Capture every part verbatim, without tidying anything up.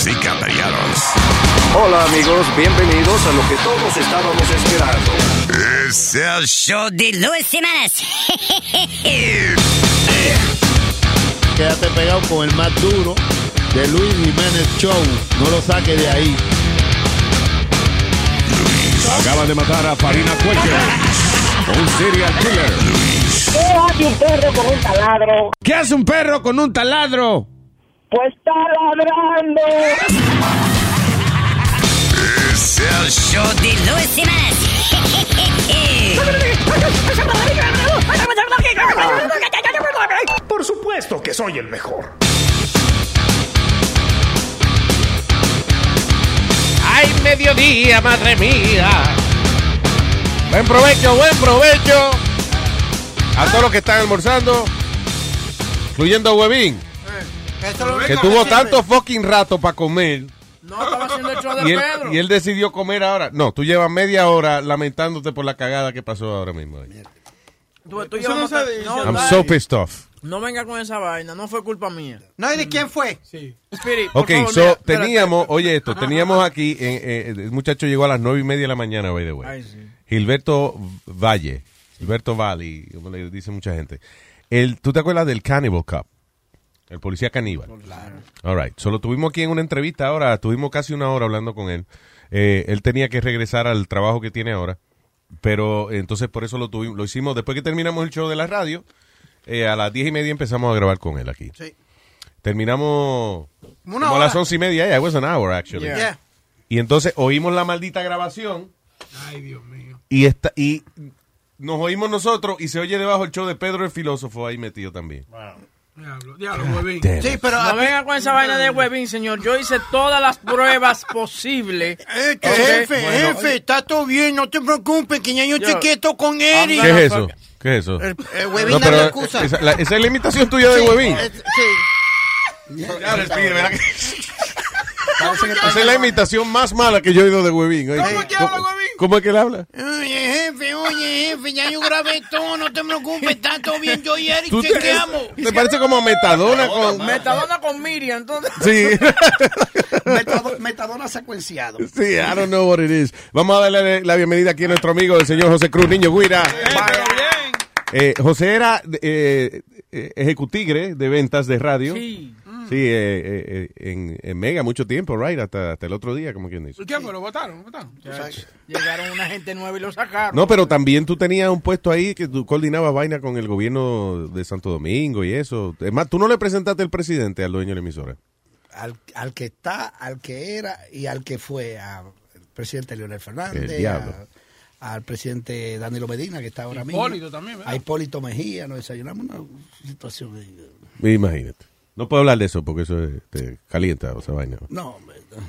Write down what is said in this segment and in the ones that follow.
y caballeros. Hola amigos, bienvenidos a lo que todos estábamos esperando. Es el show de Luis Jiménez. Quédate pegado con el más duro de Luis Jiménez Show. No lo saques de ahí. Acaban de matar a Farina Cuellar, un serial killer. ¿Qué hace un perro con un taladro? ¿Qué hace un perro con un taladro? Pues está ladrando. Es el show de Luis Jiménez. Por supuesto que soy el mejor. ¡Ay, mediodía, madre mía! Buen provecho, buen provecho. A todos los que están almorzando, incluyendo a Huevín, eh, que tuvo tanto fucking rato para comer. No, estaba haciendo el show de y, él, Pedro. y él decidió comer ahora. No, tú llevas media hora lamentándote por la cagada que pasó ahora mismo. Tú, tú no se dice. No, I'm dale. so pissed off. No venga con esa vaina, no fue culpa mía. No, ¿y de quién fue? Sí. Spirit, por Ok, favor, so, mira, teníamos, espérate. oye esto, Ajá, teníamos ajá. aquí, eh, eh, el muchacho llegó a las nueve y media de la mañana, by the way. Ay, sí. Gilberto Valle, Gilberto Valle, como le dice mucha gente. El, ¿Tú te acuerdas del Cannibal Cup? El policía caníbal. Claro. All right. Solo tuvimos aquí en una entrevista ahora, tuvimos casi una hora hablando con él. Eh, él tenía que regresar al trabajo que tiene ahora, pero eh, entonces por eso lo tuvimos, lo hicimos después que terminamos el show de la radio. Eh, a las diez y media empezamos a grabar con él aquí. Sí. Terminamos Una como a hora. las once y media. Yeah, it was an hour, actually. Yeah. Yeah. Y entonces oímos la maldita grabación. Ay, Dios mío. Y, esta, y nos oímos nosotros y se oye debajo el show de Pedro el Filósofo ahí metido también. Diablo, diablo, huevín. Damn Sí, it. pero... No venga con esa vaina de huevín, señor. Yo hice todas las pruebas posibles. Eh, que Ok. jefe, Bueno, jefe, está todo bien, no te preocupes, que ya yo Yo- chequeé todo con Eric. ¿Qué es eso? ¿Qué es eso? El, el huevín No, dando pero excusa. esa, la- esa es la imitación tuya de Sí, Huevín. es- sí. Ya, respire, ¿verdad que- Esa es la imitación más mala que yo he oído de Huevín. Oye, ¿Cómo es que habla ¿cómo- Huevín? ¿Cómo es que él habla? Oye, jefe, oye, jefe, ya yo grabé todo, no te preocupes, está todo bien, yo y Eric ¿Tú te, chequeamos. te parece como Metadona con... Metadona con Miriam, entonces. Sí. Metado- metadona secuenciado. Sí, I don't know what it is. Vamos a darle la bienvenida aquí a nuestro amigo, el señor José Cruz, niño Guira. Pero bien. Eh, José era eh, eh, ejecutigre de ventas de radio. Sí. Sí, eh, eh, eh, en, en Mega mucho tiempo, right? Hasta, hasta el otro día, como quien dice. ¿Qué fue? ¿Lo votaron? ¿Lo votaron? Llegaron una gente nueva y lo sacaron. No, pero también tú tenías un puesto ahí que tú coordinabas vaina con el gobierno de Santo Domingo y eso. Es más, tú no le presentaste al presidente al dueño de la emisora. Al, al que está, al que era y al que fue, al presidente Leonel Fernández, El diablo. a- al presidente Danilo Medina, que está ahora mismo. Hipólito también, ¿verdad? A Hipólito Mejía, nos desayunamos una situación. de- Imagínate. No puedo hablar de eso porque eso eh, te calienta esa vaina. No, hombre, no.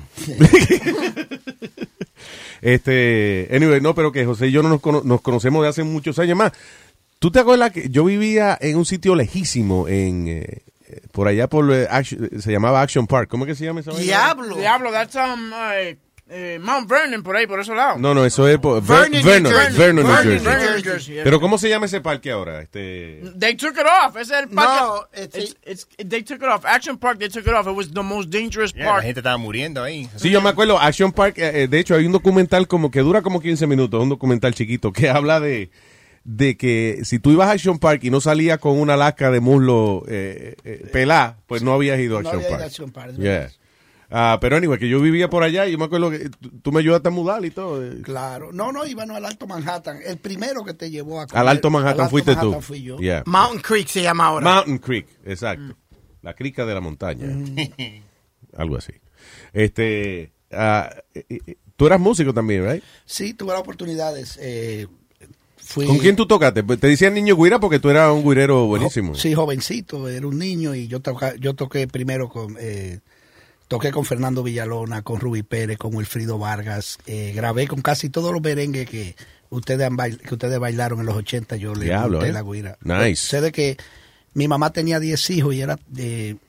Este, anyway, no, pero que José y yo no nos, cono- nos conocemos de hace muchos años más. ¿Tú te acuerdas que yo vivía en un sitio lejísimo en eh, eh, por allá por eh, Action- se llamaba Action Park? ¿Cómo que se llama esa vaina? Diablo. Diablo, that's um, uh, eh, Mount Vernon, por ahí, por esos lados. No, no, eso es por Vernon, Ver- New Vernon, Jersey. Vernon, New Vernon, Jersey. New Vernon, Jersey. Jersey, yeah. Pero ¿cómo se llama ese parque ahora? Este They took it off. Ese es el parque. No, it's- it's, it's, they took it off. Action Park, they took it off. It was the most dangerous Yeah, la park. gente estaba muriendo ahí. Sí, yo me acuerdo, Action Park, eh, eh, de hecho hay un documental como que dura como quince minutos, un documental chiquito que habla de, de que si tú ibas a Action Park y no salías con una lasca de muslo eh, eh, pelá, pues no habías ido a No Action había ido Park. a Action Park, es Yeah. verdad. Ah, pero anyway, que yo vivía por allá y yo me acuerdo que tú, tú me ayudaste a mudar y todo. eh. Claro. No, no, íbamos al Alto Manhattan. El primero que te llevó a comer, Al Alto Manhattan al Alto fuiste Manhattan tú. fui yo. Yeah. Mountain Creek se llama ahora. Mountain Creek, exacto. La crica de la montaña. Algo así. Este, ah, eh, eh, tú eras músico también, ¿right? Sí, tuve las oportunidades. Eh, fui, ¿Con quién tú tocaste? Te decían niño guira porque tú eras un guirero buenísimo. Sí, jovencito, era un niño y yo, toca, yo toqué primero con... Eh, toqué con Fernando Villalona, con Rubí Pérez, con Wilfrido Vargas. Eh, grabé con casi todos los merengues que ustedes han bail- que ustedes bailaron en los ochenta. Yo le Diablo, monté eh. la guira. Nice. Sé de que mi mamá tenía diez hijos y era de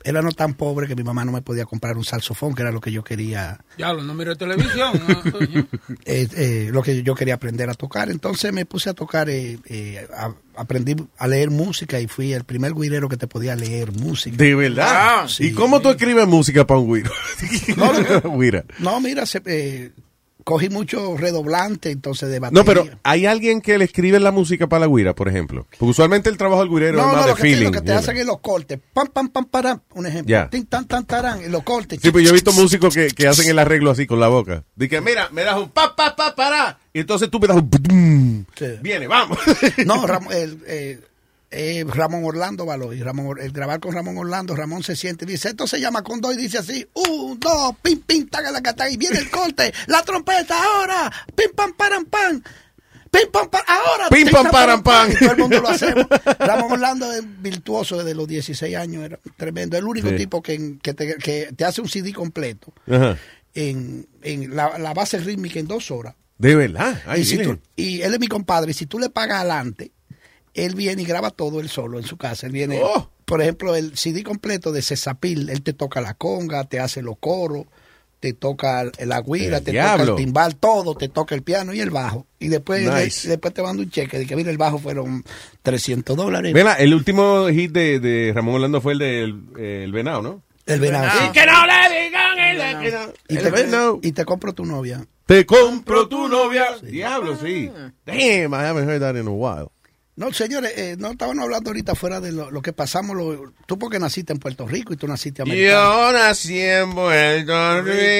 era no tan pobre que mi mamá no me podía comprar un saxofón, que era lo que yo quería. Ya, no miro televisión. ¿no? eh, eh, lo que yo quería aprender a tocar. Entonces me puse a tocar, eh, eh, a, aprendí a leer música y fui el primer güirero que te podía leer música. ¿De verdad? Ah, ¿Y sí. cómo tú escribes música para un güiro? No, no, Güira. no, mira, se, eh, cogí mucho redoblante, entonces de batería. No, pero ¿hay alguien que le escribe la música para la güira, por ejemplo? Porque usualmente el trabajo del güirero No, es más no, de lo que, feeling. te, lo que te you hacen know. es los cortes. Pam, pam, pam, param. Un ejemplo. Ya. Tin, tan, tan, tarán. En los cortes. Sí, pues yo he visto músicos que, que hacen el arreglo así con la boca. Dice, mira, me das un pa, pa, pa, para. Y entonces tú me das un... pum. Sí. Viene, vamos. No, Ramón, el, eh, eh, Ramón Orlando Való. Y Ramón, el grabar con Ramón Orlando, Ramón se siente y dice, esto se llama con dos y dice así, un, dos, pim, pim, taga, la cata, y viene el corte, la trompeta ahora, pim, pam, param, pam. Pim, pam, pam, ahora. Pim, pam, param, pam. Y todo el mundo lo hacemos. Ramón Orlando es virtuoso desde los dieciséis años, era tremendo. El único Sí. tipo que, que, te, que te hace un C D completo Ajá. en, en la, la base rítmica en dos horas. De verdad. Ay, y, si mire. tú- y él es mi compadre. Y si tú le pagas adelante, él viene y graba todo él solo en su casa. Él viene, Oh. por ejemplo, el C D completo de Cesapil. Él te toca la conga, te hace los coros, te toca la guira, El te diablo. toca el timbal, todo, te toca el piano y el bajo. Y después, Nice. le- después te manda un cheque de que mira, el bajo fueron trescientos dólares. Mira, el último hit de, de Ramón Orlando fue el del el venado, ¿no? El venado. venado. sí. Y Que no le digan el, que no- Y, el te, venado. y te compro tu novia. Te compro tu novia. Diablo, sí. Damn, I haven't heard that in a while. No, señores, eh, no estábamos hablando ahorita fuera de lo, lo que pasamos. Lo, tú porque naciste en Puerto Rico y tú naciste americano. Yo nací en Puerto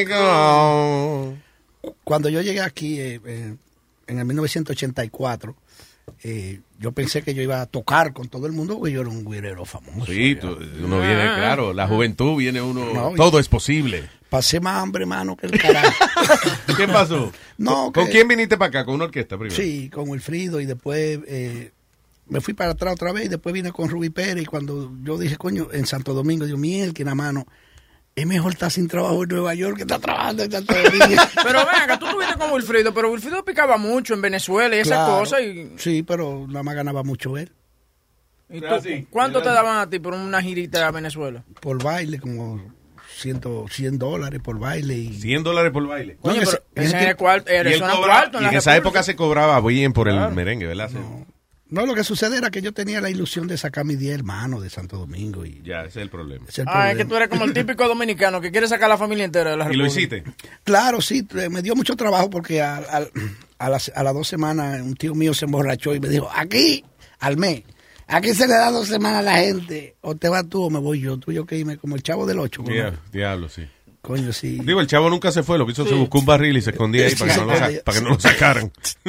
Rico. Cuando yo llegué aquí eh, eh, en el mil novecientos ochenta y cuatro, eh, yo pensé que yo iba a tocar con todo el mundo porque yo era un güirero famoso. Sí, tú- uno viene, claro, la juventud viene uno, No, y- todo es posible. Pasé más hambre, mano, que el carajo. ¿Qué pasó? No, ¿Con que- quién viniste para acá? ¿Con una orquesta primero? Sí, con Wilfrido y después eh, me fui para atrás otra vez y después vine con Rubí Pérez y cuando yo dije, coño, en Santo Domingo, Dios mío, que la mano, es mejor estar sin trabajo en Nueva York que estar trabajando en Santo Domingo. Pero venga, tú estuviste con Wilfrido, pero Wilfrido picaba mucho en Venezuela y esas Claro. cosas. Y, Sí, pero nada más ganaba mucho él. y tú, Ah, sí. ¿cuánto te daban a ti por una girita a Venezuela? Por baile, como cien, cien dólares por baile. Y, cien dólares por baile. Coño, que pero se- en ese ese es cuarto, Y, eso él era un cobraba- cuarto en y la en esa República. época se cobraba bien por el merengue, ¿verdad? No, lo que sucede era que yo tenía la ilusión de sacar mis diez hermanos de Santo Domingo. Y Ya, ese es el problema. ese es el Ah, es que problema. tú eres como el típico dominicano que quiere sacar a la familia entera de la ¿Y lo República. hiciste? Claro, sí, eh, me dio mucho trabajo porque a, a- a las, a las dos semanas un tío mío se emborrachó y me dijo, aquí, al mes, aquí se le da dos semanas a la gente, o te vas tú o me voy yo, tú y yo que irme como el chavo del ocho. ¿no? Dia- Diablo, sí. Coño, sí. Digo, el chavo nunca se fue, lo que hizo se buscó un barril y se escondía ahí para que no lo, sa- para que no lo sacaran.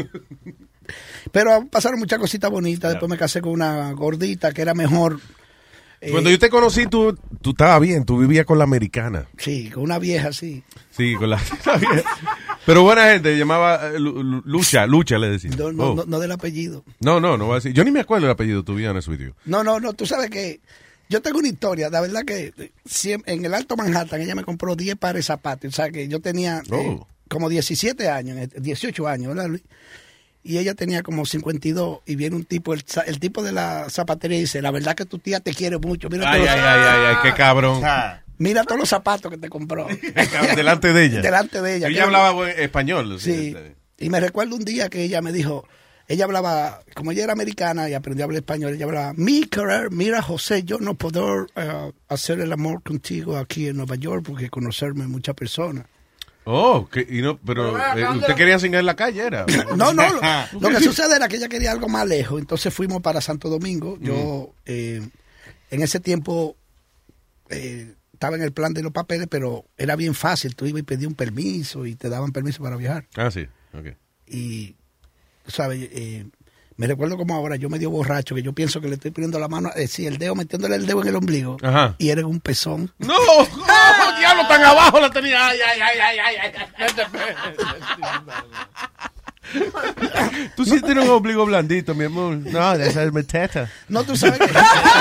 Pero pasaron muchas cositas bonitas, después me casé con una gordita que era mejor. eh, Cuando yo te conocí, tú, tú estabas bien, tú vivías con la americana. Sí, con una vieja, sí. Sí, con la, la vieja. Pero buena gente, llamaba eh, Lu- Lu- Lucha, Lucha le decía. No, no, Oh. no, no del apellido. No, no, no voy a decir. Yo ni me acuerdo el apellido, tu vida, honest with you. No, no, no, tú sabes que yo tengo una historia, la verdad que eh, siem- en el Alto Manhattan ella me compró diez pares de zapatos, o sea que yo tenía eh, Oh. como diecisiete años, eh, dieciocho años, ¿verdad, Luis? Y ella tenía como cincuenta y dos y viene un tipo, el, za- el tipo de la zapatería y dice, la verdad que tu tía te quiere mucho, mira, Ay, todos, ay, ay, ay, ay, qué cabrón. mira todos los zapatos que te compró. Delante de ella. Delante de ella. Ella Que- hablaba buen español. Sí, y me recuerdo un día que ella me dijo, ella hablaba, como ella era americana y aprendió a hablar español, ella hablaba, mi querer, mira José, yo no puedo eh, hacer el amor contigo aquí en Nueva York porque conocerme muchas personas. Oh, que, y no, pero Pero vea, eh, ¿dónde usted la- quería enseñar en la calle, ¿era? No, no, lo, lo que sucede era que ella quería algo más lejos, entonces fuimos para Santo Domingo, yo eh, en ese tiempo eh, estaba en el plan de los papeles, pero era bien fácil, tú ibas y pedías un permiso y te daban permiso para viajar. Ah, sí, ok. Y, tú sabes, eh, me recuerdo como ahora, yo medio borracho, que yo pienso que le estoy poniendo la mano, eh, sí, el dedo, metiéndole el dedo en el ombligo, Ajá. y era en un pezón. ¡No! ¡Oh, diablo, tan abajo la tenía! ¡Ay, ay, ay, ay, ay! ay. Tú sí tienes un ombligo blandito, mi amor. No, esa es mi teta. No, tú sabes que...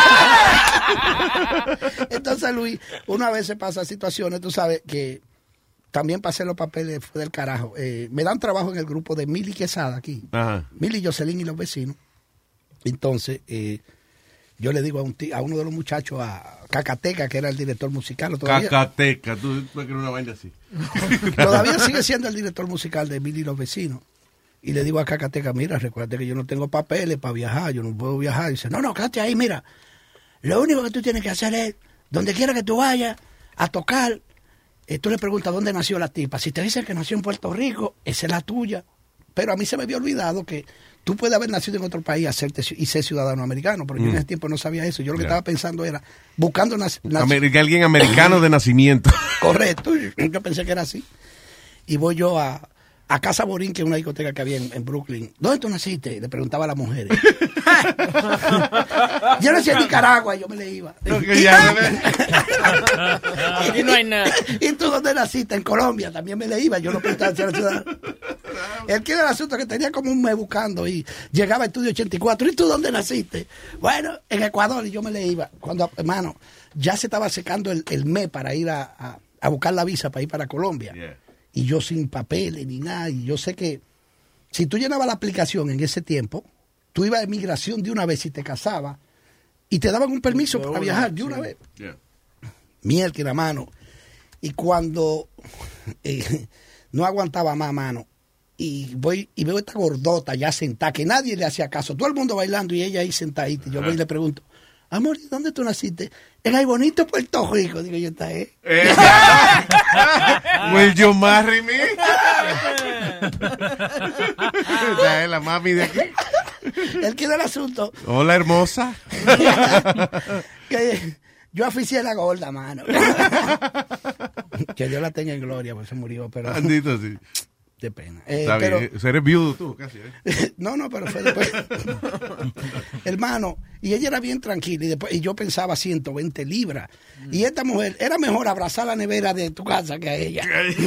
Entonces, Luis, una vez se pasa situaciones, tú sabes que también pasé los papeles, fue del carajo. Eh, me dan trabajo en el grupo de Mili Quesada aquí. Ajá. Mili, Jocelyn y los vecinos. Entonces, eh, yo le digo a, un tí- a uno de los muchachos, a Cacateca, que era el director musical. Todavía, Cacateca, tú puedes creer una vaina así. todavía sigue siendo el director musical de Billy y los Vecinos. Y le digo a Cacateca, mira, recuerda que yo no tengo papeles para viajar, yo no puedo viajar. Y dice, no, no, quédate ahí, mira. Lo único que tú tienes que hacer es, donde quiera que tú vayas a tocar, eh, tú le preguntas dónde nació la tipa. Si te dicen que nació en Puerto Rico, esa es la tuya. Pero a mí se me había olvidado que tú puedes haber nacido en otro país hacerte, y ser ciudadano americano, pero mm. yo en ese tiempo no sabía eso. Yo lo que yeah. estaba pensando era buscando nac- nac- Ameri- alguien americano de nacimiento. Correcto, yo pensé que era así. Y voy yo a, a Casa Borín, que es una discoteca que había en, en Brooklyn. ¿Dónde tú naciste? Le preguntaba a las mujeres. Yo nací en Nicaragua, yo me le iba. Aquí no hay nada. ¿Y tú dónde naciste? En Colombia, también me le iba. Yo no preguntaba si era ciudadano. El que era el asunto que tenía como un mes buscando y llegaba a Estudio ochenta y cuatro. ¿Y tú dónde naciste? Bueno, en Ecuador, y yo me le iba. Cuando, hermano, ya se estaba secando el, el mes para ir a, a, a buscar la visa para ir para Colombia. Yeah. Y yo sin papeles ni nada. Y yo sé que si tú llenabas la aplicación en ese tiempo, tú ibas a emigración de una vez y te casabas y te daban un permiso de para una, viajar de sí. una vez. Yeah. Mierda, mano. Y cuando eh, no aguantaba más, mano, y voy y veo esta gordota ya sentada, que nadie le hacía caso, todo el mundo bailando y ella ahí sentadita. Y yo voy y le pregunto, amor, ¿dónde tú naciste? En Ay Bonito, Puerto Rico. Digo yo, está ahí. Eh. Will you marry me? Esa es la mami de aquí. El que da el asunto. Hola, hermosa. que yo oficié la gorda, mano. Que Dios la tenga en gloria, pues se murió, pero. Bandito, sí. De pena. Eh, Está pero, bien, eres viudo tú, casi. ¿eh? No, no, pero fue después. Hermano, y ella era bien tranquila, y después y yo pensaba ciento veinte libras. Mm. Y esta mujer, era mejor abrazar la nevera de tu casa que a ella.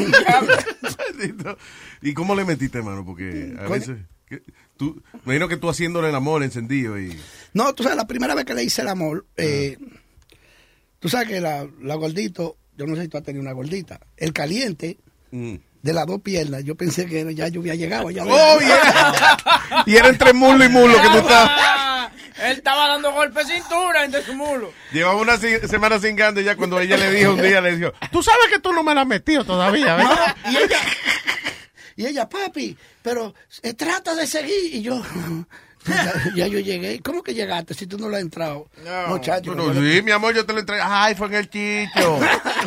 ¿Y cómo le metiste, hermano? Porque a veces... Que, tú, me imagino que tú haciéndole el amor encendido y... No, tú sabes, la primera vez que le hice el amor, eh, uh-huh. tú sabes que la, la gordito, yo no sé si tú has tenido una gordita, el caliente... Mm. De las dos piernas, yo pensé que ya yo había llegado. Ya ¡Oh, yeah! Y era entre muslo y muslo que tú estabas. Él estaba dando golpes de cintura entre su mulo. Llevaba una semana cingando y ya cuando ella le dijo un día, le dijo, tú sabes que tú no me la has metido todavía, ¿verdad? No, y ella, y ella, papi, pero eh, trata de seguir. Y yo, ya, ya yo llegué. ¿Cómo que llegaste si tú no lo has entrado? No, muchacho. No, no, sí, mi amor, yo te lo entré. Ay, fue en el chicho.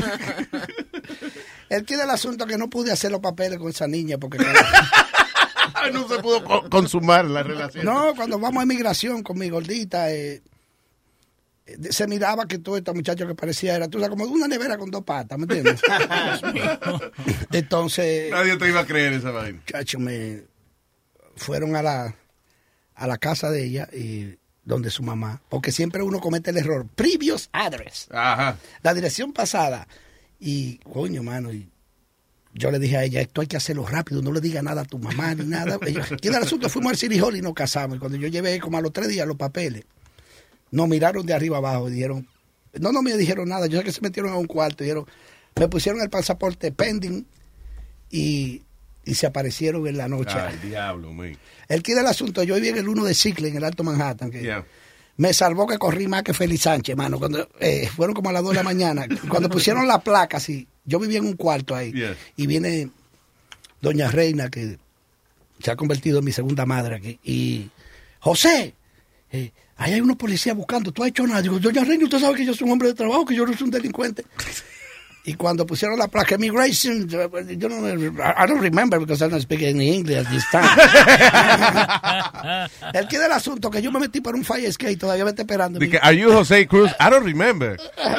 El que del asunto que no pude hacer los papeles con esa niña porque no se pudo co- consumar la relación. No, cuando vamos a inmigración con mi gordita, eh, se miraba que todo este muchacho que parecía era, tú sabes, como una nevera con dos patas, ¿me entiendes? Entonces... Nadie te iba a creer esa vaina. Chacho, me fueron a la, a la casa de ella y donde su mamá, porque siempre uno comete el error. Previous address. Ajá. La dirección pasada. Y, coño, mano, y yo le dije a ella, esto hay que hacerlo rápido, no le diga nada a tu mamá ni nada. Ella, ¿quién era el asunto? Fuimos al City Hall y nos casamos. Y cuando yo llevé como a los tres días los papeles, nos miraron de arriba abajo y dijeron, no, no me dijeron nada. Yo sé que se metieron a un cuarto y dijeron, me pusieron el pasaporte pending y, y se aparecieron en la noche. Ay, diablo, man. El que era el asunto, yo vivía en el uno de Cicle, en el Alto Manhattan, que... Yeah. Me salvó que corrí más que Félix Sánchez, mano. Cuando eh, fueron como a las dos de la mañana. Cuando pusieron la placa, sí, yo vivía en un cuarto ahí. Yeah. Y viene doña Reina, que se ha convertido en mi segunda madre aquí. Y, José, eh, ahí hay unos policías buscando. ¿Tú has hecho nada? Digo, doña Reina, usted sabe que yo soy un hombre de trabajo, que yo no soy un delincuente. Y cuando pusieron la placa Immigration, yo no, I don't remember because I don't speak any English at this time. El que del asunto que yo me metí por un fire escape, todavía me está esperando. Because, are you Jose Cruz? I don't remember.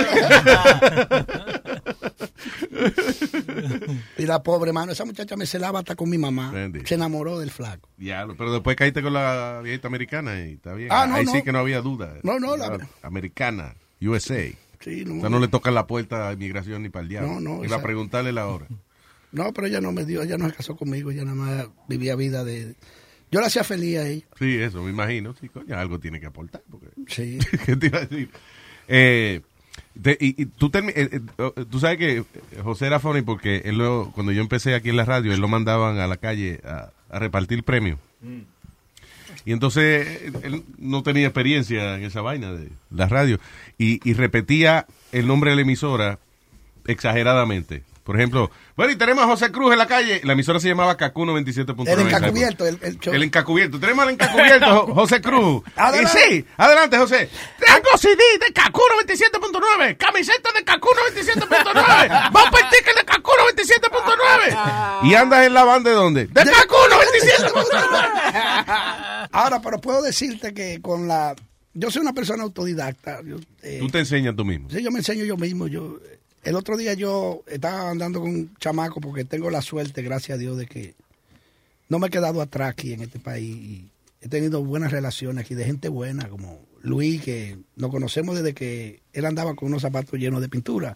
Y la pobre, mano, esa muchacha me celaba hasta con mi mamá. Bendy. Se enamoró del flaco. Ya, pero después caíste con la viejita americana y está bien. Ah, no, Ahí no. sí que no había duda. No, no, la americana, U S A. Sí, no, o sea, no le toca la puerta a inmigración ni para el diablo. No, no. Iba Esa... a preguntarle la hora. No, pero ella no me dio, ella no se casó conmigo, ella nada más vivía vida de... Yo la hacía feliz a ella. Sí, eso, me imagino. Sí, coño, algo tiene que aportar. Porque... Sí. ¿Qué te iba a decir? Eh, te, y, y tú, termi... eh, eh, tú sabes que José era funny porque él lo, cuando yo empecé aquí en la radio, él lo mandaban a la calle a, a repartir premios. Mm. Y entonces él no tenía experiencia en esa vaina de la radio. Y, y repetía el nombre de la emisora exageradamente. Por ejemplo, bueno, y tenemos a José Cruz en la calle. La emisora se llamaba Cacu noventa y siete punto nueve. El encacubierto, el, el show. El encacubierto. Tenemos al encacubierto, José Cruz. Adelante. Y sí, adelante, José. Tengo C D de Cacu noventa y siete punto nueve. Camiseta de Cacu noventa y siete punto nueve. Bumper ticket de Cacu noventa y siete punto nueve. Y andas en la banda de dónde? De, de Cacu noventa y siete punto nueve. Ahora, pero puedo decirte que con la... Yo soy una persona autodidacta. Yo, eh, Tú te enseñas tú mismo. Sí, yo me enseño yo mismo. Yo... El otro día yo estaba andando con un chamaco porque tengo la suerte, gracias a Dios, de que no me he quedado atrás aquí en este país. Y he tenido buenas relaciones aquí de gente buena, como Luis, que nos conocemos desde que él andaba con unos zapatos llenos de pintura.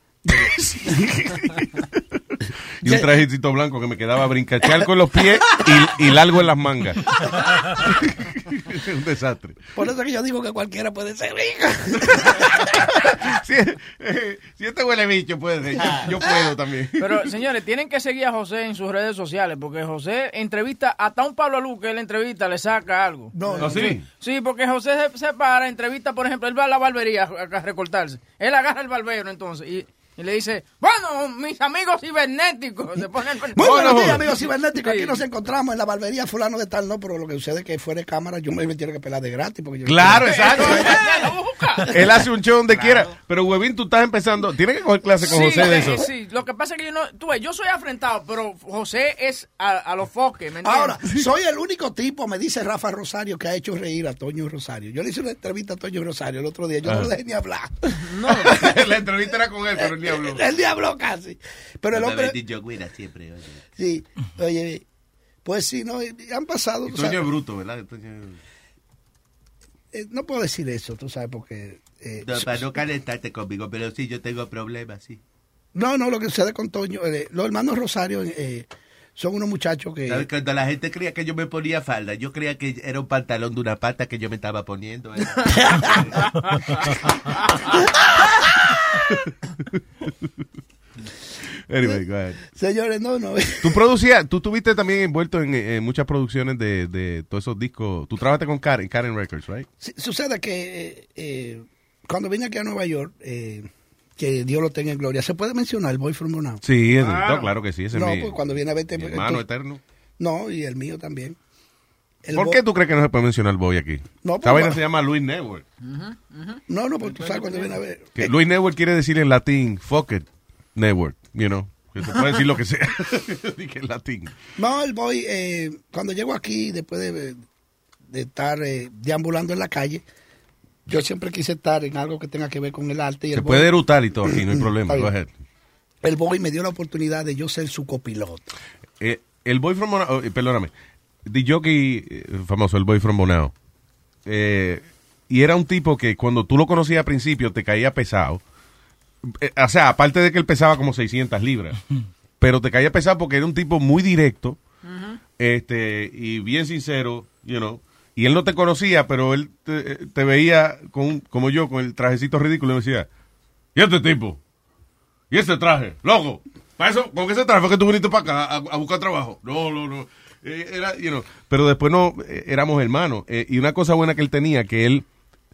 Y un trajecito blanco que me quedaba brincachar con los pies y, y largo en las mangas. Un desastre. Por eso que yo digo que cualquiera puede ser rico. Si, eh, si este huele bicho puede ser, yo, yo puedo también. Pero, señores, tienen que seguir a José en sus redes sociales, porque José entrevista, hasta un Pablo Luz que él entrevista, le saca algo. No, ¿Oh, sí? Sí, porque José se, se para, entrevista, por ejemplo, él va a la barbería a, a recortarse. Él agarra el barbero, entonces, y... Y le dice, bueno, mis amigos cibernéticos. Se ponen... Muy buenos no, días, no. amigos cibernéticos. Sí. Aquí nos encontramos en la barbería fulano de tal, no, pero lo que sucede es que fuera de cámara yo me, me tiene que pelar de gratis. Porque yo Claro, exacto. busca. Él hace un show donde quiera. Pero, Huevín, tú estás empezando. Tienes que coger clase con Sí, José de sí, eso. sí, lo que pasa es que yo no, tú ves, yo soy afrentado, pero José es a, a los foques, ¿me entiendes? Ahora, soy el único tipo, me dice Rafa Rosario, que ha hecho reír a Toño Rosario. Yo le hice una entrevista a Toño Rosario el otro día, yo Ah. no lo dejé ni hablar. No. La entrevista era con él, pero él ni habló. Él ni habló casi. Pero el hombre... siempre, oye. Sí, oye, pues sí, no, han pasado... tú Toño sabes, es bruto, ¿verdad? Toño... eh, no puedo decir eso, tú sabes, porque... eh, No, para no calentarte conmigo, pero sí, yo tengo problemas, sí. No, no, lo que sucede con Toño, eh, los hermanos Rosario eh, son unos muchachos que... ¿Sabes? Cuando la gente creía que yo me ponía falda, yo creía que era un pantalón de una pata que yo me estaba poniendo. ¿eh? Anyway, go ahead. Señores, no, no. Tú producías, tú estuviste también envuelto en, en muchas producciones de, de todos esos discos. Tú trabajaste con Karen, Karen Records, right? Sí, sucede que eh, eh, cuando vine aquí a Nueva York, eh, que Dios lo tenga en gloria, ¿se puede mencionar el Boy from Bonao? Sí, es, no, claro que sí. Ese No, es mi, pues cuando viene a verte... mi hermano eterno. No, y el mío también. El ¿Por Boy- qué tú crees que no se puede mencionar el Boy aquí? No, Esta pues, vaina va- se llama Luis Network. No, no, porque tú sabes cuando viene a ver... Que eh, Luis Network quiere decir en latín, fuck it, network, you know. Que te puede decir lo que sea. Dije en latín. No, el Boy, eh, cuando llego aquí, después de, de estar eh, deambulando en la calle, yo siempre quise estar en algo que tenga que ver con el arte. Y el Se Boy- puede erutar y todo aquí, no hay problema. Está Go bien. ahead. El Boy me dio la oportunidad de yo ser su copiloto. Eh, el Boy from Bonao, oh, perdóname, the jockey eh, famoso, el Boy from Bonao, eh, y era un tipo que cuando tú lo conocías al principio te caía pesado. Eh, o sea, aparte de que él pesaba como seiscientas libras, pero te caía pesado porque era un tipo muy directo, este, y bien sincero, you know, y él no te conocía, pero él te, te veía con, como yo, con el trajecito ridículo y me decía, ¿y este tipo? ¿Y ese traje? Loco, ¿para eso? ¿Con ese traje fue que tú viniste para acá a, a buscar trabajo? No, no, no. Eh, era, you know, pero después no, eh, éramos hermanos. Eh, y una cosa buena que él tenía, que él,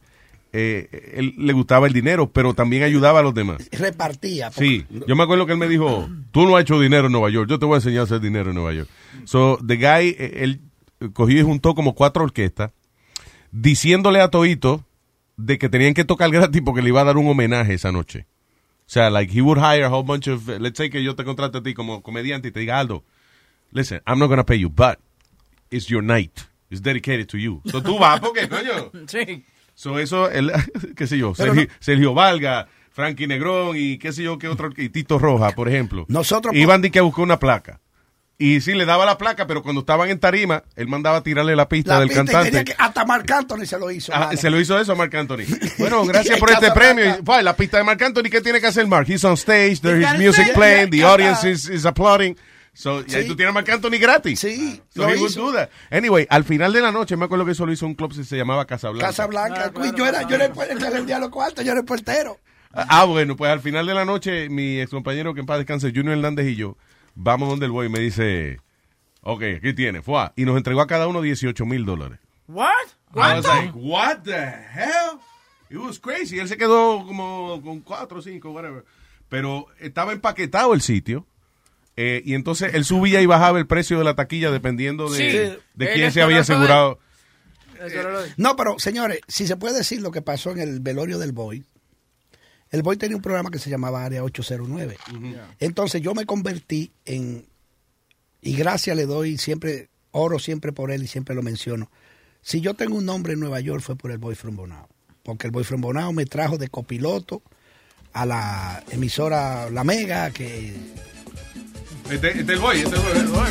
eh, él le gustaba el dinero, pero también ayudaba a los demás. Repartía. porque- Sí, yo me acuerdo que él me dijo, tú no has hecho dinero en Nueva York, yo te voy a enseñar a hacer dinero en Nueva York. So, the guy, eh, él cogió y juntó como cuatro orquestas, diciéndole a Toito de que tenían que tocar gratis porque le iba a dar un homenaje esa noche. O sea, like, he would hire a whole bunch of, let's say que yo te contrate a ti como comediante y te diga, Aldo, listen, I'm not gonna pay you, but it's your night. It's dedicated to you. So tú vas, porque, coño. Sí. So eso, él, qué sé yo, Pero Sergio, no- Sergio Valga, Frankie Negrón y qué sé yo, qué otro, y Tito Roja, por ejemplo. Nosotros- Iban de que a buscar una placa. Y sí, le daba la placa, pero cuando estaban en tarima, él mandaba a tirarle la pista La del pista y cantante. tenía que- hasta Marc Anthony se lo hizo. Ah, mano. se lo hizo eso a Marc Anthony. Bueno, gracias Y por en este Casablanca. premio. Y, fue, la pista de Marc Anthony, ¿qué tiene que hacer Marc? He's on stage, there's his gotta music say, playing, the canta. audience is, is applauding. So, y ahí Sí. tú tienes a Marc Anthony gratis. Sí, So lo he would hizo. do that. Anyway, al final de la noche, me acuerdo que eso lo hizo un club que se llamaba Casablanca. Casa Blanca. Ah, claro, yo era, yo era el, claro. el que vendía los cuartos, yo era el portero. Ah, bueno, pues al final de la noche, mi ex compañero que en paz descanse, Junior Hernández y yo, vamos donde el boy y me dice, ok, aquí tiene, fue, y nos entregó a cada uno dieciocho mil dólares. What? I was like, what the hell? It was crazy. Él se quedó como con cuatro o cinco, whatever. Pero estaba empaquetado el sitio. Eh, y entonces él subía y bajaba el precio de la taquilla dependiendo de, Sí. de Él quién es se había conocedor. asegurado. Eso lo- No, pero señores, si se puede decir lo que pasó en el velorio del Boy. El Boy tenía un programa que se llamaba Área ocho cero nueve. Entonces yo me convertí en, y gracias le doy siempre, oro siempre por él y siempre lo menciono. Si yo tengo un nombre en Nueva York fue por el Boy from Bonao. Porque el Boy from Bonao me trajo de copiloto a la emisora La Mega, que... Este, este es el boy, este es el boy.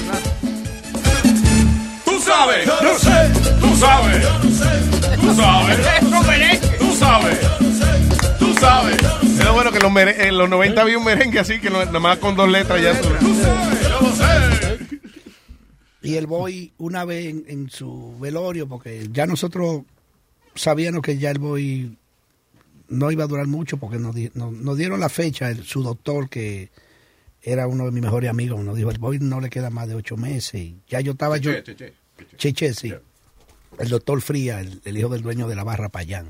Tú sabes, yo no sé. Tú sabes, yo no sé. Tú sabes, tú sabes, tú sabes. Es lo bueno que en los, mere- en los noventa había un merengue así que no- nada más con dos letras ya. Tú sabes, yo no sé. Y el Boy una vez en, en su velorio, porque ya nosotros sabíamos que ya el Boy no iba a durar mucho, porque nos, di- nos, nos dieron la fecha, el- su doctor, que era uno de mis mejores amigos, nos dijo, el Boy no le queda más de ocho meses. Y ya yo estaba yo... Che, che, che. Cheche, sí. El doctor Fría, el, el hijo del dueño de la barra Payán.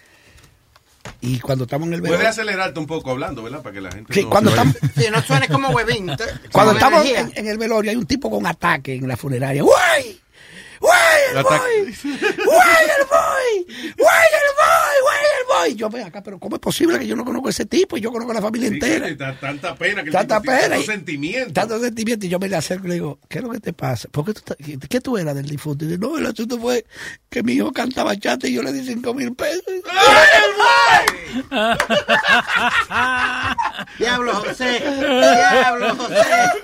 Y cuando estamos en el Puedes velorio... acelearte un poco hablando, ¿verdad? Para que la gente Sí, no cuando se vaya- estamos... Sí, no suene como huevín. Cuando Con estamos energía. en, en el velorio hay un tipo con ataque en la funeraria. ¡Guay! ¡Guay el Ataque. boy! ¡Guay el boy! ¡Guay el boy! ¡Guay el boy! Yo ven acá, pero ¿cómo es posible que yo no conozco a ese tipo y yo conozco a la familia Sí, entera? sí, da tanta pena que el Tanta tipo tiene pena. tanto y- sentimiento. Tanto sentimiento. Y yo me le acerco y le digo, ¿qué es lo que te pasa? ¿Por qué tú, estás- qué, qué tú eras del difunto? Y dice, no, el asunto fue que mi hijo canta bachata y yo le di cinco mil pesos. Diablo, José. Diablo, José.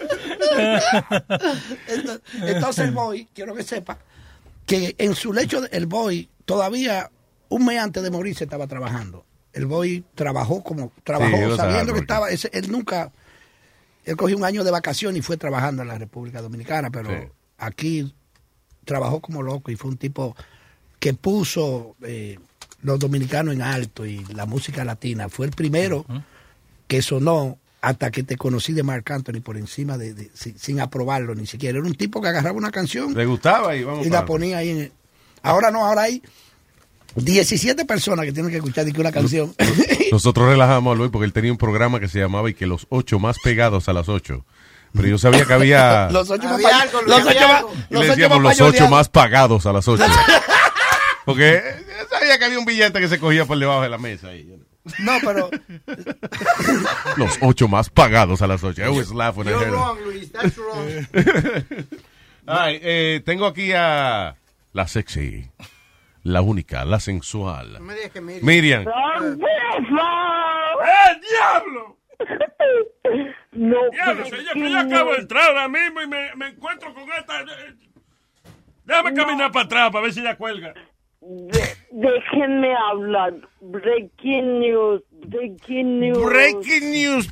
Entonces, entonces el boy, quiero que sepa, que en su lecho, de- el boy todavía un mes antes de morir se estaba trabajando. El boy trabajó como, trabajó Sí, yo sabiendo sabía, que porque- estaba, ese- él nunca, él cogió un año de vacación y fue trabajando en la República Dominicana, pero Sí. aquí trabajó como loco y fue un tipo que puso eh, los dominicanos en alto y la música latina. Fue el primero que sonó hasta que te conocí de Marc Anthony por encima de, de- sin, sin aprobarlo ni siquiera. Era un tipo que agarraba una canción Le gustaba y vamos y la para- ponía ahí en el... Ahora no, ahora hay diecisiete personas que tienen que escuchar de que una canción. Nosotros relajamos a Luis porque él tenía un programa que se llamaba y que los ocho más pegados a las ocho. Pero yo sabía que había... los ocho más Había pa- algo, los había ocho más- algo. y los le ocho decíamos más los ocho payoleados. más pagados a las ocho. Porque yo sabía que había un billete que se cogía por debajo de la mesa. Ahí. No, pero Los ocho más pagados a las ocho. I always laugh when I You're hear that. wrong, Luis. That's wrong. Ay, eh, tengo aquí a la sexy, la única, la sensual. No me digas que Miriam. Miriam. ¡Eh, diablo! No, Diablo, pero si es yo, que que yo acabo de no. entrar ahora mismo y me, me encuentro con esta... eh, Déjame caminar para atrás para ver si ella cuelga. De- déjenme hablar. Breaking news. Breaking news. Breaking news.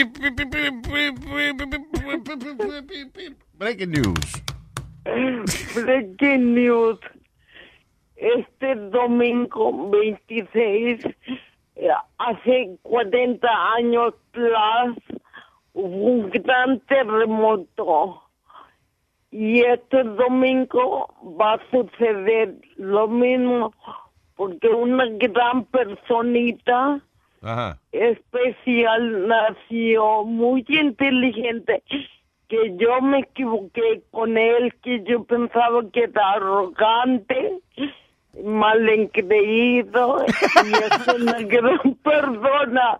Breaking news. Breaking news. Este domingo veintiséis, eh, hace cuarenta años plus, hubo un gran terremoto. Y este domingo va a suceder lo mismo, porque una gran personita Ajá. especial nació, muy inteligente, que yo me equivoqué con él, que yo pensaba que era arrogante, mal engreído, y es una gran persona.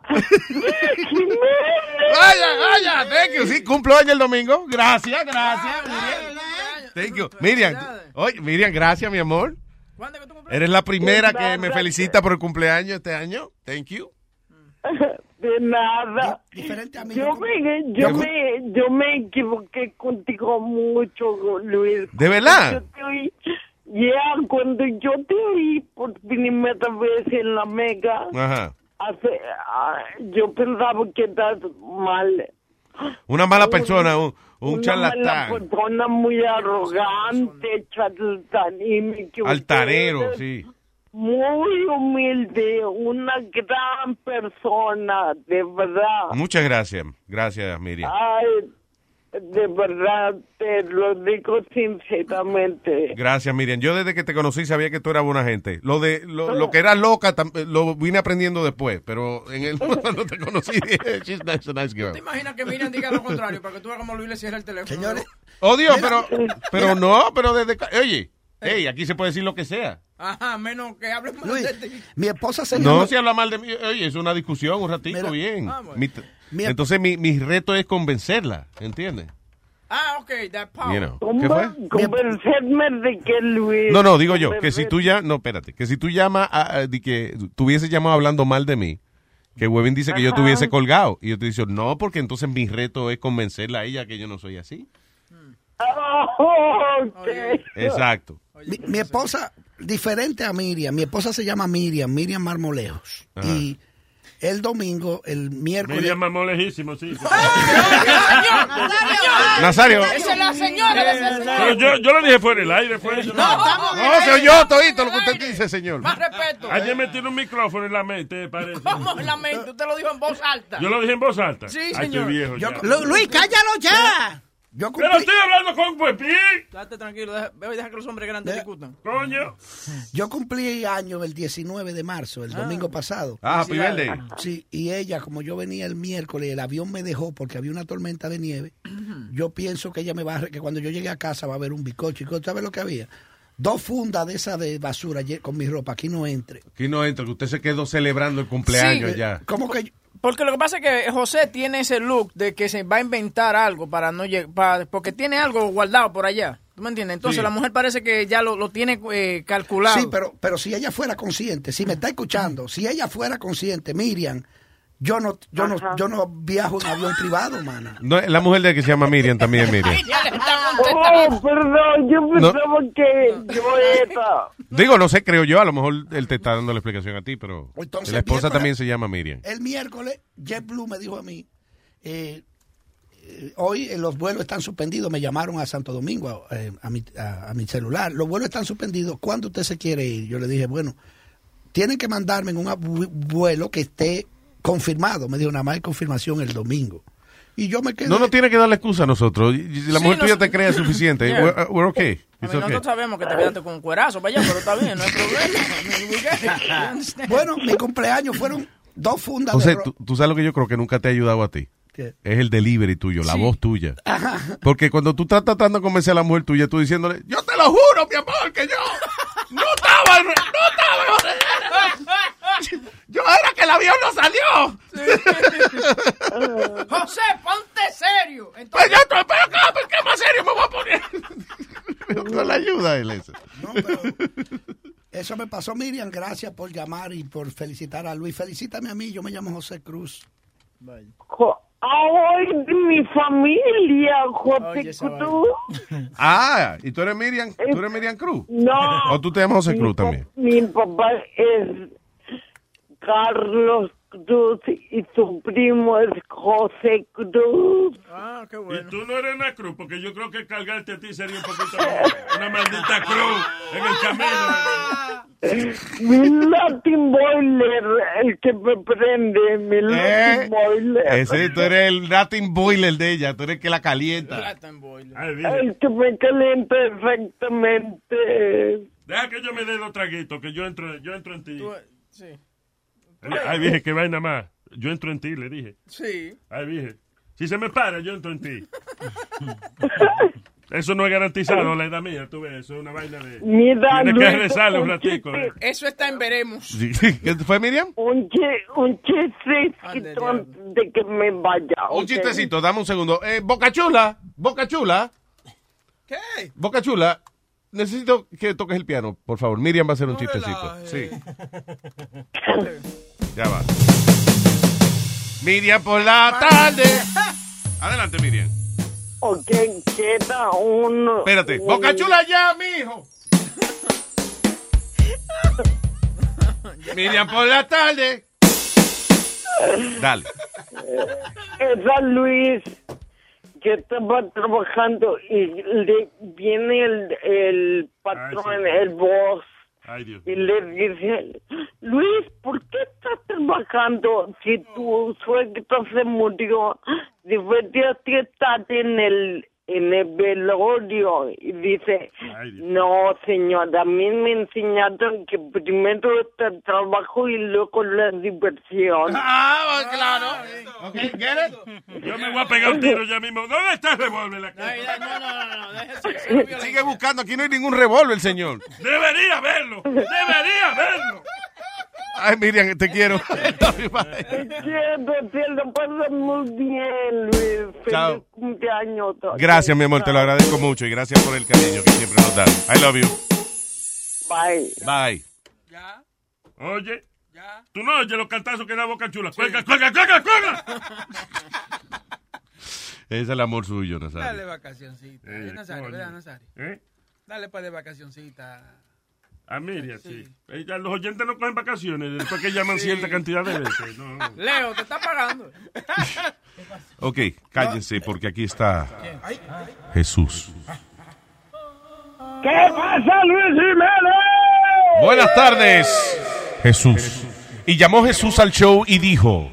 Vaya, vaya, thank you. Sí, cumplo año el domingo. Gracias, gracias, Miriam. Thank you. Miriam, oye, Miriam, gracias, mi amor. ¿Cuándo que tú cumples? Eres la primera que me Gracias. felicita por el cumpleaños este año. Thank you. De nada. diferente a mí. Yo me, yo me, yo me equivoqué contigo mucho, Luis. ¿De verdad? Yo te oí, ya, cuando yo te oí por primera vez en la Mega, Ajá. hace, ah, yo pensaba que estás mal. Una mala persona, un, un Una charlatán. mala persona muy arrogante, charlatán, y me equivoqué. Altanero, Eres sí. Muy humilde, una gran persona, de verdad. Muchas gracias. Gracias, Miriam. Ay, de verdad, te lo digo sinceramente. Gracias, Miriam. Yo desde que te conocí sabía que tú eras buena gente. Lo de lo, lo que eras loca tam- lo vine aprendiendo después, pero en el cuando te conocí dije, she's nice, a nice girl. ¿Te imaginas que Miriam diga lo contrario para que tú veas cómo Luis le cierra el teléfono? Señores, Oh, Dios, pero pero no, pero desde ca- oye, hey, aquí se puede decir lo que sea. Ajá, menos que hable mal Luis, de ti. mi esposa se No llama... se habla mal de mí. Oye, es una discusión, un ratito, Mira, bien. ah, bueno. Mi- Mi- entonces mi, mi reto es convencerla, ¿entiendes? Ah, ok, that power. You know. ¿Qué fue? Convencerme de que Luis... No, no, digo yo, que si tú ya, no, espérate, que si tú llamas, a, a- de que tú hubieses llamado hablando mal de mí, que Webin dice que yo te hubiese colgado, y yo te digo, no, porque entonces mi reto es convencerla a ella que yo no soy así. Oh, ok. Exacto. Mi, mi esposa, diferente a Miriam, mi esposa se llama Miriam, Miriam Marmolejos. Ajá. Y el domingo, el miércoles... Miriam mamó lejísimo, sí. Nazario. Esa es la señora de ese Pero señor. yo, yo lo dije fuera del aire, fue eso. No, estamos No, se oyó todito lo que usted dice, señor. Más respeto. Ayer me tiene un micrófono en la mente, parece. ¿Cómo en la mente? Usted lo dijo en voz alta. Yo lo dije en voz alta. Sí, Ay, señor. estoy viejo Yo- ya. Lu- Luis, cállalo ya. Yo Pero cumplí, estoy hablando con Huepi. Date tranquilo, deja, ve y deja que los hombres grandes Deja- discutan. Coño. yo cumplí años el diecinueve de marzo, el domingo pasado. Ah, Happy birthday. Sí, y ella, como yo venía el miércoles, el avión me dejó porque había una tormenta de nieve. Yo pienso que ella me va a... re- que cuando yo llegue a casa va a haber un bizcocho. ¿Y sabes lo que había? Dos fundas de esa de basura lle- con mi ropa. Aquí no entre. Aquí no entra, que usted se quedó celebrando el cumpleaños Sí. ya. ¿Cómo que...? Porque lo que pasa es que José tiene ese look de que se va a inventar algo para no llegar, porque tiene algo guardado por allá. ¿Tú me entiendes? Entonces Sí. la mujer parece que ya lo, lo tiene eh, calculado. Sí, pero, pero si ella fuera consciente, si me está escuchando, si ella fuera consciente, Miriam, yo no, yo no, yo no viajo en avión privado, mana. No, la mujer de que se llama Miriam también es Miriam. Ya le está contestando. Oh, perdón, yo pensaba que yo era... Digo, no sé, creo yo, a lo mejor él te está dando la explicación a ti, pero Entonces, la esposa miércoles- también se llama Miriam. El miércoles, JetBlue me dijo a mí, eh, eh, hoy eh, los vuelos están suspendidos. Me llamaron a Santo Domingo eh, a, mi, a, a mi celular. Los vuelos están suspendidos. ¿Cuándo usted se quiere ir? Yo le dije, bueno, tienen que mandarme en un abu- vuelo que esté confirmado. Me dijo, nada más hay confirmación el domingo. Y yo me quedé... No nos tiene que dar la excusa a nosotros. Y- y La Sí, mujer tuya nos- te crea suficiente. Yeah. We're, uh, we're okay. A It's ver, okay. nosotros sabemos que te quedaste con un cuerazo para allá, pero está bien, no hay problema. I mean, we get it. You understand? Bueno, mi cumpleaños fueron dos fundas José, de... ro- tú, tú sabes lo que yo creo que nunca te ha ayudado a ti. ¿Qué? Es el delivery tuyo, la Sí. voz tuya. Porque cuando tú estás tratando de convencer a la mujer tuya, tú diciéndole, yo te lo juro, mi amor, que yo no estaba, en- no estaba, en- yo era que el avión no salió. José, ponte serio. Pues Entonces, yo estoy, pero ¿qué, qué más serio me voy a poner? No le ayuda a él eso. No, pero eso me pasó, Miriam. Gracias por llamar y por felicitar a Luis. Felicítame a mí, yo me llamo José Cruz. Jo- Ay, de mi familia, José Oye, esa Cruz. Ah, ¿y tú eres Miriam? ¿Tú eres Miriam Cruz? No. ¿O tú te llamas José Mi Cruz pa- también? Mi papá es Carlos Cruz y su primo es José Cruz. ah, qué Y bueno. tú no eres una cruz, porque yo creo que cargarte a ti sería un poquito una maldita cruz en el camino. Mi Latin Boiler, el que me prende, mi Eh, Latin Boiler. ese, tú eres el Latin boiler de ella, tú eres el que la calienta. Latin boiler. Ay, dile. El que me calienta exactamente. Deja que yo me dé los traguitos, que yo entro, yo entro en ti. Tú- Sí. Ay, dije que vaina más. Yo entro en ti, le dije. Sí. Ay, dije. Si se me para, yo entro en ti. Eso no es garantizado, la edad mía, tú ves, eso es una vaina de... Mira, Tienes que Luis, rezarle un un ratico. chiste- eh. Eso está en veremos. Sí. ¿Qué fue, Miriam? Un, chi- un chistecito Ande, antes de que me vaya. Un ¿ok? chistecito, dame un segundo. Eh, Boca Chula, Boca Chula, ¿Qué? Boca Chula, necesito que toques el piano, por favor. Miriam va a hacer un No chistecito. relaje. Sí. Ya va. Miriam por la tarde. Adelante, Miriam. Ok, queda uno. Espérate. un- Boca Chula ya, mijo. Miriam por la tarde. Dale. Era Luis que estaba trabajando y le viene el, el patrón, Ah, sí. el boss, Ay, Dios. Y le dice, Luis, ¿por qué estás trabajando si tu suegro se murió? Deberías estar en el en el velorio. Y dice, no, señor, a mí me enseñaron que primero está el trabajo y luego la diversión. Ah, claro. Okay, get it? Yo me voy a pegar un tiro ya mismo. ¿Dónde está el revólver? La no, no, no, no, déjese. Sigue buscando, aquí no hay ningún revólver, señor. Debería verlo, debería verlo. Ay, Miriam, te quiero. Te quiero, te lo pasas muy bien, Luis. Feliz Chao. cumpleaños. Gracias, mi amor, te lo agradezco mucho y gracias por el cariño que siempre nos das. I love you. Bye. Bye. Ya, Oye, ya. tú no oyes los cantazos que da Boca Chula. Cuelga, cuelga, cuelga, cuelga. Ese es el amor suyo, Nazario. Dale vacacioncita. Eh, Eh, Nazario, coño. ¿verdad, Nazario? ¿Eh? Dale para de vacacioncita. A Miriam, sí. Ella, los oyentes no cogen vacaciones después que llaman Sí. cierta cantidad de veces. No. Leo, te está pagando. Ok, cállense porque aquí está Jesús. ¿Qué pasa, Luis Jiménez? Buenas tardes, Jesús. Y llamó Jesús al show y dijo...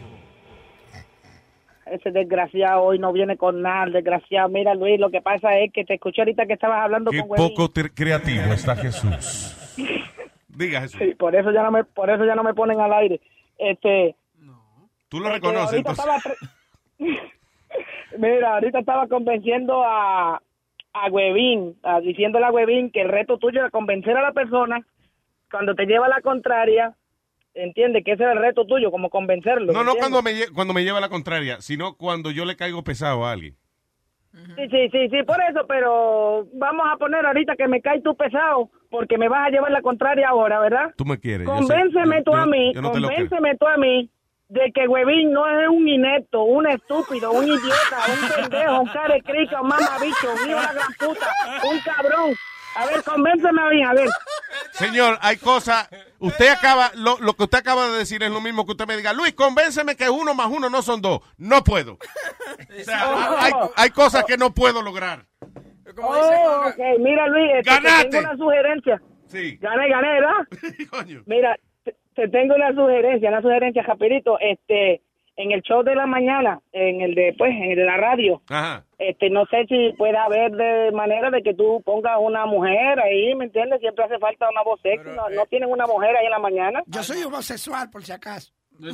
Ese desgraciado hoy no viene con nada, el desgraciado. Mira, Luis, lo que pasa es que te escuché ahorita que estabas hablando Qué con Huevín. poco te- creativo está Jesús. Diga, Jesús. Sí, por eso ya no me, por eso ya no me ponen al aire. Este, Tú lo que reconoces, ahorita entonces. estaba tre- Mira, ahorita estaba convenciendo a a Huevín, a- diciéndole a Huevín que el reto tuyo era convencer a la persona cuando te lleva la contraria. Entiende que ese es el reto tuyo, como convencerlo. No, no ¿entiendes? cuando me, lle- cuando me lleva la contraria, sino cuando yo le caigo pesado a alguien. Sí, sí, sí, sí, por eso, pero vamos a poner ahorita que me cae tú pesado, porque me vas a llevar la contraria ahora, ¿verdad? Tú me quieres. yo sé. Convénceme Yo- tú yo- a mí, yo no te lo creo. convénceme tú a mí de que Huevín no es un inepto, un estúpido, un idiota, un pendejo, un carecrica, un mamabicho, un hijo de la gran puta, un cabrón. A ver, convénceme a mí, a ver. Señor, hay cosas. Usted acaba, lo, lo que usted acaba de decir es lo mismo que usted me diga. Luis, convénceme que uno más uno no son dos. No puedo. O sea, hay, hay cosas que no puedo lograr. Oh, ok, mira Luis, este, te Ganaste. tengo una sugerencia. Sí. Gané, gané, ¿verdad? Coño. Mira, te, te tengo una sugerencia, una sugerencia, rapidito. Este, en el show de la mañana, en el de, pues, en el de la radio, Ajá. este, no sé si puede haber de manera de que tú pongas una mujer ahí, ¿me entiendes? Siempre hace falta una voz sexy, no, no tienen una mujer ahí en la mañana. Yo soy homosexual, por si acaso. No,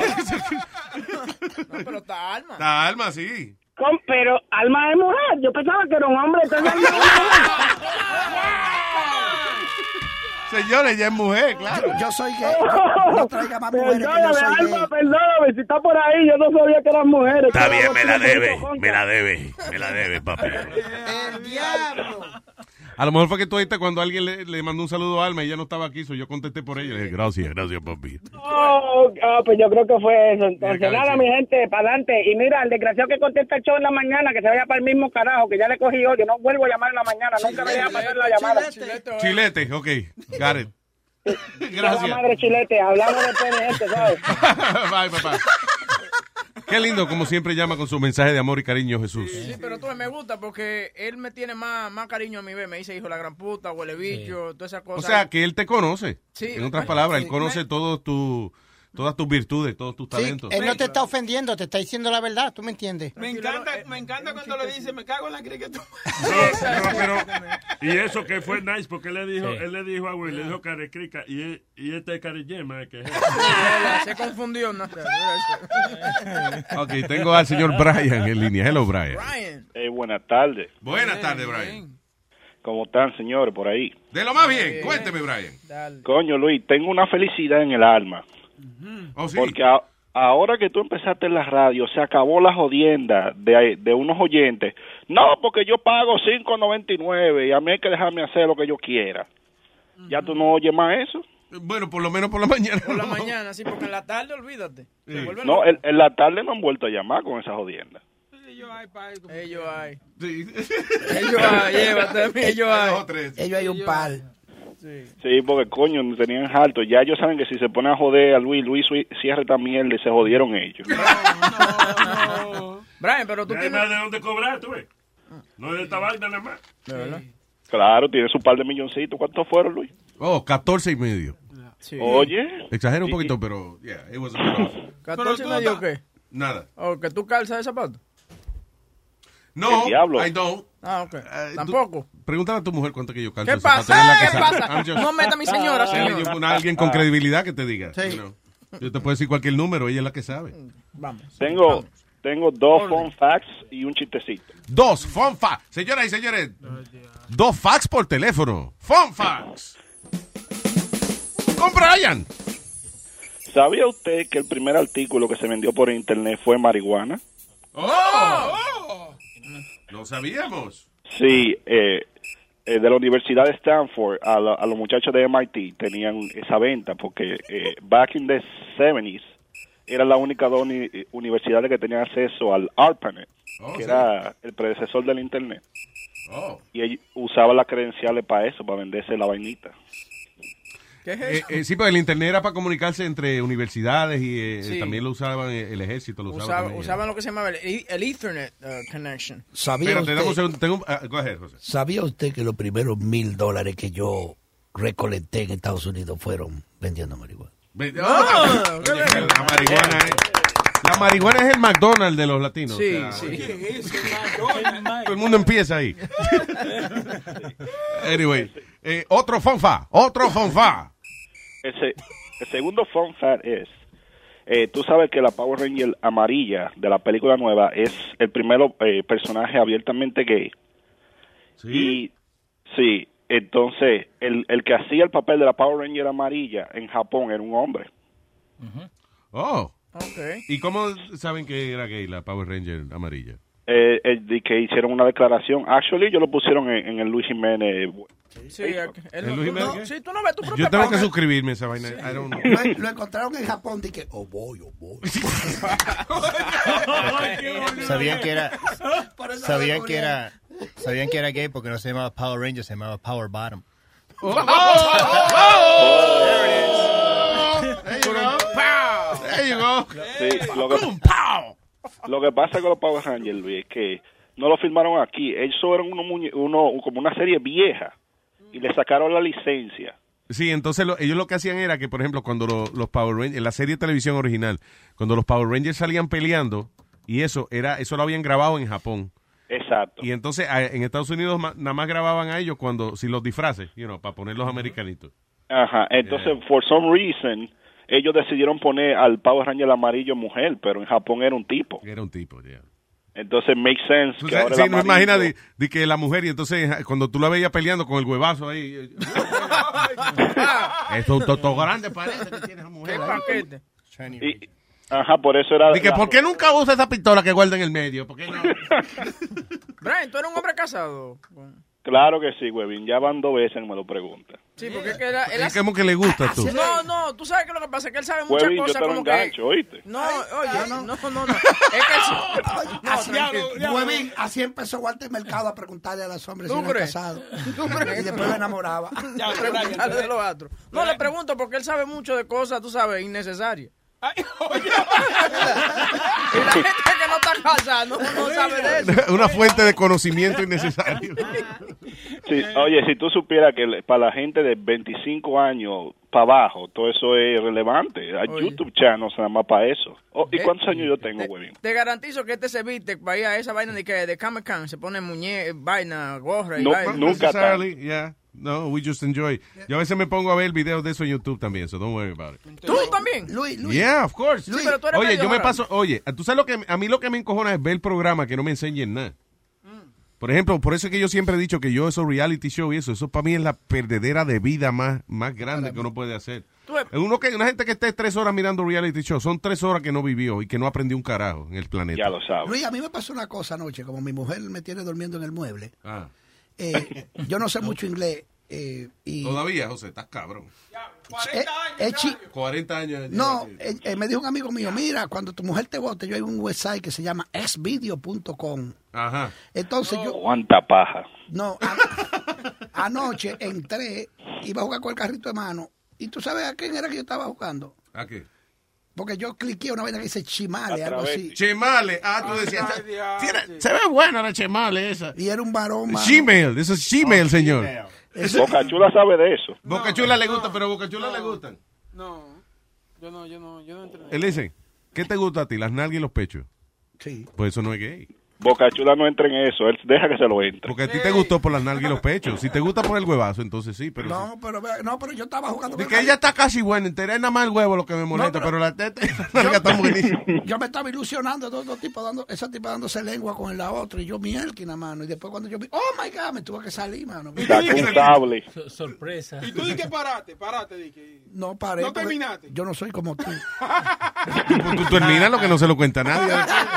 pero está Alma. La alma, sí. Con- pero Alma es mujer, yo pensaba que era un hombre. Entonces Alma es mujer. Señores, ella es mujer, claro. Yo soy gay. No, no traiga más mujeres que yo Perdóname, soy Alma, gay. perdóname, si está por ahí, yo no sabía que eran mujeres. Está Que bien, la me la voz debe, tiene un poco me la debe, me la debe, papi. El diablo. A lo mejor fue que tú oíste cuando alguien le, le mandó un saludo a Alma y ella no estaba aquí, so yo contesté por ella. Le dije, gracias, gracias, papi. Oh, ah, pues yo creo que fue eso. Entonces, Mira, nada, cabeza. mi gente, para adelante. Y mira, el desgraciado que contesta el show en la mañana, que se vaya para el mismo carajo, que ya le cogí hoy. Yo no vuelvo a llamar en la mañana, nunca me deja pasar la llamada. Chilete, oye. Chilete, ok. Got it. Ya la Gracias. madre chilete, hablamos después, mi gente, ¿sabes? Bye, papá. Qué lindo, como siempre llama con su mensaje de amor y cariño, Jesús. Sí, pero tú me gusta porque él me tiene más, más cariño a mi vez. Me dice hijo de la gran puta, huele bicho, todas esas O cosas. sea, que él te conoce. Sí. En otras palabras, él conoce todos tus todas tus virtudes, todos tus Sí, talentos. él no te está ofendiendo, te está diciendo la verdad, ¿tú me entiendes? Me encanta, me encanta cuando le dice, me cago en la cricket. No, no, pero, y eso que fue nice, porque él le dijo, él le dijo a Will, le dijo carecrica, y, él- y este es carillema, que es Se confundió, no sé. Ok, tengo al señor Brian en línea. Hello, Brian. Brian. Eh, buenas tardes. Buenas tardes, Brian. ¿Cómo están, señores, por ahí? De lo más bien, cuénteme, Brian. Dale. Coño, Luis, tengo una felicidad en el alma. Oh, sí. Porque a- ahora que tú empezaste en la radio, se acabó la jodienda de, de unos oyentes. No, porque yo pago cinco noventa y nueve y a mí hay que dejarme hacer lo que yo quiera. ¿Ya tú no oyes más eso? Bueno, por lo menos por la mañana. Por la no. mañana, sí, porque en la tarde, olvídate. Se vuelve No, loco. en, en la tarde no han vuelto a llamar con esa jodienda. Ellos hay. Sí. Ellos hay, llévate, ellos hay. Dos o tres. Ellos hay un par. Sí. Sí, porque coño, me tenían harto. Ya ellos saben que si se ponen a joder a Luis, Luis cierra esta mierda y se jodieron ellos. Brian, pero tú no hay tienes... más de dónde cobrar, tú ves. No es de esta vaina nada más. ¿De verdad? Claro, tiene su par de milloncitos. ¿Cuántos fueron, Luis? Oh, catorce y medio. Sí. Oye. Exagero un Sí. poquito, pero, yeah, it was a bit off. ¿catorce y medio qué? Nada. ¿O que tú calzas de zapato? No, El diablo. I don't. Ah, ok. Eh, Tampoco. tú- Pregúntale a tu mujer cuánto que yo calzo. ¿Qué de zapato, pasa? ella es la que ¿Qué sabe. pasa? I'm just- No meta a mi señora, Sí, señor. yo- una- alguien con credibilidad que te diga. Sí. you know. Yo te puedo decir cualquier número, ella es la que sabe. Vamos. Tengo, tengo dos fun facts y un chistecito. Dos, fun fax. Señoras y señores, dos fax por teléfono. Fun fax. Con Brian. ¿Sabía usted que el primer artículo que se vendió por internet fue marihuana? ¡Oh! No sabíamos. Sí, eh, eh, de la Universidad de Stanford a, la- a los muchachos de M I T tenían esa venta porque eh, back in the seventies era la única dos uni- universidades que tenían acceso al ARPANET, Oh, que sí. era el predecesor del internet. Oh. Y ellos usaban las credenciales para eso, para venderse la vainita. ¿Qué es Eh, eso? eh, sí, pues el internet era para comunicarse entre universidades y eh, Sí. también lo usaban eh, el ejército. Lo usaba Usaba- también. usaban lo que se llamaba el, e- el Ethernet uh, connection. ¿Sabía Espérate, dame un usted, segundo. Tengo, un- ah, go ahead, José. ¿Sabía usted que los primeros mil dólares que yo recolecté en Estados Unidos fueron vendiendo marihuana? Ve- Ah, Oye, qué que la marihuana es... La marihuana es el McDonald's de los latinos. Sí, o sea, sí. Todo el mundo empieza ahí. Anyway, eh, otro fonfa, otro fonfa. Ese, el segundo fun fact es, eh, tú sabes que la Power Ranger amarilla de la película nueva es el primer eh, personaje abiertamente gay. Sí. Y sí, entonces el, el que hacía el papel de la Power Ranger amarilla en Japón era un hombre. Oh. Okay. ¿Y cómo saben que era gay la Power Ranger amarilla? Eh, eh, de que hicieron una declaración. Actually, ellos lo pusieron en, en el Luis Jiménez. Sí, aquí- él ¿El no- Luis tú no- Jiménez qué? sí, tú no ves tu propia Yo tengo que página. suscribirme a esa vaina. I don't know. Lo, lo encontraron en Japón y que, oh boy, oh boy. Sabían que era Por eso sabían lo que era sabían que era gay porque no se llamaba Power Ranger, se llamaba Power Bottom. There you go. There you go. Sí, lo, que, lo que pasa con los Power Rangers, Luis, es que no lo filmaron aquí. Ellos eran uno, muñe- uno como una serie vieja y le sacaron la licencia. Sí, entonces lo- ellos lo que hacían era que, por ejemplo, cuando lo- los Power Rangers, en la serie de televisión original, cuando los Power Rangers salían peleando, y eso era eso lo habían grabado en Japón. Exacto. Y entonces a- en Estados Unidos ma- nada más grababan a ellos cuando, si los disfraces, you know, para poner los americanitos. Ajá. Entonces, for some reason, ellos decidieron poner al Power Ranger amarillo mujer, pero en Japón era un tipo. Era un tipo, ya. Entonces, make sense Tú que sabes, ahora sí, el no amarillo- imagina de, de que la mujer, y entonces ja, cuando tú la veías peleando con el huevazo ahí. eh, es un toto grande, parece que tiene esa mujer. ¿Qué ahí. paquete? Y- ajá, por eso era... Y que, la- ¿por qué nunca usa esa pistola que guarda en el medio? ¿Por qué no? Brian, ¿tú eres un hombre casado? Claro que sí, huevín. Ya van dos veces que me lo pregunta. Sí, porque es que él, él Es como que le gusta tú. No, no, tú sabes que lo que pasa es que él sabe muchas Huevín, yo cosas te lo como que... engancho, ¿oíste? No, oye, no, no, no, no. Es que él... No, así, tranquilo. Huevín, así empezó Walter Mercado a preguntarle a los hombres ¿Tú si eran crees? casados. ¿Tú crees? Y después lo enamoraba. Ya, preguntarle de los otros. No, le pregunto porque él sabe mucho de cosas, tú sabes, innecesarias. Y la gente que no está casada no, no sabe de eso. Una fuente de conocimiento innecesario. Sí, oye, si tú supieras que le- para la gente de veinticinco años para abajo, todo eso es relevante. Hay Oye. YouTube channels nada más para eso. Oh, ¿y Eh, cuántos años yo tengo, huevín? Te garantizo que este se viste para ir a esa vaina de que de Comic Con se pone muñe, vaina, gorra y No, vaina. nunca Necessarily, yeah. No, we just enjoy. Yo a veces me pongo a ver videos de eso en YouTube también, so don't worry about it. ¿Tú también? Luis, Luis. Yeah, of course. Sí, pero tú eres Oye, medio yo me raro. paso, oye, tú sabes lo que a mí lo que me encojona es ver el programa que no me enseñen nada. Por ejemplo, por eso es que yo siempre he dicho que yo esos reality show y eso, eso para mí es la perdedera de vida más, más grande que uno puede hacer. Tú ves- Uno que, una gente que esté tres horas mirando reality show, son tres horas que no vivió y que no aprendió un carajo en el planeta. Ya lo sabes. Luis, a mí me pasó una cosa anoche, como mi mujer me tiene durmiendo en el mueble. Ah. Eh, yo no sé mucho inglés. Eh, y Todavía, José, estás cabrón. eh, eh, chi- cuarenta años. No, eh, eh, me dijo un amigo mío, mira, cuando tu mujer te vote, yo hay un website que se llama exvideo punto com. Ajá. Entonces yo, Cuánta paja. no, a- anoche entré, iba a jugar con el carrito de mano, y tú sabes a quién era que yo estaba jugando. ¿A qué? porque yo cliqué una vaina que dice chimale, algo así. Chimale, ah, tú decías. Ay, tiene- se ve buena la chimale esa. Y era un varón, mano. Gmail, eso es Gmail, señor. Boca Chula sabe de eso. Boca Chula le gusta, pero Boca Chula le gustan. No, yo no, yo no, yo no entrené. Él dice, ¿qué te gusta a ti? ¿Las nalgas y los pechos? Sí. Pues eso no es gay. Boca Chula no entra en eso, él deja que se lo entre. Porque a ti te gustó por las nalgas y los pechos. Si te gusta por el huevazo, entonces sí, pero... No, pero, vea, no, pero yo estaba jugando De con que el- ella está casi buena, entera es nada más el huevo lo que me molesta, No, pero, pero- la teta, la nalga está buenísima. Yo me estaba ilusionando, dos, dos tipos dando, esa tipa dándose lengua con la otra, y yo mielquina, mano. Y después cuando yo vi, oh my God, me tuve que salir, mano. Sacó un sable. So- sorpresa. Y tú di que parate, parate, di que... No paré. No porque terminaste. Yo no soy como tú. Tú, tú terminas lo que no se lo cuenta a nadie.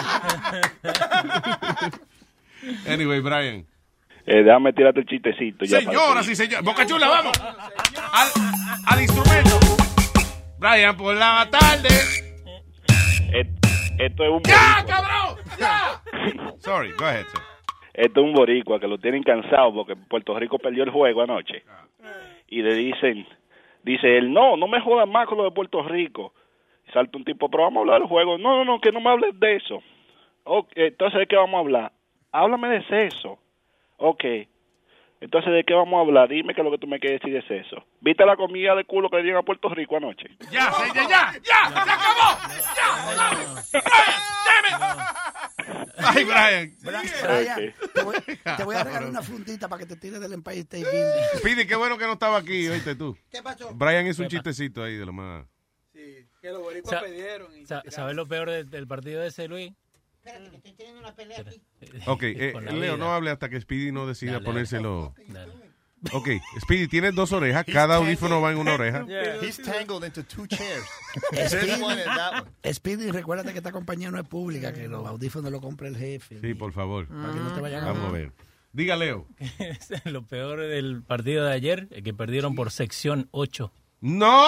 Anyway, Brian. Eh, déjame tirarte el chistecito. Ya Señoras y señores, Boca Chula, vamos. Al, al instrumento. Brian, por la tarde. Eh, esto es un ¡Ya, boricua. cabrón! ¡Ya! Sorry, go ahead, sir. Esto es un boricua que lo tienen cansado porque Puerto Rico perdió el juego anoche. Y le dicen, dice él, no, no me jodas más con lo de Puerto Rico. Y salta un tipo, pero vamos a hablar del juego. No, no, no, que no me hables de eso. Okay, entonces, ¿de qué vamos a hablar? Háblame de sexo. Ok. Entonces, ¿de qué vamos a hablar? Dime que lo que tú me quieres decir es eso. ¿Viste la comida de culo que le dieron a Puerto Rico anoche? ¡Ya, señor, ya! ¡Ya! ¡Se acabó! ¡Ya! ¡Brian! ¡Ay, Brian! Brian, te, voy, te voy a regalar una fundita para que te tires del Empire State Building. Speedy, qué bueno que no estaba aquí, oíste tú. ¿Qué pasó? Brian hizo un chistecito ahí de lo más... Sí, que los boricuas Sa- perdieron. Y sa- ¿Sabes lo peor del, del partido de ese, Luis? Espérate, que estoy teniendo una pelea aquí. Ok, eh, Con la Leo, vida. no hable hasta que Speedy no decida Dale, ponérselo. Dale. Ok, Speedy, tienes dos orejas, cada audífono va en una oreja. He's tangled into two chairs. Speedy, This one and that one. Speedy, recuérdate que esta compañía no es pública, que los audífonos los compra el jefe. Sí, por favor. Para que no te vayan a Vamos a ver. Diga, Leo. Lo peor del partido de ayer es que perdieron por sección ocho. ¡No!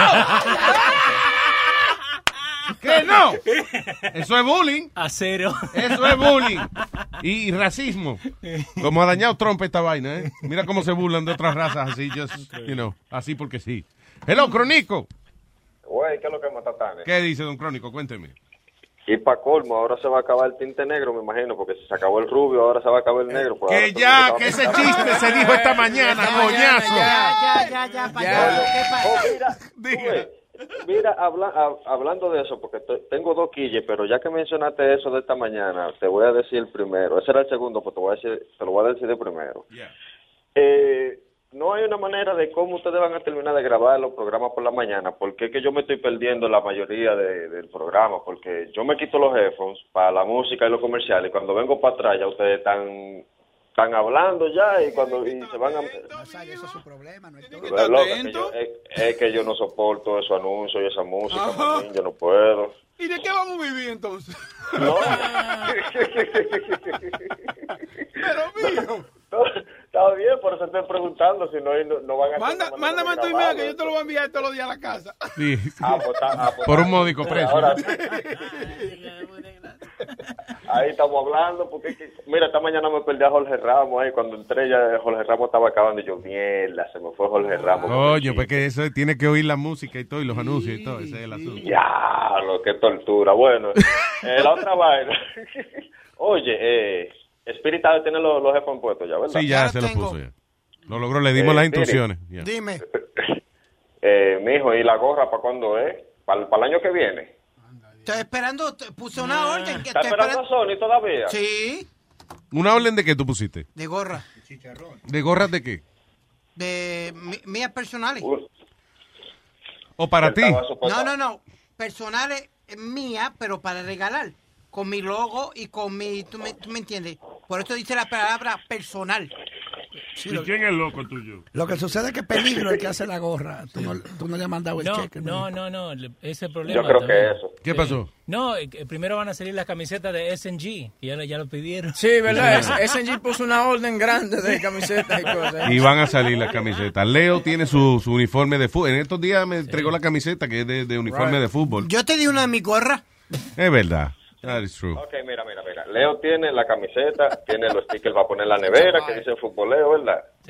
¿Qué no? Eso es bullying. A cero. Eso es bullying. Y racismo. Como ha dañado Trump esta vaina, ¿eh? Mira cómo se burlan de otras razas así, just, you know, así porque sí. Hello, Crónico. Güey, ¿qué es lo que mata tan? ¿Qué dice, don Crónico? Cuénteme. Y para colmo, ahora se va a acabar el tinte negro, me imagino, porque si se acabó el rubio, ahora se va a acabar el negro. Pues Que ahora todo ya, el mundo que se ese va a chiste se dijo esta mañana, coñazo. Ya, ya, ya, payaso, ¿qué Oh, pasa? mira, tú ves, mira habla- hab- hablando de eso, porque te- tengo dos quilles, pero ya que mencionaste eso de esta mañana, te voy a decir el primero. Ese era el segundo, pues te, voy a decir, te lo voy a decir de primero. Eh, no hay una manera de cómo ustedes van a terminar de grabar los programas por la mañana, porque es que yo me estoy perdiendo la mayoría de- del programa, porque yo me quito los headphones para la música y los comerciales, y cuando vengo para atrás ya ustedes están, están hablando ya, y cuando y se van a... Ese es su problema, no es todo. Es, loco, es que yo, es, es que yo no soporto esos anuncios y esa música, manín, yo no puedo. ¿Y de qué vamos a vivir entonces? No. Pero mío. No, está bien, por eso estoy preguntando, si no, no, no van a... Manda, mándame tu email que yo te lo voy a enviar todos los días a la casa. Sí. Ah, pues, está- ah, pues, Por un está- módico precio. Ahora, ahí estamos hablando, porque es que- mira, esta mañana me perdí a Jorge Ramos ahí, cuando entré ya Jorge Ramos estaba acabando y yo, mierda, se me fue Jorge Ramos. Coño, pues que eso tiene que oír la música y todo, y los anuncios y todo, ese es el asunto. Diablo, qué tortura. Bueno, eh, la otra vaina. Oye, eh, Spirit tiene los, los headphones puestos ya, ¿verdad? Sí, ya se lo puso ya. Lo logró, le dimos Eh, las mire. instrucciones. ya. Dime. Eh, mijo, ¿y la gorra para cuándo es? ¿Para, para el año que viene? Estoy esperando, te- puse una orden. Que ¿Está estoy esperando a Sony todavía? Sí, ¿Una orden de qué tú pusiste? de gorra. ¿De gorras de qué? De mi- mías personales. ¿O para ti? No, no, no. Personales eh, mías, pero para regalar. Con mi logo y con mi... ¿Tú me, tú me entiendes? Por eso dice la palabra personal. Sí, lo, ¿Quién es el loco tuyo? lo que sucede es que Peligro el que hace la gorra. Tú no, tú no le has mandado el No, cheque. no, no, no, le- ese problema. Yo creo también. que eso. ¿Qué pasó? No, eh, que primero van a salir las camisetas de S and G, que ya, lo- ya lo pidieron. Sí, ¿verdad? S and G puso una orden grande de camisetas y cosas. Y van a salir las camisetas. Leo tiene su, su uniforme de fútbol. En estos días me entregó la camiseta que es de, de uniforme Right. de fútbol. Yo te di una de mi gorra. Es verdad. That is true. Ok, mira, mira, mira. Leo tiene la camiseta, tiene los stickers, va a poner en la nevera que dice futboleo, ¿verdad? Sí.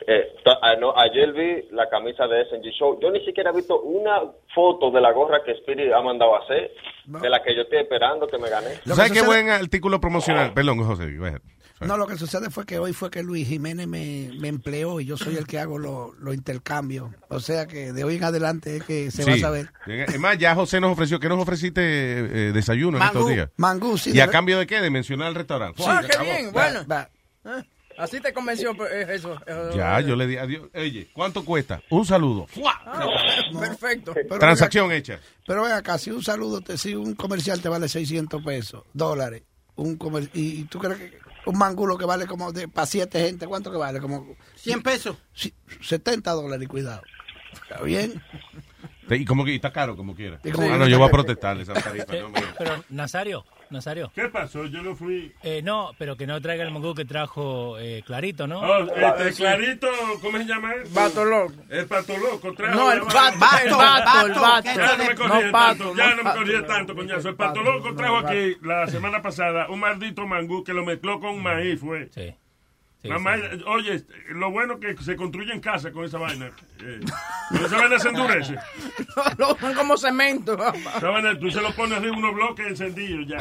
eh, ah, no, ayer vi la camisa de S N G Show. Yo ni siquiera he visto una foto de la gorra que Spirit ha mandado a hacer, no. de la que yo estoy esperando que me gané. ¿Sabes qué buen artículo promocional? Perdón, José. No, lo que sucede fue que hoy fue que Luis Jiménez me, me empleó y yo soy el que hago los lo intercambios. O sea que de hoy en adelante es que se sí. va a saber. Es más, ya José nos ofreció, ¿qué nos ofreciste eh, desayuno Mangú, en estos días? Mangú, sí. ¿Y a cambio de qué? De mencionar el restaurante. Ah, qué bien, bueno. Va, va. Así te convenció eso. Ya, yo le di adiós. Oye, ¿cuánto cuesta? Un saludo. Ah, perfecto. Pero Transacción venga, hecha. Pero ven acá, si un saludo, te, si un comercial te vale seiscientos pesos, dólares, un comer, y, y tú crees que un mangulo que vale como de para siete gente, ¿cuánto que vale? Como cien pesos. setenta dólares, cuidado. ¿Está bien? Y como que y está caro, como quiera. Como ah, no, yo voy a protestarle esa tarifa. No, pero, Nazario, Nazario. ¿Qué pasó? Yo no fui. Eh, no, pero que no traiga el mangú que trajo eh, Clarito, ¿no? Oh, este, Clarito, ¿cómo se llama él? Vato loco. El pato loco trajo. No, el vato, vato, el vato, el vato. Ya no me corría tanto, ya no me corría tanto, coñazo. El pato loco trajo aquí la semana pasada un maldito mangú que lo mezcló con maíz, fue. Sí. Sí, Mamá, sí. Oye, lo bueno que se construye en casa con esa vaina. Eh, esa vaina se endurece. No, son como cemento. Esa vaina, tú se lo pones arriba unos bloques encendidos ya.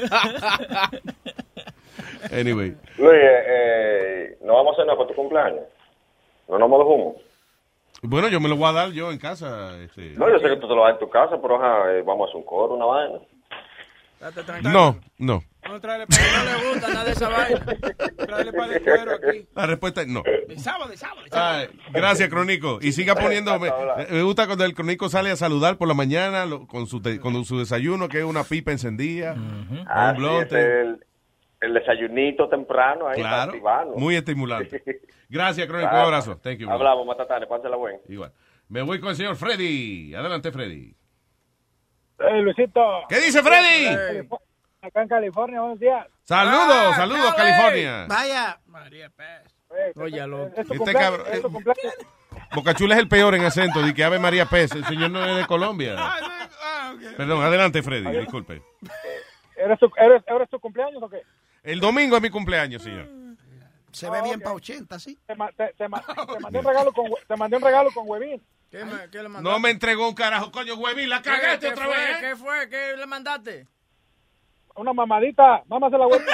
Anyway. Luis, eh, eh, no vamos a hacer nada para tu cumpleaños. No nos vamos de humo. Bueno, yo me lo voy a dar yo en casa. Este. No, yo sé que tú te lo das en tu casa, pero ajá, eh, vamos a hacer un coro, una vaina. No, no. No, tráele para no le gusta nada de esa vaina. Tráele para el cuero aquí. La respuesta es no. De sábado, de sábado. De sábado. Ay, gracias, Crónico. Y siga poniendo. Me, me gusta cuando el Crónico sale a saludar por la mañana lo, con, su te, con su desayuno, que es una pipa encendida. Uh-huh. Ah, un blonte. Sí, el, el desayunito temprano ahí. Claro. Muy estimulante. Gracias, Crónico. Claro. Un abrazo. Thank you. Hablamos, matatane. Pásala buena. Igual. Me voy con el señor Freddy. Adelante, Freddy. Hey, Luisito. ¿Qué dice Freddy? Hey. Acá en California, buenos días. Saludos, ah, saludos, Cali. California. Vaya. María Pérez. Oye, loco. Este cabrón. Eh, Bocachula es el peor en acento. Dice que Ave María Pérez. El señor no es de Colombia. Ah, okay. Perdón, adelante, Freddy. Disculpe. ¿Eres tu, eres, ¿Eres tu cumpleaños o qué? El domingo es mi cumpleaños, señor. Se ve ah, bien okay. para ochenta, ¿sí? Te, te, te, te, mandé un regalo con, te mandé un regalo con huevín. ¿Qué, me, qué le mandaste? No me entregó un carajo, coño, huevín. La cagaste ¿Qué otra fue? vez. ¿Qué fue? ¿Qué le mandaste? Una mamadita, mámase la huevita.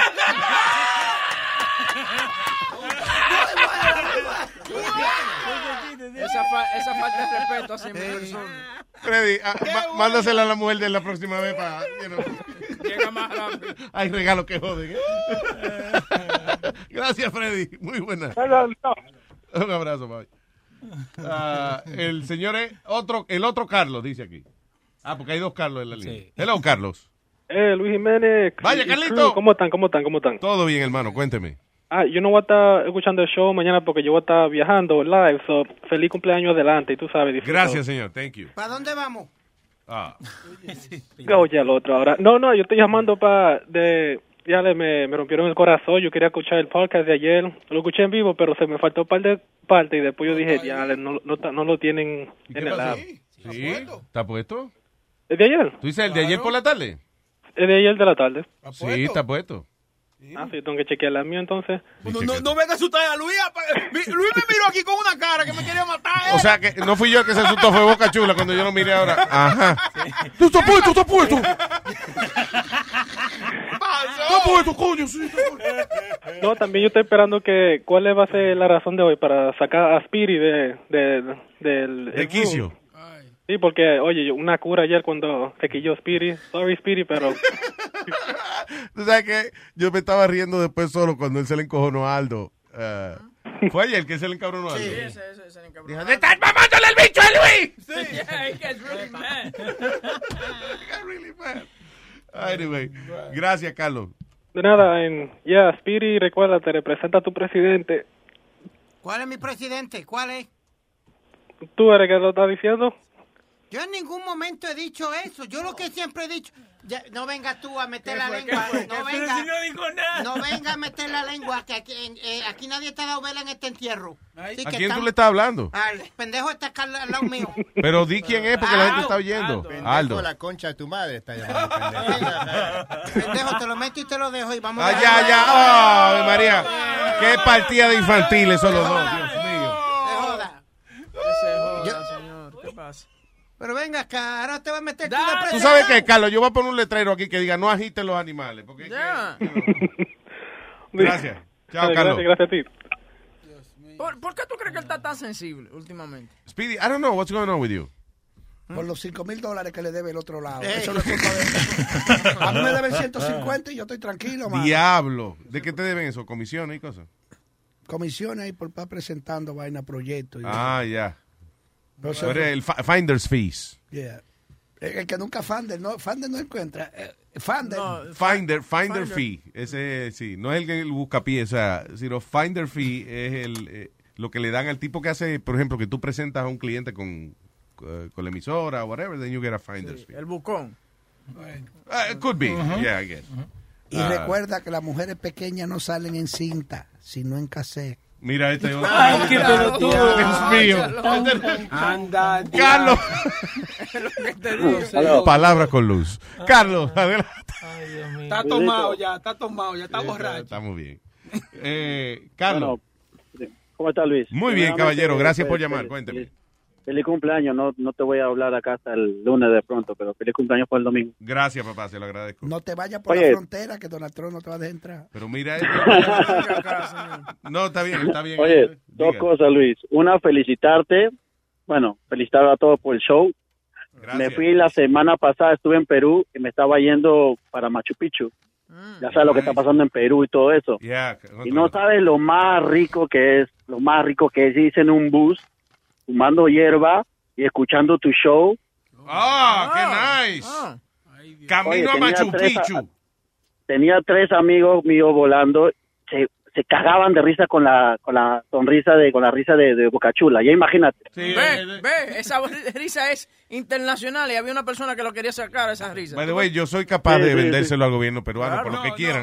esa, fa esa falta de respeto hacia mi persona. Freddy, a, ma mándasela a la mujer de la próxima vez para... You know. Llega más rápido. Hay regalos que joden. ¿eh? Gracias, Freddy. Muy buena. Un abrazo, bye. Uh, el señor es otro, el otro Carlos, dice aquí. Ah, porque hay dos Carlos en la línea. Sí. Hello, Carlos. Eh, Luis Jiménez. Vaya, Carlito. ¿Cómo están? ¿Cómo están? ¿Cómo están? Todo bien, hermano. Cuénteme. Ah, yo no voy a estar escuchando el show mañana porque yo voy a estar viajando live. So, feliz cumpleaños adelante. Y tú sabes. Disfruto. Gracias, señor. Thank you. ¿Para dónde vamos? Ah. Oye, el otro ahora. No, no, yo estoy llamando para... de Ya le, me, me rompieron el corazón. Yo quería escuchar el podcast de ayer. Lo escuché en vivo, pero se me faltó un par de partes. Y después yo dije, ya, no, no, no lo tienen en el app. ¿Sí? ¿Está puesto? ¿El de ayer? ¿Tú dices el de ayer por la tarde? El de ayer de la tarde. Sí, está puesto. Ah, sí, tengo que chequear la mía entonces. No, no, no venga a asustar a Luis. Luis me miró aquí con una cara que me quería matar. ¿eh? O sea, que no fui yo el que se asustó, fue Boca Chula cuando yo lo miré ahora. Ajá. Sí. ¡Tú estás puesto, estás puesto! ¡Está puesto, coño! Sí, no, también yo estoy esperando que... ¿Cuál va a ser la razón de hoy para sacar a Speedy de, de, de, del... De quicio. Sí, porque, oye, una cura ayer cuando se quilló Speedy. Sorry, Speedy, pero... Tú sabes que yo me estaba riendo después solo cuando él se le encojonó a Aldo. Uh, ¿Fue ayer que se le encabronó a Aldo? Sí, ese, ese, se le encabronó. Dijo, ¡te estás mamándole el bicho a Luis! Sí, yeah, he gets really mad. He got really mad. Anyway, gracias, Carlos. De nada, en ya, yeah, Speedy, recuérdate, representa a tu presidente. ¿Cuál es mi presidente? ¿Cuál es? ¿Tú eres que lo estás diciendo? Yo en ningún momento he dicho eso. Yo lo que siempre he dicho... Ya, no vengas tú a meter la fue, lengua. No venga, si no dijo nada. No venga a meter la lengua, que aquí, eh, aquí nadie te ha dado vela en este entierro. Sí, ¿a quién estamos... tú le estás hablando? Al pendejo está acá al lado mío. Pero di quién es, porque ah, la gente está oyendo. Pendejo, Aldo. La concha de tu madre está llamando pendejo. Pendejo, te lo meto y te lo dejo y vamos ah, a... ya, ya. ¡Oh, María! ¡Qué partida de infantiles son los dos, Dios mío! Pero venga acá, ahora te vas a meter tú de Tú sabes que, Carlos, yo voy a poner un letrero aquí que diga no agiten los animales. Porque Ya. es que- Gracias. Chao, Carlos. Gracias, gracias a ti. ¿Por, ¿Por qué tú crees que él está tan sensible últimamente? Speedy, I don't know what's going on with you. Por los cinco mil dólares que le debe el otro lado. Eso no es culpa de él. A mí me deben ciento cincuenta y yo estoy tranquilo, mano. Diablo. ¿De qué te deben eso? ¿Comisiones y cosas? Comisiones ahí por estar presentando vaina, proyectos. y Ah, ya. Pero Tú eres el fa- finder's fees. Yeah. El, el que nunca Fander no, Fander no encuentra. Eh, Fander. Finder, finder Finder. fee. Ese, sí, no es el que busca pie, o sea, sino finder fee es el, eh, lo que le dan al tipo que hace, por ejemplo, que tú presentas a un cliente con, uh, con la emisora o whatever, then you get a finder's fee. El bucón. Uh, it could be, Ujú. yeah, I guess. Y Ah, recuerda que las mujeres pequeñas no salen en cinta, sino en cassette. Mira este. Ay, qué pelotudo. Dios mío. Anda, Carlos. Aló. Palabra con luz. Carlos, adelante. Está tomado ya, está tomado ya, está borracho. Estamos bien. Eh, Carlos. ¿Cómo está, Luis? Muy bien, Primeramente, caballero. Gracias por pues, llamar. feliz- Cuénteme. Feliz cumpleaños. No, no te voy a hablar acá hasta el lunes de pronto, pero feliz cumpleaños por el domingo. Gracias, papá. Se lo agradezco. No te vayas por Oye. la frontera que Donald Trump no te va a dejar entrar. Pero mira esto. No, está bien, está bien. Oye, dos Diga. cosas, Luis. Una, felicitarte. Bueno, felicitar a todos por el show. Me fui la semana pasada, estuve en Perú y me estaba yendo para Machu Picchu. Ya sabes lo que está pasando en Perú y todo eso. Yeah, Y no sabes lo más rico que es, lo más rico que es irse en un bus, fumando hierba y escuchando tu show. Ah, qué nice. Camino Oye, a tenía Machu tres- Picchu. Tenía tres amigos míos volando, se, se cagaban de risa con la con la sonrisa de con la risa de, de Boca Chula. Ya imagínate. Ve, ve, esa risa es internacional y había una persona que lo quería sacar esa risa. By the way, yo soy capaz Sí, de sí, vendérselo al gobierno peruano Claro, por lo no, que quieran.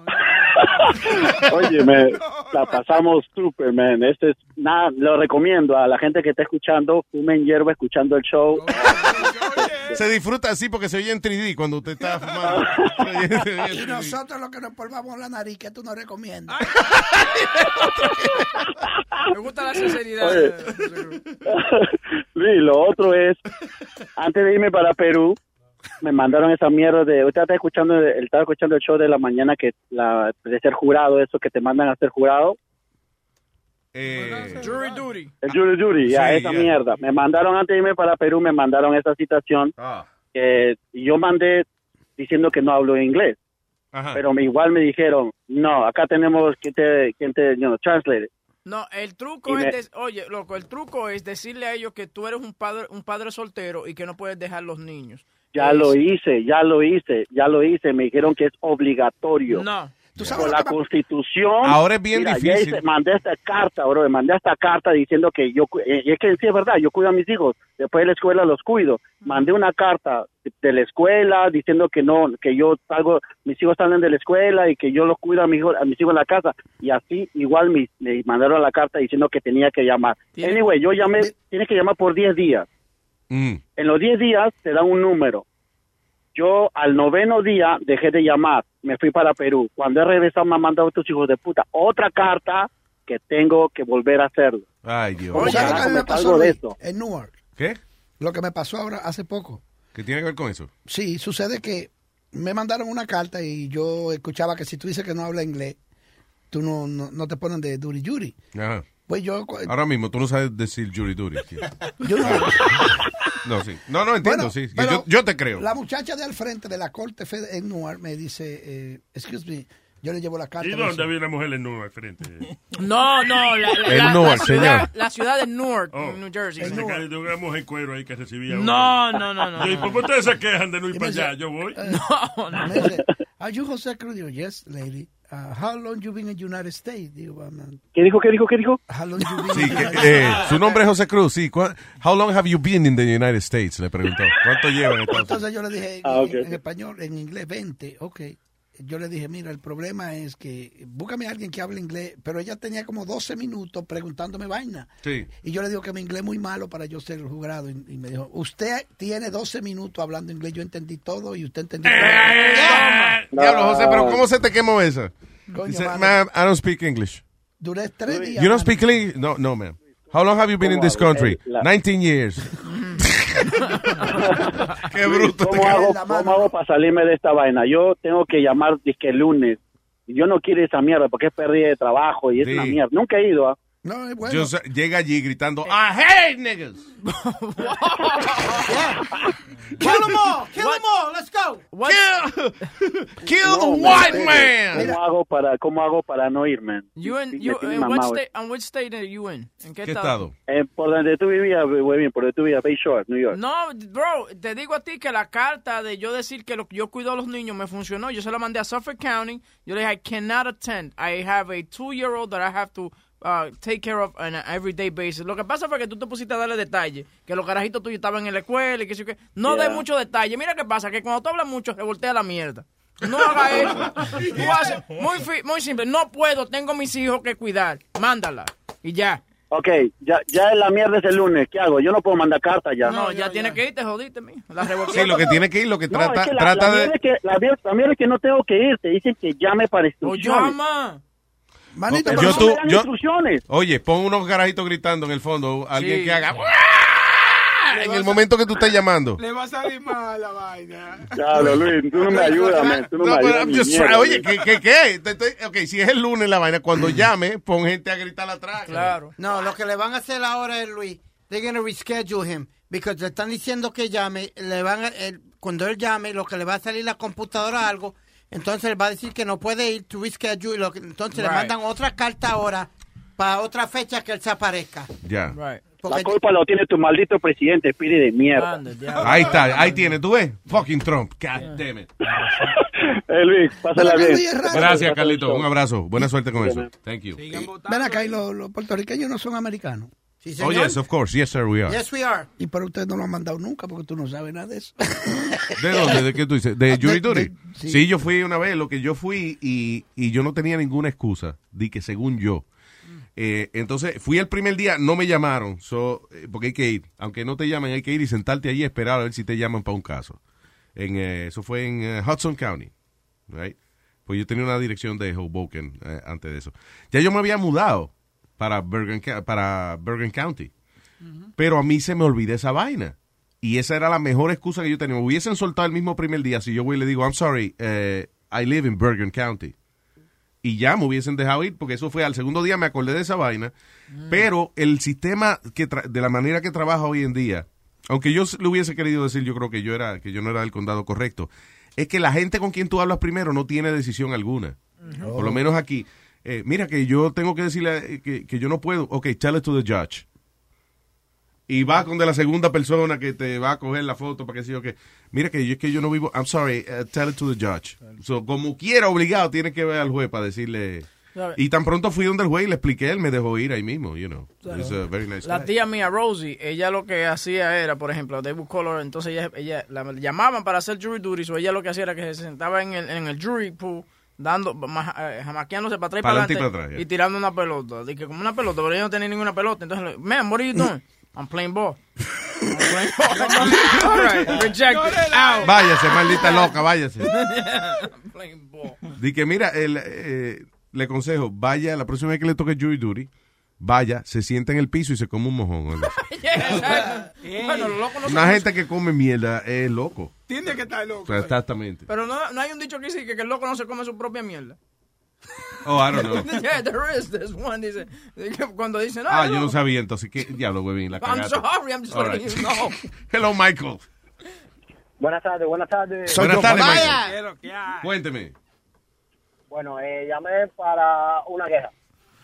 Oye, me, la pasamos super, man. Este es nada, lo recomiendo a la gente que está escuchando, fumen hierba escuchando el show. Se disfruta así porque se oye en tres D cuando usted está fumando. Se oye- se oye en Y tres D. nosotros los que nos polvamos la nariz, que tú nos recomiendas. Me gusta la sinceridad. Oye. Luis, lo otro es, antes de irme para Perú, me mandaron esa mierda de, usted está escuchando, el- estaba escuchando el show de la mañana que la de ser jurado, eso que te mandan a ser jurado. Eh, Jury duty. El jury duty, ya, Sí, esa ya. mierda. Me mandaron antes de irme para Perú, me mandaron esa citación Ah. que yo mandé diciendo que no hablo inglés. Ajá. Pero me, igual me dijeron, no, acá tenemos que te, que te, you know, translate. it. No, el truco Y es, me- des- oye, loco, el truco es decirle a ellos que tú eres un padre, un padre soltero y que no puedes dejar los niños. Ya Es- lo hice, ya lo hice, ya lo hice. Me dijeron que es obligatorio. No. ¿Tú sabes Por lo la que va- Constitución. Ahora es bien mira, ya difícil. hice- mandé esta carta, bro. Mandé esta carta diciendo que yo. cu- eh, Y es que sí es verdad, yo cuido a mis hijos. Después de la escuela los cuido. Mandé una carta de- de la escuela diciendo que no, que yo salgo, mis hijos salen de la escuela y que yo los cuido a mis hijos, a mis hijos en la casa. Y así, igual me, me mandaron la carta diciendo que tenía que llamar. Tiene- Anyway, yo llamé, tienes que llamar por diez días. Mm. En los diez días te dan un número. Yo al noveno día dejé de llamar, me fui para Perú. Cuando he regresado me han mandado estos hijos de puta otra carta que tengo que volver a hacerlo. Ay, Dios. Oye, ¿Sabes lo que a mí me me pasó, salgo de Luis? esto. En Newark? ¿Qué? Lo que me pasó ahora hace poco. ¿Qué tiene que ver con eso? Sí, sucede que me mandaron una carta y yo escuchaba que si tú dices que no habla inglés, tú no, no, no te ponen de duri yuri. Ajá. Pues yo... Ahora mismo tú no sabes decir jury duty. tío. yo no, No, sí. No, no entiendo, Bueno, sí. Que pero Yo, yo te creo. La muchacha de al frente de la corte fed- en Newark me dice, eh, excuse me, yo le llevo la carta. ¿Y me dónde dice, había una mujer en Nueva al frente? No, no, la, la, En la- Newark, la ciudad, señor. la ciudad de Newark, Oh. en New Jersey. Ese cara de una mujer en cuero ahí que recibía. No, no, no, no. ¿Y por qué ustedes se quejan de no ir Y para me dice, allá? Yo voy. No, no. me dice, are you José Cruz? Digo, yes, lady. Uh, how long you been in the United States? Digo, I'm not- ¿Qué dijo, qué dijo, qué dijo? how long you been Sí, in the que, United eh, States? su nombre es José Cruz, sí. ¿Cuá- How long have you been in the United States? Le preguntó. ¿Cuánto lleva en Estados Unidos? Entonces yo le dije en, Ah, ok. en- en español, en inglés, veinte, ok. Yo le dije, mira, el problema es que búscame a alguien que hable inglés, pero ella tenía como doce minutos preguntándome vaina. Sí. Y yo le digo que mi inglés es muy malo para yo ser jurado. Y, y me dijo, usted tiene doce minutos hablando inglés, yo entendí todo y usted entendió todo. Eh, Diablo, José, pero ¿cómo se te quemó esa? Coño, Dice, mano. ma'am, I don't speak English. Duré tres días. You don't mano. speak English? No, no, ma'am. How long have you been in ¿Cómo this habla? country? Eh, la- nineteen years. Qué bruto. ¿Cómo hago, ¿Cómo hago para salirme de esta vaina? Yo tengo que llamar disque el lunes. Yo no quiero esa mierda porque es pérdida de trabajo y es Sí. una mierda. Nunca he ido, ¿ah? No, es bueno. Yo sa- llega allí gritando, I hate niggas. Kill them all, kill them all, let's go. Kill, kill No, the man, white ¿cómo man. hago para cómo hago para no ir, man? You in, Me you, tiene in what mamado. state, and which state are you in? ¿En qué, ¿Qué estado? Eh, por donde tú vivías, muy bien, por donde tú vivías, Bay Shore, New York. No, bro, te digo a ti que la carta de yo decir que lo, yo cuido a los niños me funcionó. Yo se la mandé a Suffolk County. Yo le dije, I cannot attend. I have a two-year-old that I have to uh, take care of on an everyday basis. Lo que pasa fue que tú te pusiste a darle detalle, que los carajitos tuyos estaban en la escuela y que sí que... No Yeah. de mucho detalle. Mira qué pasa, que cuando tú hablas mucho, revoltea la mierda. No haga eso. Tú haces, muy, fi- muy simple. No puedo, tengo mis hijos que cuidar. Mándala. Y ya. Ok, ya, ya la mierda es el lunes. ¿Qué hago? Yo no puedo mandar carta ya. No, ya tienes que ir, te jodiste, mijo. La Sí, lo que tiene que ir, lo que No, trata, es que la, trata la de... mierda es que, la, mier- la mierda es que no tengo que ir. Te dicen que llame para O instrucciones. llama. Manito, Pero Yo no tú- me dan yo- instrucciones. Oye, pon unos carajitos gritando en el fondo, alguien Sí. que haga... En el momento que tú estés llamando. Le va a salir mal la vaina. Claro, Luis, tú no me ayudas, man. Tú no, No, me pero ayudas. I'm ni just mierda, trying. Oye, Luis. ¿qué, qué, qué? Te estoy- ok, si es el lunes la vaina, cuando llame, pon gente a gritar atrás. Claro. No, lo que le van a hacer ahora es, Luis, they're going to reschedule him, because le están diciendo que llame, le van a, el- cuando él llame, lo que le va a salir la computadora algo, entonces le va a decir que no puede ir to reschedule, lo que- entonces le Right. mandan otra carta ahora para otra fecha que él se aparezca. Ya. Right. La Porque culpa lo tiene tu maldito presidente, pide de mierda. Ande, diablo. Ahí está, ahí tiene, ¿tú ves? Fucking Trump. God damn it. Eh, Luis, pásala Pero bien. Luis es raro. Gracias, Carlito. Un abrazo. Buena suerte con eso. Thank you. Ven acá, y los, los puertorriqueños no son americanos. Sí, Oh, señor. yes, of course. Yes, sir, we are. Yes, we are. Y pero ustedes no lo han mandado nunca porque tú no sabes nada de eso. ¿De dónde? ¿De qué tú dices? ¿De jury De- duty? de- sí. Sí, yo fui una vez. Lo que yo fui y, y yo no tenía ninguna excusa. Di que según yo. Eh, entonces, fui el primer día, no me llamaron. So, eh, porque hay que ir. Aunque no te llamen, hay que ir y sentarte allí y esperar a ver si te llaman para un caso. En, eh, eso fue en eh, Hudson County. Right? Pues yo tenía una dirección de Hoboken eh, antes de eso. Ya yo me había mudado para Bergen, Ca- para Bergen County. Pero a mí se me olvidó esa vaina. Y esa era la mejor excusa que yo tenía. Me hubiesen soltado el mismo primer día si yo voy y le digo, I'm sorry, eh, I live in Bergen County. Y ya me hubiesen dejado ir, porque eso fue al segundo día me acordé de esa vaina. Pero el sistema que tra- de la manera que trabaja hoy en día, aunque yo le hubiese querido decir, yo creo que yo era que yo no era del condado correcto, es que la gente con quien tú hablas primero no tiene decisión alguna. Por lo menos aquí. Eh, mira que yo tengo que decirle eh, que, que yo no puedo. Ok, tell it to the judge. Y va con de la segunda persona que te va a coger la foto para que sea que mira que yo es que yo no vivo. I'm sorry, uh, tell it to the judge. So, como quiera obligado tiene que ver al juez para decirle. ¿Sabe? Y tan pronto fui donde el juez y le expliqué, él me dejó ir ahí mismo, you know. He's a very nice La guy. tía mía, Rosie, ella lo que hacía era, por ejemplo, David Color, entonces ella, ella la llamaban para hacer jury duty, o ella lo que hacía era que se sentaba en el, en el jury pool, dando, ma- eh, jamaqueándose para atrás y Para para adelante y adelante, para atrás, yeah. y tirando una pelota. Dije, como una pelota, pero ella no tenía ninguna pelota. Entonces, le- man, what are you doing? I'm playing ball. I'm playing ball. All right, rejected, out. Váyase, maldita loca, váyase. I'm playing ball. Di que mira, el, eh, le aconsejo, vaya, la próxima vez que le toque jury duty, vaya, se sienta en el piso y se come un mojón. o algo así. Bueno, los locos no Una son- gente que come mierda es loco. Tiene que estar O loco. sea, exactamente. Pero no, no hay un dicho que dice que, que el loco no se come su propia mierda. Oh, I don't know. Yeah, there is. There's one. Dice, que cuando dicen, Ah, ah, yo no sabía entonces. ¿Qué diablo, huevín? La I'm cagaste. sorry, I'm just All letting right. you know. Hello, Michael. Buenas tardes, buenas tardes. Buenas tardes, Vaya. Michael. Cuénteme. Bueno, eh, llamé para una queja.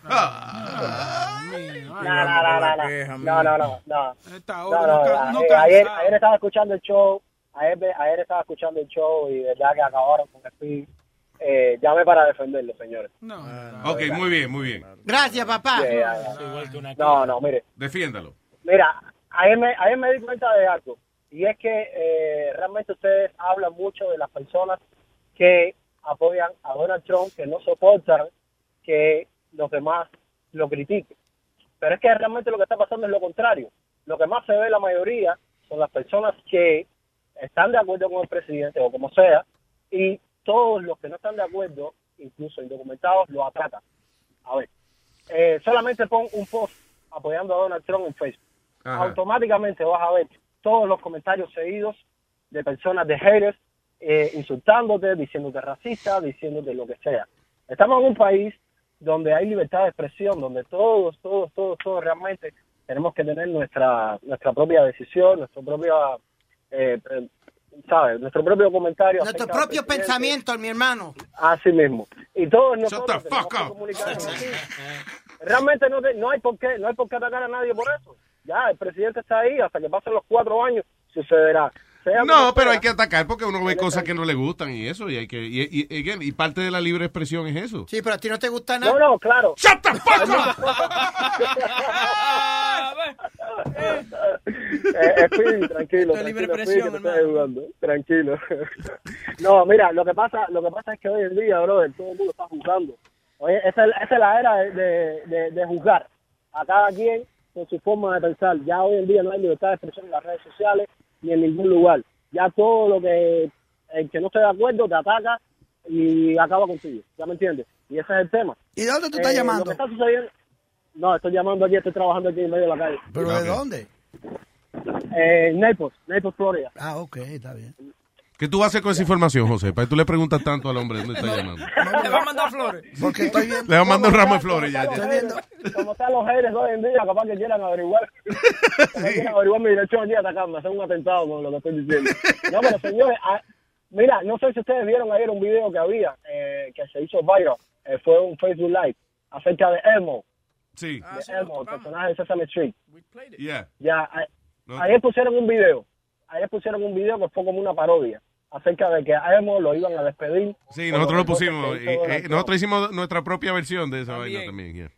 No, no, no, no, no, no, no, no, no. Esta No, hora no, no, ca- no eh, ayer, cansado. ayer estaba escuchando el show, ayer, ayer estaba escuchando el show y de verdad que acabaron con el fin. Eh, llamé para defenderlo, señores. No. Ok, muy bien, muy bien. Gracias, papá. Yeah, yeah, yeah. Igual que una No, no, mire, Defiéndalo. mira, ayer me, ayer me di cuenta de algo y es que eh, realmente ustedes hablan mucho de las personas que apoyan a Donald Trump, que no soportan que los demás lo critiquen. Pero es que realmente lo que está pasando es lo contrario. Lo que más se ve la mayoría son las personas que están de acuerdo con el presidente o como sea, y todos los que no están de acuerdo, incluso indocumentados, lo atacan. A ver, eh, solamente pon un post apoyando a Donald Trump en Facebook. Ajá. Automáticamente vas a ver todos los comentarios seguidos de personas de haters, eh, insultándote, diciéndote racista, diciéndote lo que sea. Estamos en un país donde hay libertad de expresión, donde todos, todos, todos, todos realmente tenemos que tener nuestra nuestra propia decisión, nuestro propio, eh, eh, ¿sabes? Nuestro propio comentario. Nuestro propio pensamiento, mi hermano. Así mismo. Y todos nosotros tenemos que comunicarnos así. Realmente no, te, no hay por qué, no hay por qué atacar a nadie por eso. Ya, el presidente está ahí, hasta que pasen los cuatro años, sucederá. Sea no, pero hay que atacar porque uno ve cosas que no le gustan y eso, y hay que y, y, y, again, y parte de la libre expresión es eso. Sí, pero a ti no te gusta nada. No, no, claro. ¡Shut the fuck up! eh, Speedy, tranquilo, tranquilo, libre Speedy, presión, que te estoy ayudando. Tranquilo. No, mira, lo que pasa, lo que pasa es que hoy en día, brother, todo el mundo está juzgando. Oye, esa es, esa es la era de, de, de, de juzgar a cada quien con su forma de pensar. Ya hoy en día no hay libertad de expresión en las redes sociales ni en ningún lugar. Ya todo lo que el que no esté de acuerdo te ataca y acaba contigo. ¿Ya me entiendes? Y ese es el tema. ¿Y de dónde tú estás Eh, llamando? Lo que está sucediendo... No, estoy llamando aquí, estoy trabajando aquí en medio de la calle. ¿Pero de dónde? Eh, Naples, Naples, Florida. Ah, ok, está bien. ¿Qué tú haces con esa información, José? ¿Para qué tú le preguntas tanto al hombre dónde está llamando? Le va a mandar flores. Porque estoy viendo. Le va a mandar un ramo de flores ya. Como ya. están los haters- Como están los haters hoy en día, capaz que quieran averiguar. Capaz que quieran averiguar mi dirección aquí y atacarme, hacer un atentado con lo que estoy diciendo. No, pero señores, ah, mira, no sé si ustedes vieron ayer un video que había, eh, que se hizo viral. Eh, fue un Facebook Live acerca de Elmo. Sí. De Elmo, el personaje de Sesame Street. Yeah. Ya, a- No. ayer pusieron un video. Ayer pusieron un video que fue como una parodia acerca de que a Elmo lo iban a despedir. Sí, por nosotros lo los negocios pusimos. que y, hizo Donald eh, Trump. nosotros hicimos nuestra propia versión de esa vaina también. yeah.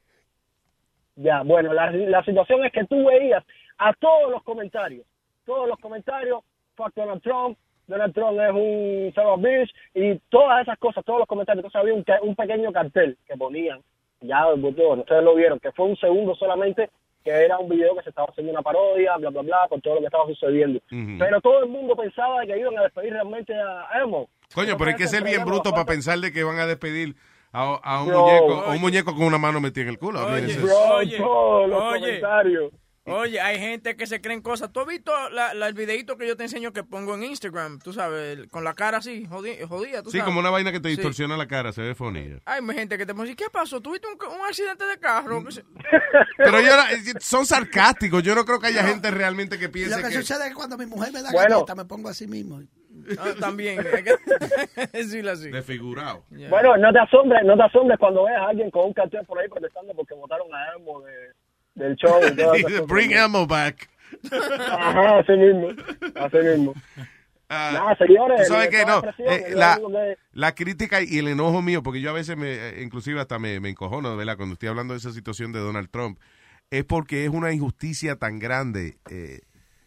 Ya, bueno, la, la situación es que tú veías a todos los comentarios, todos los comentarios, fuck Donald Trump, Donald Trump es un son of a bitch, y todas esas cosas, todos los comentarios. Entonces había un, ca- un pequeño cartel que ponían, ya bueno, ustedes lo vieron, que fue un segundo solamente, que era un video que se estaba haciendo una parodia, bla, bla, bla, con todo lo que estaba sucediendo. Ujú. Pero todo el mundo pensaba que iban a despedir realmente a Elmo. Coño, pero hay que ser bien bruto para pensar de que van a despedir a, a un Bro, muñeco, a un oye. muñeco con una mano metida en el culo. I mean, Oye, it's Bro, just- oye, todos los oye. comentarios. Oye, hay gente que se creen cosas. ¿Tú has visto la, la- el videito que yo te enseño que pongo en Instagram? Tú sabes, el- con la cara así, jodi- jodida, tú Sí, sabes. como una vaina que te Sí. distorsiona la cara, se ve funny. Hay gente que te dice, ¿qué pasó? ¿Tuviste un, un accidente de carro? Que se- Pero yo, son sarcásticos. Yo no creo que haya gente realmente que piense Lo que, que... sucede es que cuando mi mujer me da Bueno. galleta, me pongo así mismo. Ah, también. Hay que decirlo así. Desfigurado. Yeah. Bueno, no te asombres, no te asombres cuando veas a alguien con un cartel por ahí protestando porque votaron a Elmo de, del show y todas esas cosas. Bring Elmo back. Ajá, así mismo, así mismo. Ah, Nada, señores, tú sabes que libertad no, de expresión, eh, es la, lo único que- la crítica y el enojo mío, porque yo a veces me, eh, inclusive hasta me, me encojono, ¿verdad? Cuando estoy hablando de esa situación de Donald Trump, es porque es una injusticia tan grande, eh,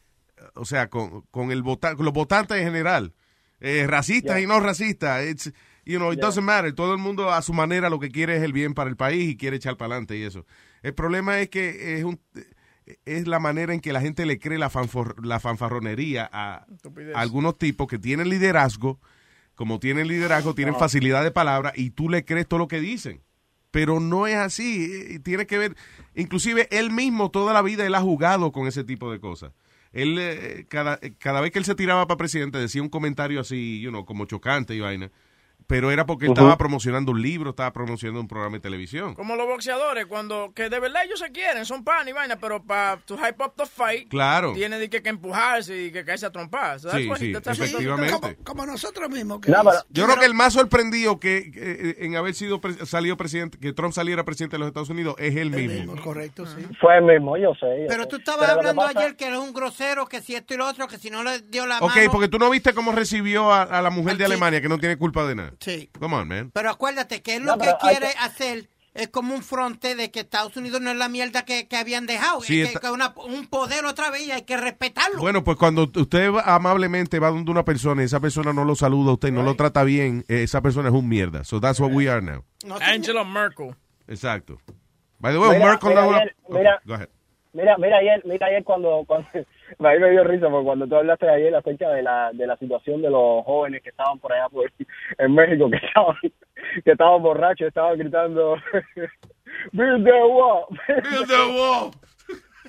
o sea, con, con el vota, con los votantes en general, eh, racistas Yeah. y no racistas, it's, you know, it Yeah. doesn't matter, todo el mundo a su manera lo que quiere es el bien para el país y quiere echar para adelante y eso. El problema es que es un es la manera en que la gente le cree la, fanfor, la fanfarronería a, Estupidez. a algunos tipos que tienen liderazgo, como tienen liderazgo, tienen No. facilidad de palabra y tú le crees todo lo que dicen. Pero no es así, eh, tiene que ver, inclusive él mismo toda la vida él ha jugado con ese tipo de cosas. Él, eh, cada, cada vez que él se tiraba para presidente decía un comentario así, you know, como chocante y vaina, pero era porque él Ujú. estaba promocionando un libro, estaba promocionando un programa de televisión. Como los boxeadores, cuando que de verdad ellos se quieren, son pan y vaina, pero para to hype up the fight, Claro. tiene de que, que empujarse y que caerse a trompar. So that's Sí, what he- sí, that's what he- efectivamente. Como, como nosotros mismos. Que No, pero- Yo creo que el más sorprendido que, que, en haber sido pre- salido presidente, que Trump saliera presidente de los Estados Unidos es él el mismo. mismo, correcto, sí. Fue el mismo, yo sé. yo Pero sé. tú estabas Pero lo que hablando pasa- ayer que eres un grosero, que si esto y lo otro, que si no le dio la Ok, mano. porque tú no viste cómo recibió a, a la mujer de Sí. Alemania que no tiene culpa de nada. Sí. Come on, man. Pero acuérdate que él No, lo que pero hay quiere que- hacer es como un fronte de que Estados Unidos no es la mierda que, que habían dejado. Sí, es que, está- que una- un poder otra vez y hay que respetarlo. Bueno, pues cuando usted va- amablemente va donde una persona y esa persona no lo saluda a usted, no lo trata bien, eh, esa persona es un mierda. So that's what we are now. No sé- Angela Merkel. Exacto. By the way, Mira, Merkel mira, no es una- ayer, Ok, mira. go ahead. Mira, mira ayer, mira ayer cuando, cuando a mí me dio risa porque cuando tú hablaste ayer acerca de la de la situación de los jóvenes que estaban por allá por, en México, que estaban que estaban borrachos, estaban gritando Build the wall, Build the wall.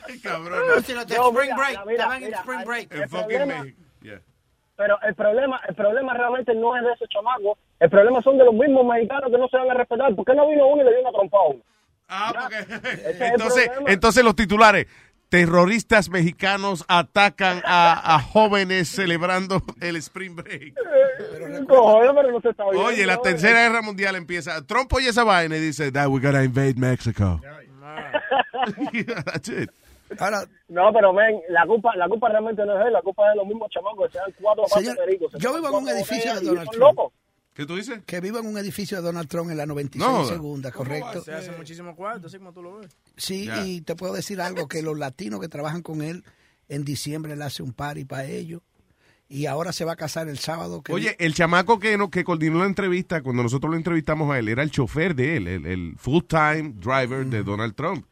Cabrón. No, si no te No, spring mira, break, mira, te van en mira, spring hay- break. el problema- Pero el problema, el problema realmente no es de esos chamacos. El problema son de los mismos mexicanos que no se van a respetar. ¿Por qué no vino uno y le dio una trompa a uno? Ah, porque... Ese es el Entonces, problema. entonces los titulares. Terroristas mexicanos atacan a, a jóvenes celebrando el Spring Break. Cojones, pero no se está oyendo. Oye, la tercera guerra mundial empieza. Trump oye esa vaina y dice, that we're gonna invade Mexico. That's it. Ahora, no, pero men, la culpa, la culpa realmente no es él, la culpa es de los mismos chamacos que se dan cuatro Señor, pases pericos. se yo dan vivo en un cuatro edificio de botellas y Donald son Trump. locos. ¿Qué tú dices? Que vivo en un edificio de Donald Trump en la noventa y seis No, segunda, correcto. Se hace muchísimo cuarto, así como tú lo ves. Sí, Ya. y te puedo decir algo, que los latinos que trabajan con él, en diciembre le hace un party para ellos. Y ahora se va a casar el sábado. Que Oye, el chamaco que, no, que coordinó la entrevista, cuando nosotros lo entrevistamos a él, era el chofer de él, el, el full-time driver de Donald Trump.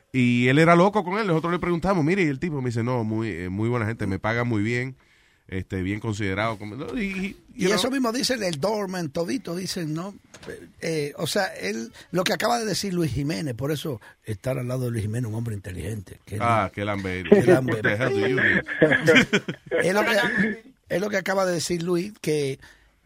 Y él era loco con él. Nosotros le preguntamos, mire, y el tipo me dice, no, muy eh, muy buena gente, me paga muy bien, este bien considerado. Y, y, Y you eso know. mismo dice el doorman, todito dicen, ¿no? Eh, o sea, él, lo que acaba de decir Luis Jiménez, por eso estar al lado de Luis Jiménez, un hombre inteligente. Que Ah, qué lamber. Qué lamber. What the hell do you mean? es, lo que, es lo que acaba de decir Luis, que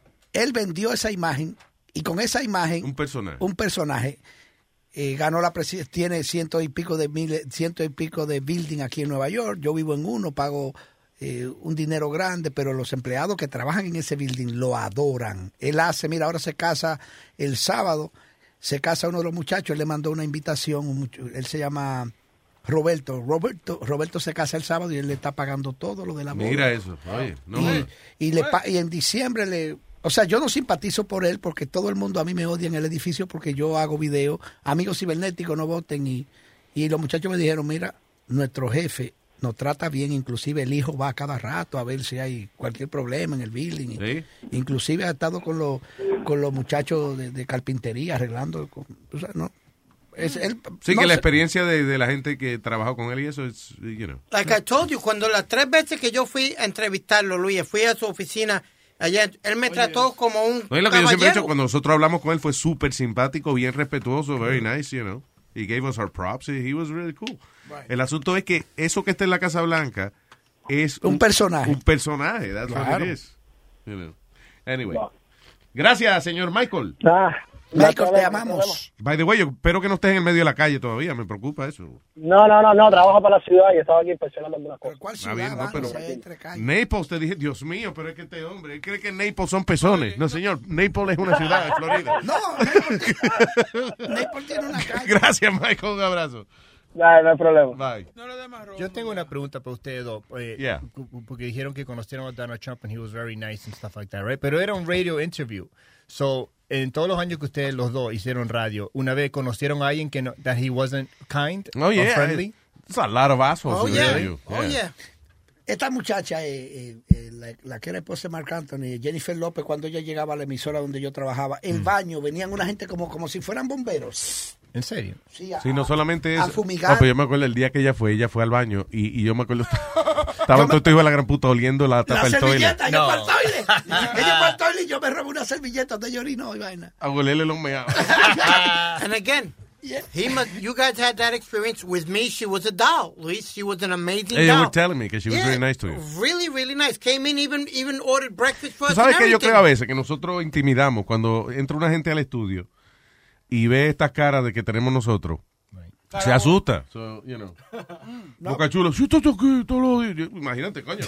él vendió esa imagen y con esa imagen, Un personaje. un personaje, eh, ganó la presidencia, tiene ciento y pico de mil, ciento y pico de building aquí en Nueva York. Yo vivo en uno, pago eh, un dinero grande, pero los empleados que trabajan en ese building lo adoran. Él hace, mira, ahora se casa el sábado, se casa uno de los muchachos, él le mandó una invitación, un mucho- él se llama Roberto. Roberto, Roberto se casa el sábado y él le está pagando todo lo de la boda. Mira eso. Oye, no. y, y le pa- y en diciembre le, o sea, yo no simpatizo por él porque todo el mundo a mí me odia en el edificio porque yo hago video, amigos cibernéticos no voten y, y los muchachos me dijeron, mira, nuestro jefe nos trata bien, inclusive el hijo va a cada rato a ver si hay cualquier problema en el building. ¿Sí? Inclusive ha estado con los con los muchachos de, de carpintería arreglando, con- o sea, no. Es, él, Sí, no que la sé. experiencia de, de la gente que trabajó con él y eso es, you know. Like I told you, cuando las tres veces que yo fui a entrevistarlo, Luis, fui a su oficina allá, él me trató como un No, y lo que yo siempre he caballero. dicho, cuando nosotros hablamos con él fue súper simpático, bien respetuoso, very nice, you know. He gave us our props, he he was really cool. El asunto es que eso que está en la Casa Blanca es Un personaje. Un personaje, that's what Claro. it is. You know. Anyway. Gracias, señor Michael. Michael, te amamos. By the way, yo espero que no estés en el medio de la calle todavía, me preocupa eso. No, no, no, no, trabajo para la ciudad y estaba aquí inspeccionando algunas cosas. ¿Cuál Está bien, no, pero Naples, te dije, Dios mío, pero es que este hombre, él cree que Naples son pezones. No, señor, Naples es una ciudad de Florida. No, Naples tiene una calle. Gracias, Michael, un abrazo. Ya, no hay problema. Bye. Yo tengo una pregunta para ustedes dos. eh, Yeah. cu- cu- Porque dijeron que conocieron a Donald Trump and he was very nice and stuff like that, right? Pero era un radio interview. So, en todos los años que ustedes los dos hicieron radio, una vez conocieron a alguien que no, that he wasn't kind Oh, or yeah. friendly. It's a lot of assholes Oh, in yeah. radio. Oh, yeah. Esta muchacha, eh, eh, eh, la, la que era esposa de Marc Anthony, Jennifer López, cuando ella llegaba a la emisora donde yo trabajaba, el Mm. baño, venían una gente como, como si fueran bomberos. ¿En serio? Sí, a- Sí, no solamente a eso. fumigar. No, pero yo me acuerdo el día que ella fue, ella fue al baño y, y yo me acuerdo, estaban todos estos hijos de la gran puta oliendo la tapa La del toilet. servilleta, yo fue al toilet. Ella fue al toilet y yo me robé una servilleta donde yo orino y vaina. A olerle los meados. And again, he must, you guys had that experience with me. She was a doll, Luis. She was an amazing Ella doll. were telling me que she was Yeah, very nice to you. Really, really nice. Came in, even even ordered breakfast for Tú us sabes and que yo everything. creo a veces que nosotros intimidamos cuando entra una gente al estudio y ve estas caras de que tenemos nosotros. Se asusta. So, you know. Boca Chula, si estás aquí todos los días. Imagínate, coño.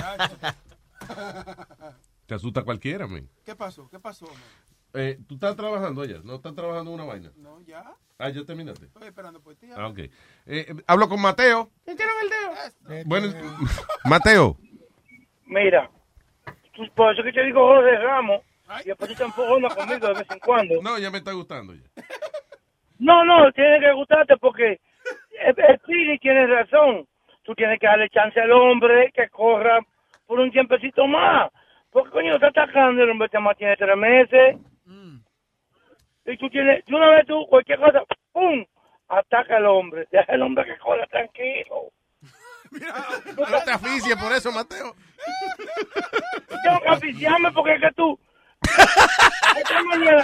Te asusta cualquiera, man. ¿Qué pasó? ¿Qué pasó, man? Eh, ¿Tú estás trabajando allá? ¿No estás trabajando en una vaina? No, ya. Ah, ya terminaste. Estoy esperando por ti. Ah, ok. Eh, eh, hablo con Mateo. ¿Metieron el dedo? Bueno, Mateo. Mira, tú, por eso que te digo Jorge Ramos, y después tú te enfogonas conmigo de vez en cuando. No, ya me está gustando ya. No, no, tiene que gustarte porque el, el Piri tiene razón. Tú tienes que darle chance al hombre que corra por un tiempecito más. Porque coño, está atacando, el hombre te mantiene tres meses. Y tú tienes, de una vez tú, cualquier cosa, ¡pum! Ataca al hombre. Deja al hombre que corra tranquilo. No te aficies por eso, Mateo. Tengo que aficiarme porque es que tú. Esta mañana,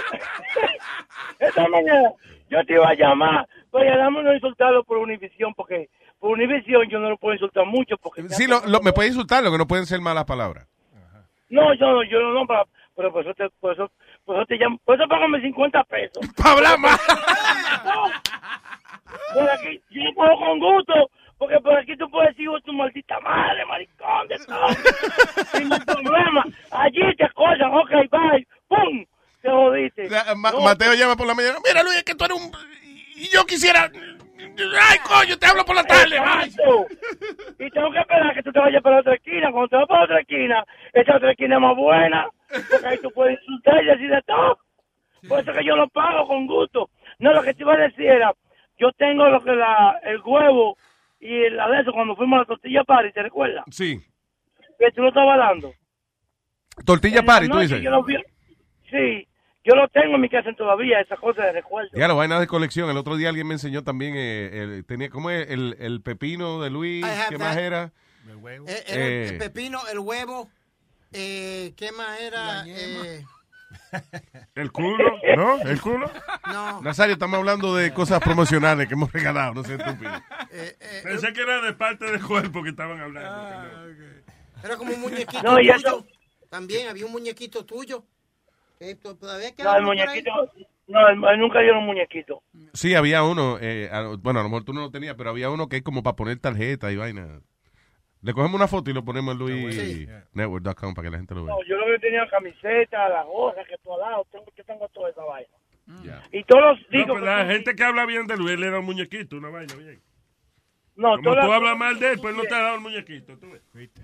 esta mañana, yo te iba a llamar. Oye, dame unos insultados por Univision porque, por Univision yo no lo puedo insultar mucho porque... Sí, lo, lo, me puede insultar, lo que no pueden ser malas palabras. No, yo no, yo no, no, pero, pero por eso te, por eso, por eso te llamo, por eso págame cincuenta pesos. ¡Para hablar más! Por aquí, yo lo pago con gusto, porque por aquí tú puedes decir, oh, tu maldita madre, maricón, de todo. Sin ningún problema. Allí te acosan, ok, bye, pum, te jodiste. Ma no, Mateo llama por la mañana, mira Luis, es que tú eres un... Y yo quisiera... Ay, coño, te hablo por la tarde. Ay. Y tengo que esperar que tú te vayas para la otra esquina. Cuando te vas para la otra esquina, esa otra esquina es más buena. Porque ahí tú puedes insultar y decir de todo. Por eso que yo lo pago con gusto. No, lo que te iba a decir era, yo tengo lo que la, el huevo y el de eso cuando fuimos a la tortilla party, ¿te recuerdas? Sí. Que tú lo estabas dando. Tortilla party, tú dices. Yo lo vi, sí. Yo lo tengo en mi casa todavía, esa cosa de recuerdo. Ya, lo vaina de colección. El otro día alguien me enseñó también, eh, el, tenía, ¿cómo es? El, el pepino de Luis, ¿qué más era? El huevo. Eh, el, eh, el pepino, el huevo, eh, ¿qué más era? Eh, el culo, ¿no? ¿El culo? No. Nazario, estamos hablando de cosas promocionales que hemos regalado, no sé, estúpido. Eh, eh, Pensé que era de parte del cuerpo que estaban hablando. Ah, okay. Era como un muñequito no, tuyo. Eso... También había un muñequito tuyo. ¿Todavía no, el muñequito, no, él, él nunca dio un muñequito. Sí, había uno, eh, a, bueno, a lo mejor tú no lo tenías, pero había uno que es como para poner tarjeta y vaina. Le cogemos una foto y lo ponemos en luis network punto com para que la gente lo vea. No, yo lo que tenía camiseta, la gorra, que todo al lado, tengo, yo tengo toda esa vaina. Yeah. Y todos los digo... No, pero la gente que habla bien de Luis, él era un muñequito, una vaina bien. No, como tú la... hablas mal de él, pues no te ha dado el muñequito, tú ves.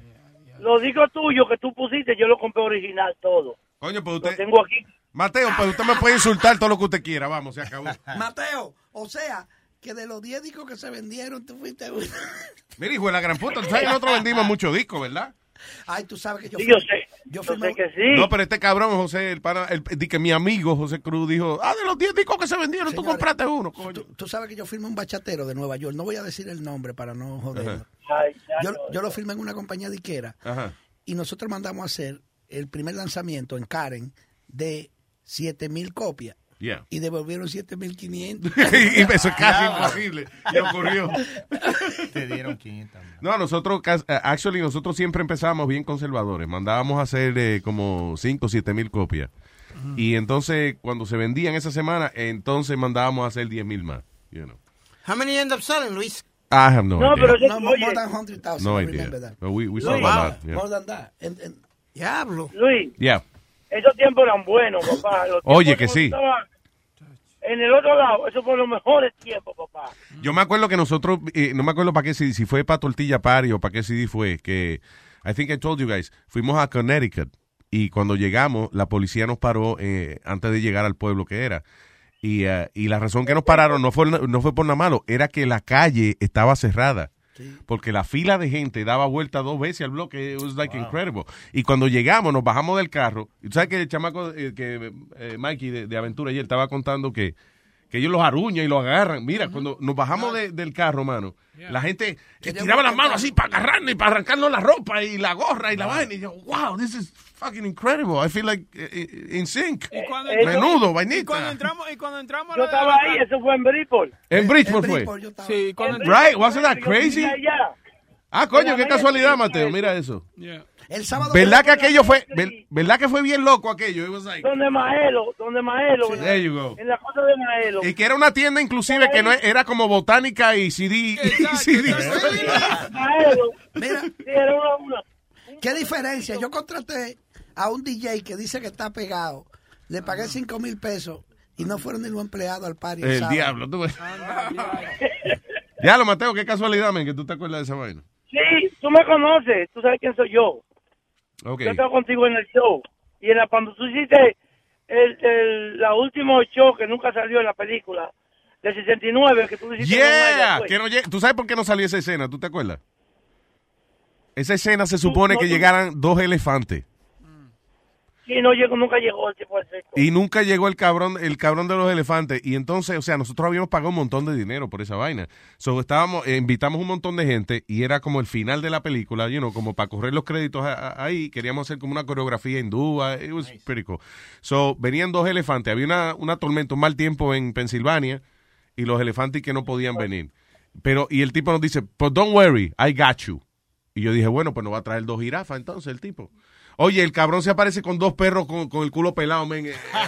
Lo digo tuyo que tú pusiste, yo lo compré original todo. Coño, pues usted... Lo tengo aquí. Mateo, pues usted me puede insultar todo lo que usted quiera, vamos, se acabó. Mateo, o sea, que de los diez discos que se vendieron, tú fuiste uno. Mira, hijo de la gran puta, tú sabes que nosotros vendimos muchos discos, ¿verdad? Ay, tú sabes que yo... Sí, yo sé, yo, yo sé que sí. No, pero este cabrón, José, el pana, el, el, que mi amigo José Cruz dijo, ah, de los diez discos que se vendieron, Señores, tú compraste uno, coño. Tú, tú sabes que yo firmé un bachatero de Nueva York, no voy a decir el nombre para no joderlo. Ay, yo, yo lo firmé en una compañía disquera. Ajá. Y nosotros mandamos a hacer el primer lanzamiento en Karen de siete mil copias. Yeah. Y devolvieron siete mil quinientos. Y eso es casi imposible. Y ocurrió. Te dieron quinientos. No, nosotros, actually, nosotros siempre empezábamos bien conservadores. Mandábamos a hacer eh, como cinco o siete mil copias. Uh-huh. Y entonces, cuando se vendían esa semana, entonces mandábamos a hacer diez mil más. You know. How many end up selling, Luis? I have no, no idea. Pero yo, no, oye, more than one hundred thousand. No idea. But we, we sold wow. a lot. Yeah. More than that. And, and, Diablo. Luis. Yeah. Esos tiempos eran buenos, papá. Los Oye, que sí. En el otro lado, esos fueron los mejores tiempos, papá. Yo me acuerdo que nosotros, eh, no me acuerdo para qué C D, si fue para Tortilla Party o para qué C D fue, que, I think I told you guys, fuimos a Connecticut y cuando llegamos, la policía nos paró eh, antes de llegar al pueblo que era. Y, uh, y la razón que nos pararon no fue, no fue por nada malo, era que la calle estaba cerrada. Sí. Porque la fila de gente daba vuelta dos veces al bloque. It was like wow. incredible. Y cuando llegamos, nos bajamos del carro. ¿Tú sabes que el chamaco, eh, que eh, Mikey de, de Aventura ayer estaba contando que, que ellos los aruñan y los agarran? Mira, uh-huh. cuando nos bajamos de, del carro, mano, yeah. la gente que tiraba las manos así para agarrarnos y para arrancarnos la ropa y la gorra y la wow. vaina. Y yo, wow, this is fucking incredible. I feel like uh, in sync. Y cuando, Menudo, vainita. Y cuando entramos, y cuando entramos yo estaba ahí, eso fue en Bridgeport. ¿En Bridgeport fue? Sí, cuando right, wasn't that crazy? Ah, coño, qué casualidad, Mateo, mira eso. Yeah. El sábado ¿Verdad que aquello fue, verdad que fue bien loco aquello? It was like, donde Maelo, donde Maelo. Sí, there you go. En la cosa de Maelo. Y que era una tienda inclusive que no era como botánica y C D. Exacto, C D. Maelo. Mira, sí, era una, una. ¿Qué diferencia? Yo contraté a un D J que dice que está pegado. Le pagué cinco mil pesos y no fueron ni los empleados al party. El, el diablo, tú ves. Ya lo, Mateo, qué casualidad, men, que tú te acuerdas de esa vaina. Sí, tú me conoces, tú sabes quién soy yo. Okay. Yo estaba contigo en el show. Y en la, cuando tú hiciste el, el la último show que nunca salió en la película, del sesenta y nueve, que tú hiciste. Yeah, que no, ¿tú sabes por qué no salió esa escena? ¿Tú te acuerdas? Esa escena se supone no, que tú, llegaran dos elefantes. Sí, no llegó, nunca llegó el tipo de sexo. Y nunca llegó el cabrón, el cabrón de los elefantes. Y entonces, o sea, nosotros habíamos pagado un montón de dinero por esa vaina. So, estábamos, eh, invitamos un montón de gente y era como el final de la película, you know, como para correr los créditos a, a, ahí. Queríamos hacer como una coreografía hindú. It was nice. Pretty cool. So, venían dos elefantes. Había una, una tormenta, un mal tiempo en Pensilvania y los elefantes que no podían venir. Pero, y el tipo nos dice, pues don't worry, I got you. Y yo dije, bueno, pues nos va a traer dos jirafas entonces el tipo. Oye, el cabrón se aparece con dos perros con, con el culo pelado, men.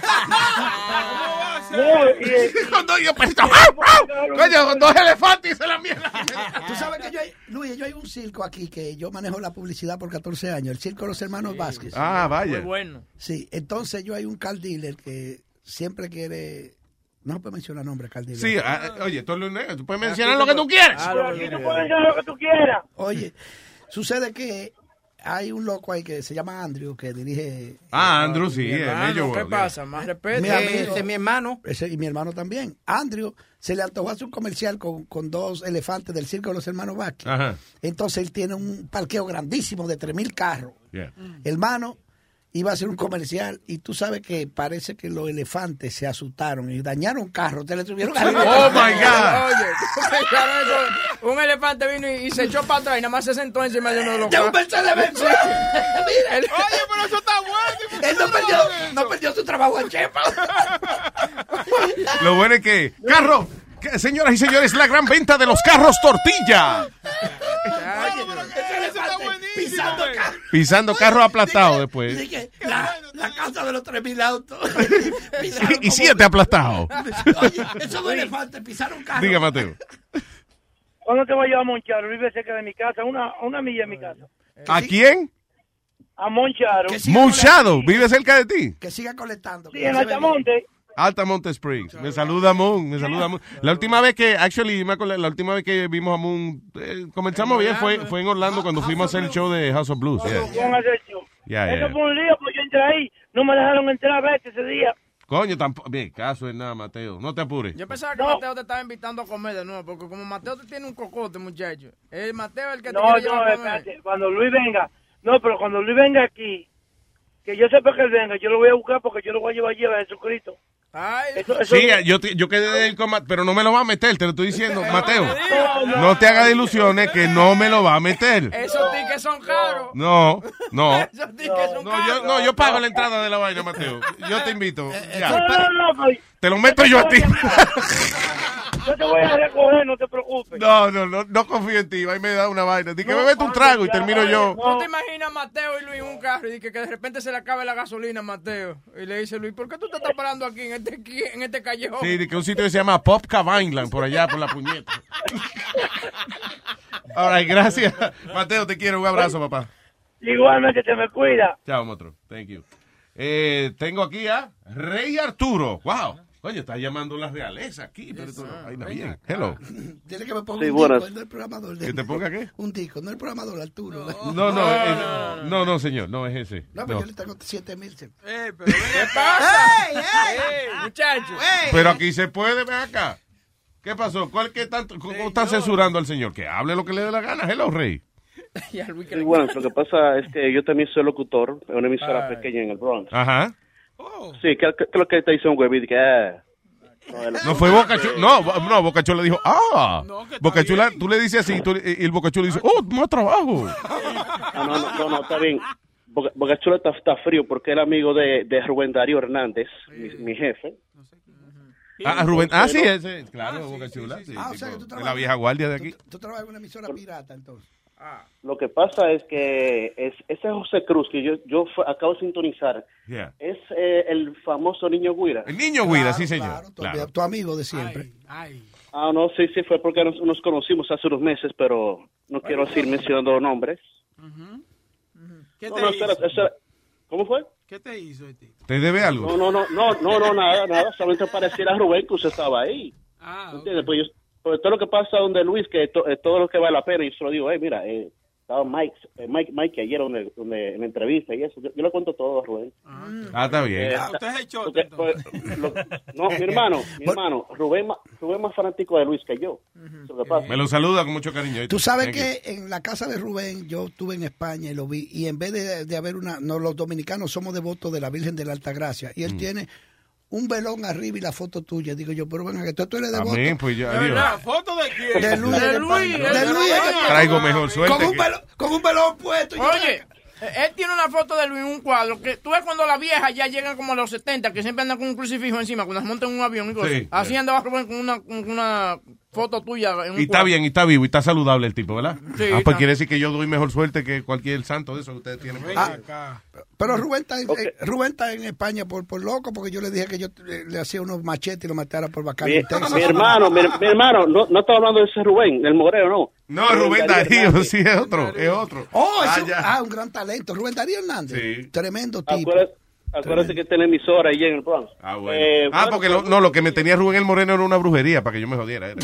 No, y, con dos, yo pensaba, coño, con dos elefantes y se la mierda. Tú sabes que yo hay, Luis, yo hay un circo aquí que yo manejo la publicidad por catorce años, el circo de los hermanos sí. Vázquez. Ah, vaya. Muy bueno. Sí, entonces yo hay un car dealer que siempre quiere... No puedo mencionar nombre, car dealer. Sí, a, oye, tú, tú puedes mencionar lo que tú quieras. Ah, aquí tú puedes mencionar lo que tú quieras. Oye, sucede que hay un loco ahí que se llama Andrew, que dirige... Ah, Andrew, sí. Mi hermano, ¿qué pasa? Más respeto. Mi Eh, amigo, ese es mi hermano. Ese, y mi hermano también. Andrew se le antojó hacer un comercial con, con dos elefantes del circo de los hermanos Vázquez. Ajá. Entonces él tiene un parqueo grandísimo de tres mil carros. Yeah. Hermano, iba a hacer un comercial y tú sabes que parece que los elefantes se asustaron y dañaron carros. Te le tuvieron a... Oh, my God. Oye, un elefante vino y, y se echó para atrás y nada más se sentó encima de uno de los ¡De un Mercedes-Benz! Mira, Oye, pero eso está bueno. él no perdió, no perdió su trabajo en Chepa. Lo bueno es que, carro, que, señoras y señores, la gran venta de los carros tortilla. Pisando carro. Pisando carro aplastado después. Dije, la, la casa de los tres mil autos. Y, y siete aplastados. Oye, esos dos elefantes pisaron carro. Diga, Mateo. ¿Cuándo te voy a llevar a Moncharo? Vive cerca de mi casa, una, una milla de mi casa. ¿A quién? A Moncharo. Monchado, ¿vive cerca de ti? Que siga colectando. Sí, en Altamonte. Altamonte Springs. Me saluda Moon, me saluda Moon. La última vez que, actually, me acuerdo, la última vez que vimos a Moon, eh, comenzamos bien, fue, fue en Orlando cuando fuimos a hacer el show de House of Blues. Yeah. Vamos a hacer el show. Yeah, Eso yeah. fue un lío, porque yo entré ahí, no me dejaron entrar a ver ese día. Coño, tampoco, bien, caso es nada, Mateo, no te apures. Yo pensaba que No. Mateo te estaba invitando a comer de nuevo, porque como Mateo te tiene un cocote, muchacho. El Mateo es el que te No, quiere no, llevar a comer. espérate, cuando Luis venga, no, pero cuando Luis venga aquí, que yo sepa que él venga, yo lo voy a buscar porque yo lo voy a llevar allí a Jesucristo. Ay, Eso, eso, Sí, yo, te- yo quedé de ir con Ma- pero no me lo va a meter, te lo estoy diciendo, Mateo. No te hagas de ilusiones que no me lo va a meter. esos tickets son caros. No, no. Esos tickets son No, caros. yo, no, yo pago la entrada de la vaina, Mateo. Yo te invito. Ya. no, no, no, pues, Te lo meto yo a ti. yo te voy a recoger, no te preocupes. No, no, no, no confío en ti. Ahí me da una vaina. Di que me meto un trago y termino yo. ¿No te imaginas a Mateo y Luis en un carro y que, que de repente se le acabe la gasolina a Mateo? Y le dice Luis, ¿por qué tú te estás parando aquí en este, en este callejón? Sí, de que un sitio que se llama Pop Vineland, por allá, por la puñeta. All right, gracias. Mateo, te quiero. Un abrazo, papá. Igualmente, te me cuida. Chao, Motro. Thank you. Eh, tengo aquí a Rey Arturo. Wow. Oye, está llamando la realeza aquí. Pero esto no, ahí no, bien. Hello. Dile que me ponga Sí, un buenas. disco, no el programador. ¿Que te ponga qué? Un disco, no el programador, Arturo. No, no, es- no, no, señor. No es ese. No, pero No. yo le tengo siete mil. Eh, pero ¿qué pasa? ¡Ey, ey! Muchacho. Pero aquí se puede, ven acá. ¿Qué pasó? ¿Cuál que tanto, ¿Cómo están censurando al señor? Que hable lo que le dé la gana. Hello, Rey. Y a Luis que Sí, le- bueno, lo que pasa es que yo también soy locutor en una emisora Ay. pequeña en el Bronx. Ajá. Sí, ¿qué, qué, qué es lo que te hizo un huevito? Que, ah, no, él- No fue Boca Chula. No, Bo- no, Boca Chula dijo, ah. Boca Chula, tú le dices así tú- y el Boca Chula dice, oh, más trabajo. Ah, no, no, no, no, está bien. Boca, Boca Chula está, está frío porque era amigo de, de Rubén Darío Hernández, mi, mi jefe. Ah, Rubén. Ah, sí, ese. Claro, Boca Chula. Sí, Ah, o sea, tipo, que tú de la vieja guardia de tú- aquí. Tú trabajas en una emisora pirata, entonces. Lo que pasa es que es, ese José Cruz que yo, yo fue- acabo de sintonizar Yeah. es eh, el famoso Niño Guira. El niño Guira, sí, señor. Tu, Claro. tu amigo de siempre. Ah, no, sí, sí, fue porque nos, nos conocimos hace unos meses, pero no quiero seguir mencionando nombres. ¿Qué No, te no, hizo? espera, espera. ¿Cómo fue? ¿Qué te hizo este? ¿Te debe algo? No, no, no, no, no, no, nada, nada, solamente para decir a Rubén que usted estaba ahí. Ah, ¿Entiendes? Pues, yo, pues todo lo que pasa donde Luis, que to- eh, todo lo que vale la pena, y se lo digo, eh, mira, eh, estaba Mike, eh, Mike, Mike ayer donde, donde, en la entrevista y eso, yo, yo le cuento todo a Rubén. Ah, está bien. Eh, usted es el short, porque, pues, lo- no, mi hermano, mi hermano, Rubén, ma- Rubén es más fanático de Luis que yo. Eso es lo que pasa. Me lo saluda con mucho cariño. Tú sabes Thank you. que en la casa de Rubén yo estuve en España y lo vi, y en vez de, de haber una, no, los dominicanos somos devotos de la Virgen de la Altagracia, y él Mm. tiene un velón arriba y la foto tuya. Digo yo, pero venga, que tú, tú eres devoto. Amén, pues ya, ¿De adiós. verdad? ¿Foto de quién? De Luis, De de Luis, España. de De Luis, Luis. de- Traigo mejor suerte. con un, que- velón, con un velón puesto. y yo, Oye, él tiene una foto de Luis en un cuadro que tú ves cuando las viejas ya llegan como a los setenta, que siempre andan con un crucifijo encima, cuando se montan en un avión y cosas. Sí, Así sí. andaba Rubén con una, con una foto tuya en un Y está cuadro. bien, y está vivo, y está saludable el tipo, ¿verdad? Sí, ah, pues está- quiere decir que yo doy mejor suerte que cualquier santo de eso que ustedes tienen. Ah, pero Rubén está, en, eh, Rubén está en España por, por loco, porque yo le dije que yo eh, le hacía unos machetes y lo matara por bacán Mi, en Texas. mi hermano, mi, mi hermano, no, no estaba hablando de ese Rubén, el Moreno, no. No, Rubén Darío, sí, es otro, es otro. Oh, es Ah, un, ya. ah, un gran talento. Rubén Darío Hernández. Sí. Tremendo tipo. Acuérdate, acuérdate que tiene emisora ahí en el Bronx. Ah, bueno. Eh, ah, bueno, porque lo, no, lo que me tenía Rubén el Moreno era una brujería para que yo me jodiera. Era.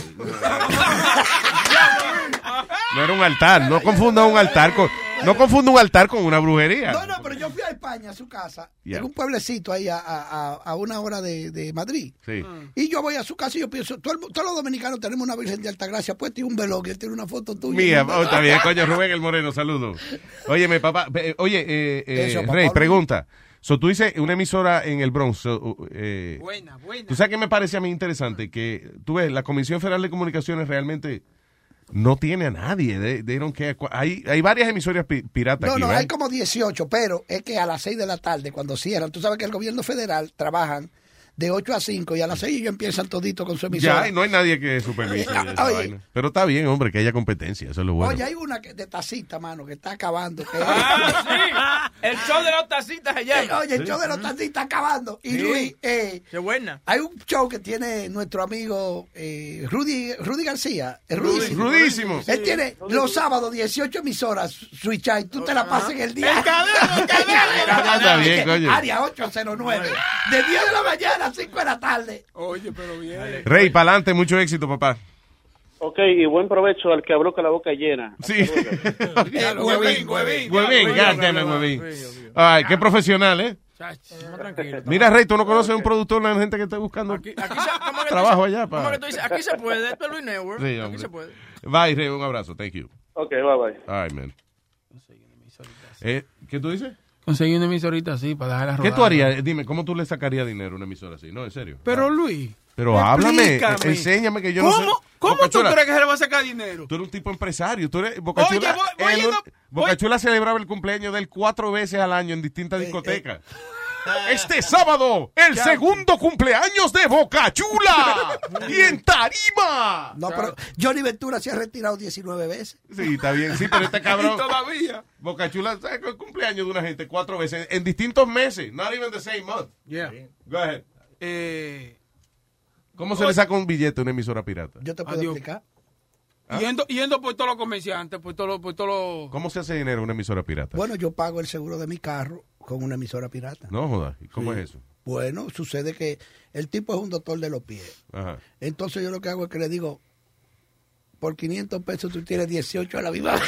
No era un altar, no confunda un altar con, no confunda un altar con una brujería. No, no, pero yo fui a España, a su casa, Yeah. en un pueblecito ahí a, a, a- a una hora de, de Madrid. Sí. Y yo voy a su casa y yo pienso, todo el- todos los dominicanos tenemos una Virgen de Altagracia puesta y un velón, y él tiene una foto tuya. Mía, oh, está bien, coño, Rubén el Moreno, saludos. Oye, mi papá, eh, oye, eh, eh, Eso, papá, Rey, Luis. pregunta. So, tú dices una emisora en el Bronx. so, uh, eh, Buena, buena. ¿Tú sabes qué me parece a mí interesante? Que, tú ves, la Comisión Federal de Comunicaciones realmente no tiene a nadie. They, they don't care. Hay, hay varias emisoras pi- piratas No, aquí, no, ¿verdad? hay como dieciocho, pero es que a las seis de la tarde, cuando cierran, tú sabes que el gobierno federal trabajan de ocho a cinco y a las seis ellos empiezan todito con su emisora. Ya, y no hay nadie que supervise Oye, esa oye. vaina. Pero está bien, hombre, que haya competencia. Eso es lo bueno. Oye, hay una que- de tacita, mano, que está acabando. Que Ah, sí. El show de las tacitas se llama. Oye, el show de los tacitas está acabando. Y Sí. Luis, eh, Qué buena. hay un show que tiene nuestro amigo eh, Rudy, Rudy García. Es rudísimo. Rudísimo. Él tiene los sábados dieciocho emisoras, Switch, y tú te la pasas en el día. El cadena, el cadena. Está bien, coño. Área ocho cero nueve. De diez de la mañana a cinco de la tarde. Oye, pero bien. Rey, para adelante, mucho éxito, papá. Ok, y buen provecho al que habló con la boca llena. Sí. Eh, Huevín, huevín. Huevín, goddamn it, huevín. Ay, qué profesional, ¿eh? Más tranquilo. Mira, Rey, tú no conoces un productor, una gente que está buscando Aquí, aquí se, ¿cómo que tú trabajo dices? allá. ¿Cómo Pa. que tú dices? Aquí se puede. Esto es Luis Network. Sí, aquí hombre. se puede. Bye, Rey, un abrazo. Thank you. Ok, bye bye. All right, man. Eh, ¿Qué tú dices? Conseguí una emisorita así para dejarla rodar. ¿Qué tú harías? Dime, ¿cómo tú le sacarías dinero a una emisora así? No, en serio. Pero Luis. Pero háblame, explícame. enséñame que yo no sé. ¿Cómo, ¿cómo tú Bocachula, crees que se le va a sacar dinero? Tú eres un tipo empresario. Tú eres, Bocachula, Oye, voy- voy él- yendo- Bocachula celebraba el cumpleaños de él cuatro veces al año en distintas discotecas. Este sábado, el Ya. segundo cumpleaños de Bocachula. Y en Tarima. No, pero Johnny Ventura se ha retirado diecinueve veces. Sí, está bien. Sí, pero este cabrón. Todavía. Bocachula sabe el cumpleaños de una gente cuatro veces en distintos meses. Not even the same month. Yeah. Go ahead. Eh, ¿Cómo se le saca un billete a una emisora pirata? Yo te puedo Adiós. explicar. ¿Ah? yendo, yendo por todos los comerciantes, por todos los... Por todos los... ¿Cómo se hace dinero en una emisora pirata? Bueno, yo pago el seguro de mi carro con una emisora pirata. No jodas. ¿Y cómo Sí. es eso? Bueno, sucede que el tipo es un doctor de los pies. Ajá. Entonces yo lo que hago es que le digo, por quinientos pesos tú tienes dieciocho a la viva.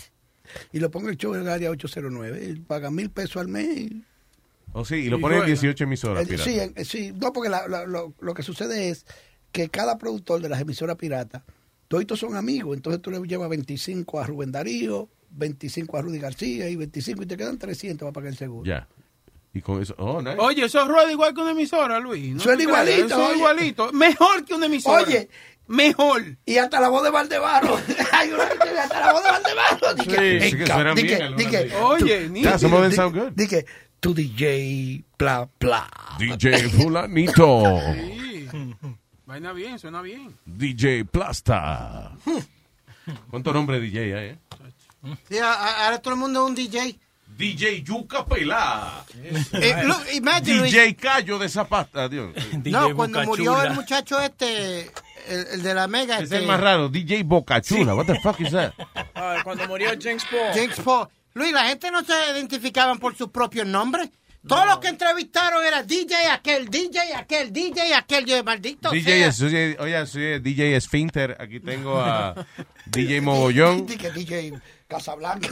Y lo pongo el show en el área ocho cero nueve. Él paga mil pesos al mes. Oh, sí, y lo Y ponen en juega. dieciocho emisoras El- piratas. sí, en- sí, no, porque la- la- lo, lo que sucede es que cada productor de las emisoras piratas, todos son amigos. Entonces tú le llevas veinticinco a Rubén Darío, veinticinco a Rudy García y veinticinco y te quedan trescientos para pagar el seguro. Ya. Y con eso. Oh, nice. Oye, eso rueda igual que una emisora, Luis. ¿no? Suena igualito, Eso es oye. igualito. Mejor que una emisora. Oye, mejor. Y hasta la voz de Valdevaro. Hay una que tiene hasta la voz de Valdevaro. Di que, Sí, sí que suenan di bien que- algunas di que- de ellas. Oye, tú- ni- Yeah, some of them di- sound good. di que tu D J, bla, bla. D J Fulanito. Sí. Vaina bien, suena bien. D J Plasta. ¿Cuánto nombre de D J hay, eh? Sí, a- a- ahora todo el mundo es un D J. D J Yuca Pelá. Eh, look, imagine, D J Cayo de Zapata. Adiós. no, cuando murió el muchacho este, el, el de la Mega. Es este, el más raro. D J Bocachula. What the fuck is that? Ah, cuando murió James Paul. James Paul. Luis, la gente no se identificaban por sus propios nombres. Todos los que entrevistaron era D J aquel, D J aquel, D J aquel. Yo, maldito D J sea. es, oye, oye, soy D J Esfínter. Aquí tengo a D J Mogollón. Di que D J Casablanca.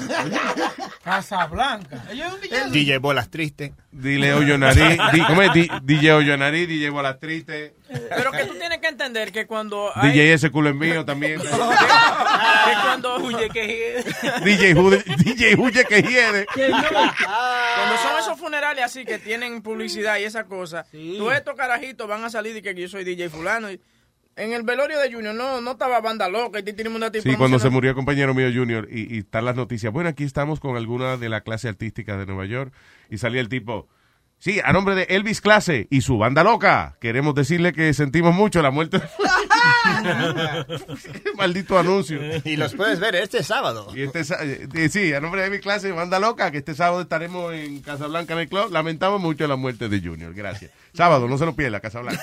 Casablanca. Ella es un D J. D J Bolas Tristes. Dile Hoyo Nariz. Di- ¿Cómo es? Di- D J Hoyo Nariz, D J Bolas Tristes. Pero que tú tienes que entender que cuando hay... D J Ese Culo es mío también. que cuando... Huye que D J Jude, D J Huye que hiede. Cuando son esos funerales así que tienen publicidad y esa cosa, todos estos carajitos van a salir y que yo soy D J fulano. Y en el velorio de Junior no, no estaba banda loca y tenemos una tipo Sí, cuando se murió el compañero mío Junior y, y están las noticias. Bueno, aquí estamos con alguna de la clase artística de Nueva York y salía el tipo. Sí, a nombre de Elvis Clase y su banda loca, queremos decirle que sentimos mucho la muerte. Maldito anuncio. Y los puedes ver este sábado. Y este, eh, sí, a nombre de mi clase, Banda Loca, que este sábado estaremos en Casablanca en el club. Lamentamos mucho la muerte de Junior. Gracias. Sábado, no se lo pierda, Casablanca.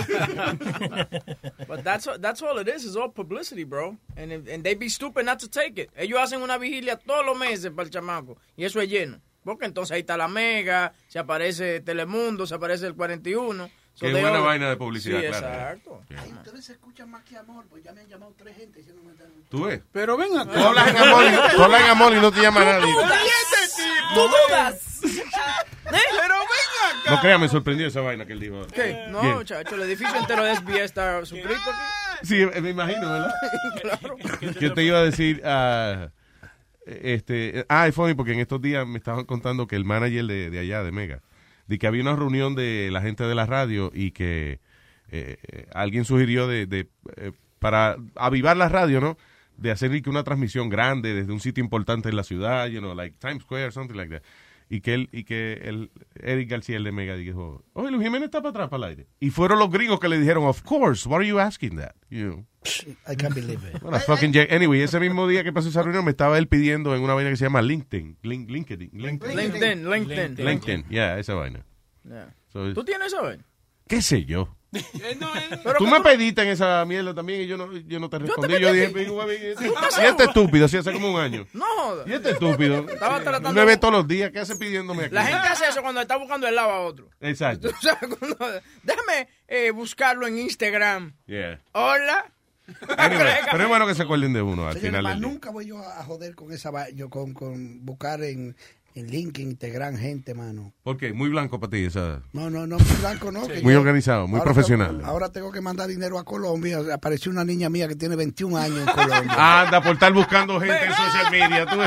But that's that's all it is. It's all publicity, bro. And if- and they be stupid not to take it. Ellos hacen una vigilia todos los meses para el chamaco y eso es lleno. Porque entonces ahí está la Mega, se aparece Telemundo, se aparece el cuarenta y uno. So Qué they buena all- vaina de publicidad, Sí, claro. exacto. Ay, ustedes se escuchan más que amor, pues ya me han llamado tres gente diciéndome. ¿Tú ves? Pero ven acá. Tú hablas en amor y, tú hablas en amor y no te llama nadie. ¿Tú dudas? Pero ven acá. No creas, me sorprendió esa vaina que él dijo. ¿Qué? No, Bien. muchacho, el edificio entero de S B S está suscrito aquí. Sí, me imagino, ¿verdad? Claro. Yo te iba a decir, ah, este, ah, es funny porque en estos días me estaban contando que el manager de, de allá, de Mega, de que había una reunión de la gente de la radio y que eh, eh, alguien sugirió de, de eh, para avivar la radio, ¿no? De hacer que una transmisión grande desde un sitio importante en la ciudad, you know, like Times Square, something like that. Y que él, y que el Eric García, el de Mega, dijo, oye, Luis Jiménez está para atrás, para el aire. Y fueron los gringos que le dijeron, of course, what are you asking that? You know. I can't believe it. Bueno, fucking Jack. Anyway, ese mismo día que pasó esa reunión me estaba él pidiendo en una vaina que se llama LinkedIn. Link, LinkedIn. LinkedIn. LinkedIn, LinkedIn. LinkedIn, yeah, esa vaina. Yeah. So, ¿Tú tienes eso, vaina? ¿Qué sé yo? Pero Tú que me tú- pediste en esa mierda también y yo no, yo no te respondí. Yo, pedí dije, a ti. "Venga, güey, y este- ¿Tú estás y este seguro? estúpido, sí, hace como un año. No jodas. Y este estúpido. Estaba tratando- Me ve todos los días. ¿Qué hace pidiéndome aquí? La gente hace eso cuando está buscando el lado a otro. Exacto. O sea, cuando- déjame eh, buscarlo en Instagram. Yeah. Hola. Anyway, pero es bueno que se acuerden de uno al Señores, final más del día. nunca voy yo a joder con esa va- yo con, con buscar en, en LinkedIn, integrar gente, mano. ¿Por qué? Muy blanco para ti. Esa... No, no, no, muy blanco, no. que Muy yo- organizado, muy ahora profesional. tengo- ahora tengo que mandar dinero a Colombia. Apareció una niña mía que tiene veintiún años en Colombia. Anda, por estar buscando gente en social media. Tú ves.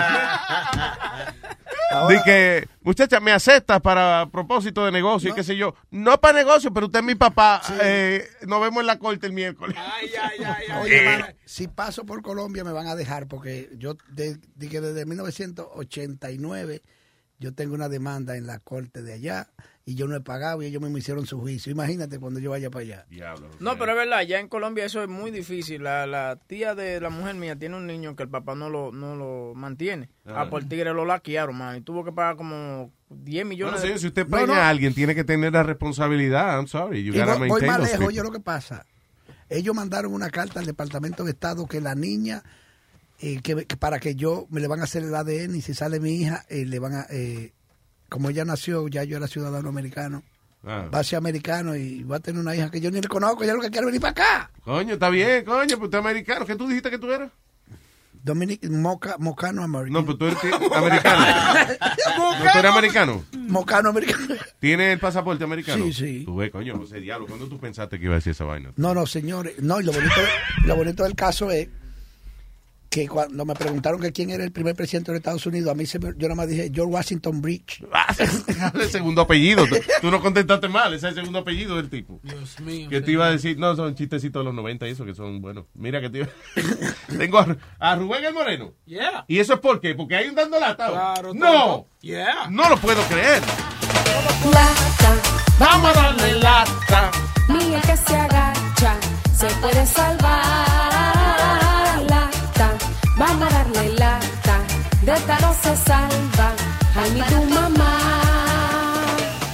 Di que, muchacha, me aceptas para propósito de negocio y qué sé yo. No para negocio, pero usted es mi papá. Eh, nos vemos en la corte el miércoles. Oye, hermano, si paso por Colombia me van a dejar porque yo de, de que desde mil novecientos ochenta y nueve yo tengo una demanda en la corte de allá y yo no he pagado y ellos me hicieron su juicio. Imagínate cuando yo vaya para allá. No, pero es verdad, ya en Colombia eso es muy difícil. La, la tía de la mujer mía tiene un niño que el papá no lo, no lo mantiene. Ah. Ah, por tigre lo laquearon, man. Y tuvo que pagar como diez millones Bueno, de señor, si usted No, preña no. a alguien, tiene que tener la responsabilidad. I'm sorry. You Y gotta voy, voy maintain más those lejos, people. yo lo que pasa. Ellos mandaron una carta al Departamento de Estado que la niña, eh, que, que para que yo, me le van a hacer el A D N y si sale mi hija, eh, le van a, eh, como ella nació, ya yo era ciudadano americano, Ah. va a ser americano y va a tener una hija que yo ni le conozco, ella lo que quiere venir para acá. Coño, está bien, coño, pues usted es americano. ¿Qué tú dijiste que tú eras? Dominic, moca, mocano americano. No, pues tú eres ti- americano. ¿No tú eres americano? Mocano americano. ¿Tienes el pasaporte americano? Sí, sí. Tú ves, coño, José Diablo, ¿cuándo tú pensaste que iba a decir esa vaina? No, no, señores. No, y lo bonito, lo bonito del caso es que cuando me preguntaron que quién era el primer presidente de los Estados Unidos, a mí se me, yo nada más dije George Washington Bridge. El segundo apellido. Tú, tú no contestaste mal, ese es el segundo apellido del tipo. Dios mío. Que te iba a decir, no, son chistecitos de los noventa y eso que son buenos. Mira que te iba... Tengo a, a Rubén el Moreno. Yeah. ¿Y eso es por qué? Porque hay un dando lata. Claro, no, todo. Yeah. no lo puedo creer. Lata, vamos a darle lata. Ni el que se agacha se puede salvar. Lata, vamos a darle lata. De esta no se salva. Ay, ni tu mamá.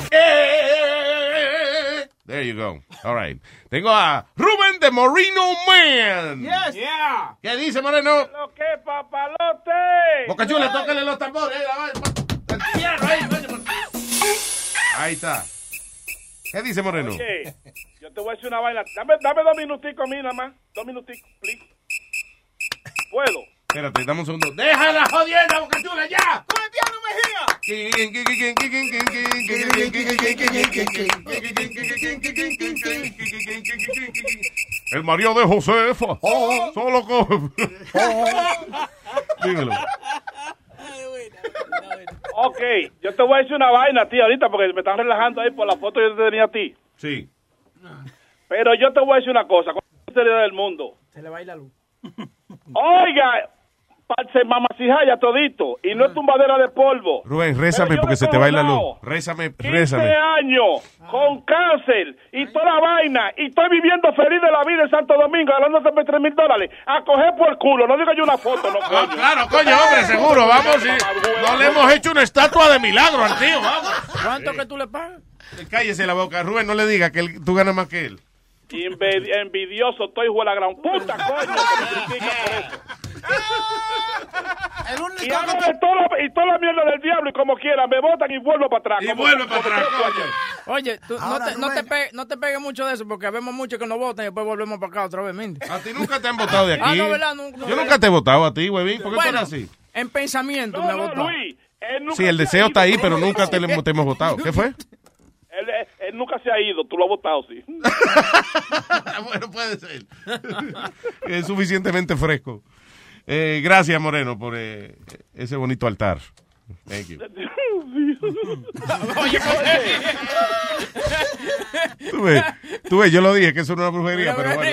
There you go. All right. Tengo a Rubén de Moreno Man. Yes. Yeah. ¿Qué dice Moreno? Lo que papalote. Boca Chula, tócale los tambores. eh, la vaina, el piano ahí, coño, por- Ahí está. ¿Qué dice Moreno? Oye, yo te voy a decir una vaina. Dame, dame dos minuticos a mí nada más. Dos minuticos, please. ¿Puedo? Espérate, dame un segundo. ¡Deja la jodienda, Boca Chula, ya! ¡Con el piano, El marido de Josefa. Solo con... Dímelo. Ok, yo te voy a decir una vaina, tío, ahorita, porque me están relajando ahí por la foto que yo te tenía a ti. Sí. Pero yo te voy a decir una cosa, con la sinceridad del mundo. Se le va a ir la luz. Oiga, parce mamacijaya todito. Y no es tumbadera de polvo. Rubén, rézame porque se te va la luz. Rézame, rézame. quince años, con cáncer y toda la vaina. Y estoy viviendo feliz de la vida en Santo Domingo, ganándose tres mil dólares. A coger por culo. No digo yo una foto, no, coño. No, claro, coño, hombre, seguro. Vamos, sí. No le hemos hecho una estatua de milagro al tío, vamos. ¿Cuánto que tú le pagas? Cállese la boca. Rubén, no le diga que él, tú ganas más que él. Envi- envidioso, estoy hijo de la gran puta, coño, que me critican por eso. Y hago de todo, y toda la mierda del diablo, y como quiera, me botan y vuelvo para atrás. Y vuelvo para atrás, coño. Oye, tú, no, te, no, te pegue, no te pegues mucho de eso, porque vemos muchos que nos votan y después volvemos para acá otra vez, Mindy. A ti nunca te han votado de aquí. Ah, no, ¿verdad? No, no, Yo nunca te he votado a ti, huevín. ¿Por qué bueno, tú eres así? En pensamiento no, me no, votó. Luis, él nunca Sí, el se deseo ha está ahí, ido. pero nunca te, le- te hemos votado. ¿Qué fue? Él, él nunca se ha ido, tú lo has votado, sí. Bueno, puede ser. Es suficientemente fresco. Eh, gracias, Moreno, por eh, ese bonito altar. Thank you. Oye, Tú ves, tú ves, yo lo dije que eso no es una brujería, pero bueno.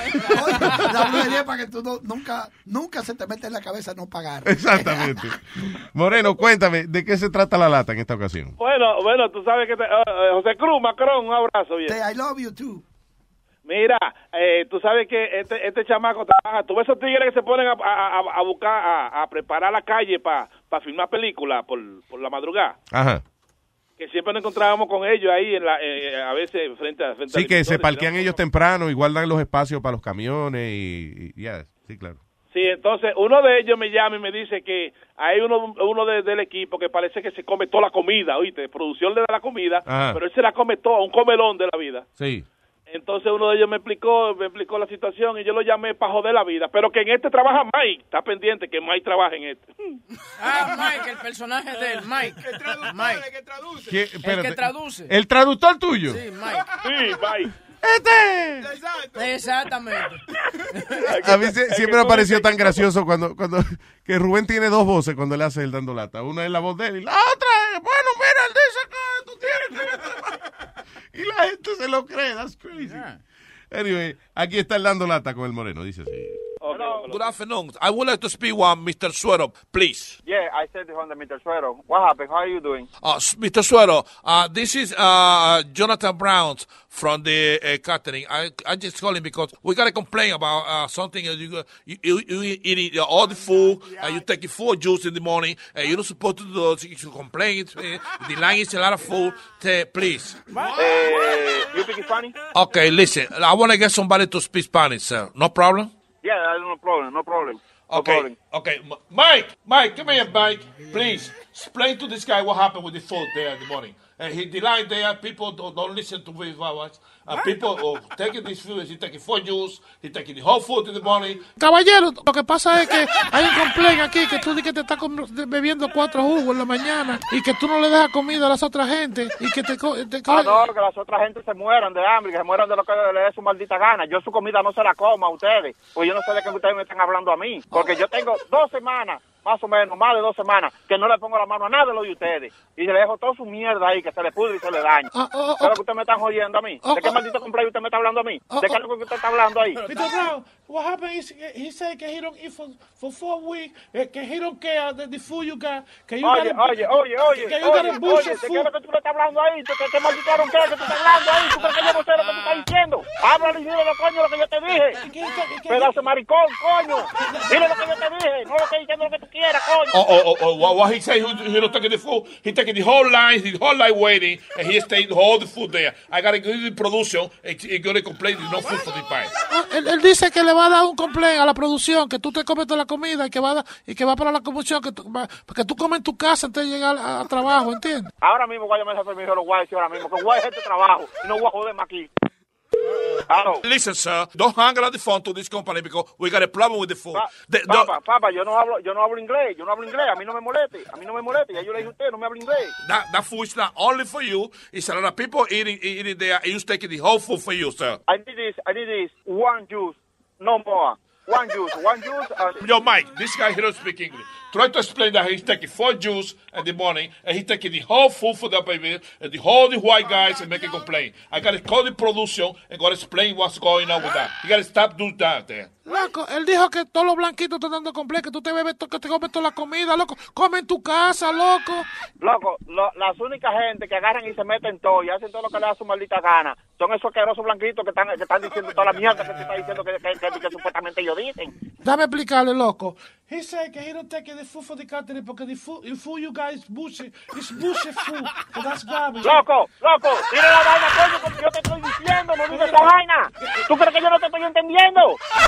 La brujería es para que tú no- nunca, nunca se te mete en la cabeza no pagar. Exactamente. Moreno, cuéntame, ¿de qué se trata la lata en esta ocasión? Bueno, bueno, tú sabes que... Te, uh, José Cruz, Macron, un abrazo, bien. I love you too. Mira, eh, tú sabes que este, este chamaco trabaja. Tú ves esos tigres que se ponen a, a, a- a buscar, a, a preparar la calle para pa filmar películas por, por la madrugada. Ajá. Que siempre nos encontrábamos con ellos ahí, en la, eh, a veces frente a... Frente Sí, al que se emisor, parquean y ellos temprano y guardan los espacios para los camiones y... y- ya, sí, claro. Sí, entonces uno de ellos me llama y me dice que hay uno uno de- del equipo que parece que se come toda la comida, oíste, producción le da la comida, Ajá. pero él se la come toda, un comelón de la vida. Sí. Entonces uno de ellos me explicó, me explicó la situación y yo lo llamé para joder la vida, pero que en este trabaja Mike, está pendiente que Mike trabaja en este. Ah, Mike, el personaje de él, Mike. Mike. El que traduce. ¿Qué? El que Espérate. traduce. ¿El traductor tuyo? Sí, Mike. Sí, Mike. ¡Este! Exacto. Exactamente. A mí se- siempre me pareció tan gracioso cuando, cuando que Rubén tiene dos voces cuando le hace el dando lata. Una es la voz de él y la otra es, bueno, mira, él dice que tú tienes que... Y la gente se lo cree, that's crazy. Anyway, aquí está el dando lata con el Moreno, dice así. Hello, good afternoon. I would like to speak with Mister Suero, please. Yeah, I said on the Mister Suero. What happened? How are you doing? Uh, s- Mister Suero, uh, this is uh, Jonathan Brown from the uh, catering. I I just calling because we got a complaint about uh, something. You, you, you, you eating all the food, and you taking food juice in the morning, and you're not supposed to do this. You complain. Uh, the line is a lot of food. T- please. Uh, you speak Spanish? Okay, listen. I want to get somebody to speak Spanish, sir. No problem? Yeah, no problem, no problem. No Okay, problem. okay. M- Mike, Mike, come here, Mike. Please, explain to this guy what happened with the food there in the morning. And he the line there, people don't, don't listen to his voice. Uh, people oh, taking this food, he taking four juice, he taking the whole food in the morning. Caballero, lo que pasa es que hay un complaint aquí que tú dices que te estás com- bebiendo cuatro jugos en la mañana y que tú no le dejas comida a las otras gente y que te, co- te co- Ah, no, que las otras gente se mueran de hambre, que se mueran de lo que le dé su maldita gana. Yo su comida no se la como a ustedes, pues yo no sé de qué ustedes me están hablando a mí, porque yo tengo dos semanas, más o menos, más de dos semanas, que no le pongo la mano a nada de lo de ustedes, y le dejo toda su mierda ahí, que se le pudre y se le daña. Ah, oh, ¿Qué es lo que ustedes me están jodiendo a mí? ¿De qué maldito cumpleaños usted me está hablando a mí? ¿De qué es lo que usted está hablando ahí? Mister Brown, what happened is he said que he don't eat for, for four weeks, eh, que he don't care the, the food you got, que you Oye, got oye, oye, oye, que you got oye, a bush oye, of ¿de qué es food. lo que tú le estás hablando ahí? ¿De qué, qué maldita ronquera que tú estás hablando ahí? ¿Tú crees que yo no sé lo que tú estás diciendo? Háblale y dile lo coño lo que yo te dije. Pedazo de maricón, coño. Dile lo que yo te dije, no lo estoy diciendo lo que tú quieras, coño. Oh, oh, oh, oh, what, what he say, he, he not taking the food, he taking the whole line, the whole line waiting, and he staying all the food there. I gotta go to the production, and he gonna complain there's no food for the pie. Ah, Él, él dice que le va a dar un complaint a la producción, que tú te comes toda la comida y que va a dar- y que va para la producción, que tú, va- que tú comes en tu casa antes de llegar a, a trabajo, ¿entiendes? Ahora mismo voy a llamar a ese permiso, lo voy a decir ahora mismo, que voy a hacer este trabajo y no voy a joderme aquí. Hello. Listen, sir, don't hang on the phone to this company because we got a problem with the food. Pa- The- the- Papá, papá, yo no hablo, yo no hablo inglés, yo no hablo inglés, a mí no me moleste, a mí no me moleste, ya yo le dije a usted, no me hablo inglés. that, that food is not only for you, it's a lot of people eating, eating there, and you taking the whole food for you, sir. I need this, I need this, one juice, no more. One juice, one juice. And Yo, Mike, this guy he don't speak English. Try to explain that he's taking four juice in the morning, and he's taking the whole food for the baby, and the whole the white guys and make a complaint. I gotta call the production and gotta explain what's going on with that. You gotta stop doing that there. Loco, él dijo que todos los blanquitos están dando complejo, que tú te bebes, to- que te comes toda la comida, loco. Come en tu casa, loco. Loco, lo- las únicas gente que agarran y se meten todo y hacen todo lo que le da su maldita gana son esos asquerosos blanquitos que están, que están diciendo toda la mierda que te está diciendo que, que, que, que supuestamente ellos dicen. Dame explicarle, loco. He said que he don't take the food for the country porque the food, the food you guys bullshit, it's bullshit food. So that's garbage. Loco, loco, dile la vaina, coño, porque yo te estoy diciendo, no digas esa vaina. ¿Tú crees que yo no te estoy entendiendo?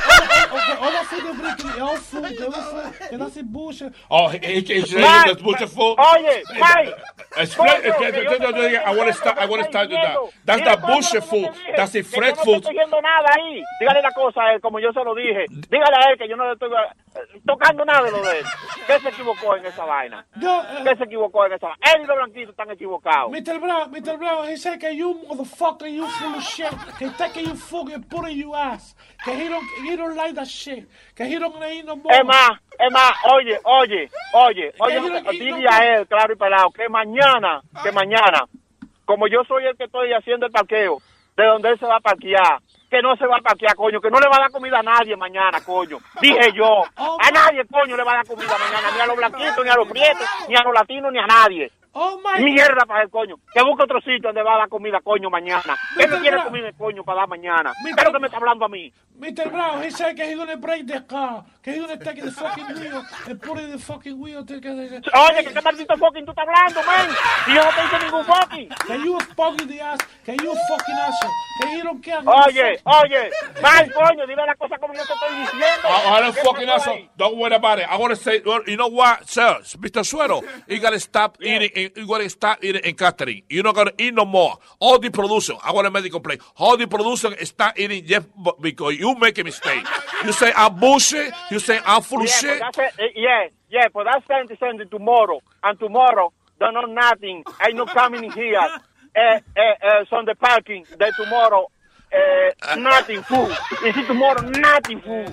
Okay, all the food they bring, all food, the all food, que that's bullshit. Oh, he, he, he's saying Mike, that's bullshit fool. Oye, Mike. Explain, Coño, explain, que yo explain, te explain, I want to start, I want to start with that. That's Mira, the coño, bullshit lo que fool. yo te dije, That's the que freak yo no fool. te estoy diciendo nada ahí. Dígale la cosa a él, como yo se lo dije. Dígale a él que yo no le estoy eh, tocando nada de lo de él. ¿Qué se equivocó en esa vaina? Yo, eh, ¿Qué se equivocó en esa vaina? Él y los blanquitos están equivocados. mister Brown, mister Brown, he said que you motherfucker, you full of shit, que take you fuck and put in your ass, que he don't, he don't like that shit, que he don't gonna eat no more. Es más, es más, oye, oye, oye, oye, Que no- y dile no- a él, claro y pelado, que mañana, que mañana, como yo soy el que estoy haciendo el parqueo, de donde él se va a parquear, que no se va a parquear, coño, que no le va a dar comida a nadie mañana, coño. Dije yo, a nadie, coño, le va a dar comida mañana, ni a los blanquitos, ni a los prietos, ni a los latinos, ni a nadie. Oh my Mierda para el coño. Que busque otro sitio donde va a dar comida, coño, mañana. Él no Mister quiere Brown. comida, coño, para dar mañana. Mister ¿Qué es lo que me está hablando a mí? mister Brown, he said que he gonna break the car, que he gonna take the fucking wheel and put it in the fucking wheel. Take it, Oye, que qué maldito fucking tú estás hablando, man. Y yo no te hice ningún fucking. que you fucking the ass, que you fucking asshole, que he don't care. Oye, oye, mal, coño, dile la cosa como yo te estoy diciendo. I, I don't ¿Qué fucking pasó asshole. ahí? Don't worry about it. I want to say, well, you know what, sir, Mister Suero, you gotta stop eating. in- You gotta stop eating in catering. You're not gonna eat no more. All the production, I want to make a complaint. All the production start eating just because you make a mistake. You say I'm bullshit. You say I'm full of Yeah, shit. but that's it. Eh, yeah, yeah, but that's Sunday, Sunday tomorrow. And tomorrow, don't know nothing. Ain't no coming in here. Eh, eh, eh, on the parking. Then tomorrow, eh, nothing food. You see tomorrow, nothing food.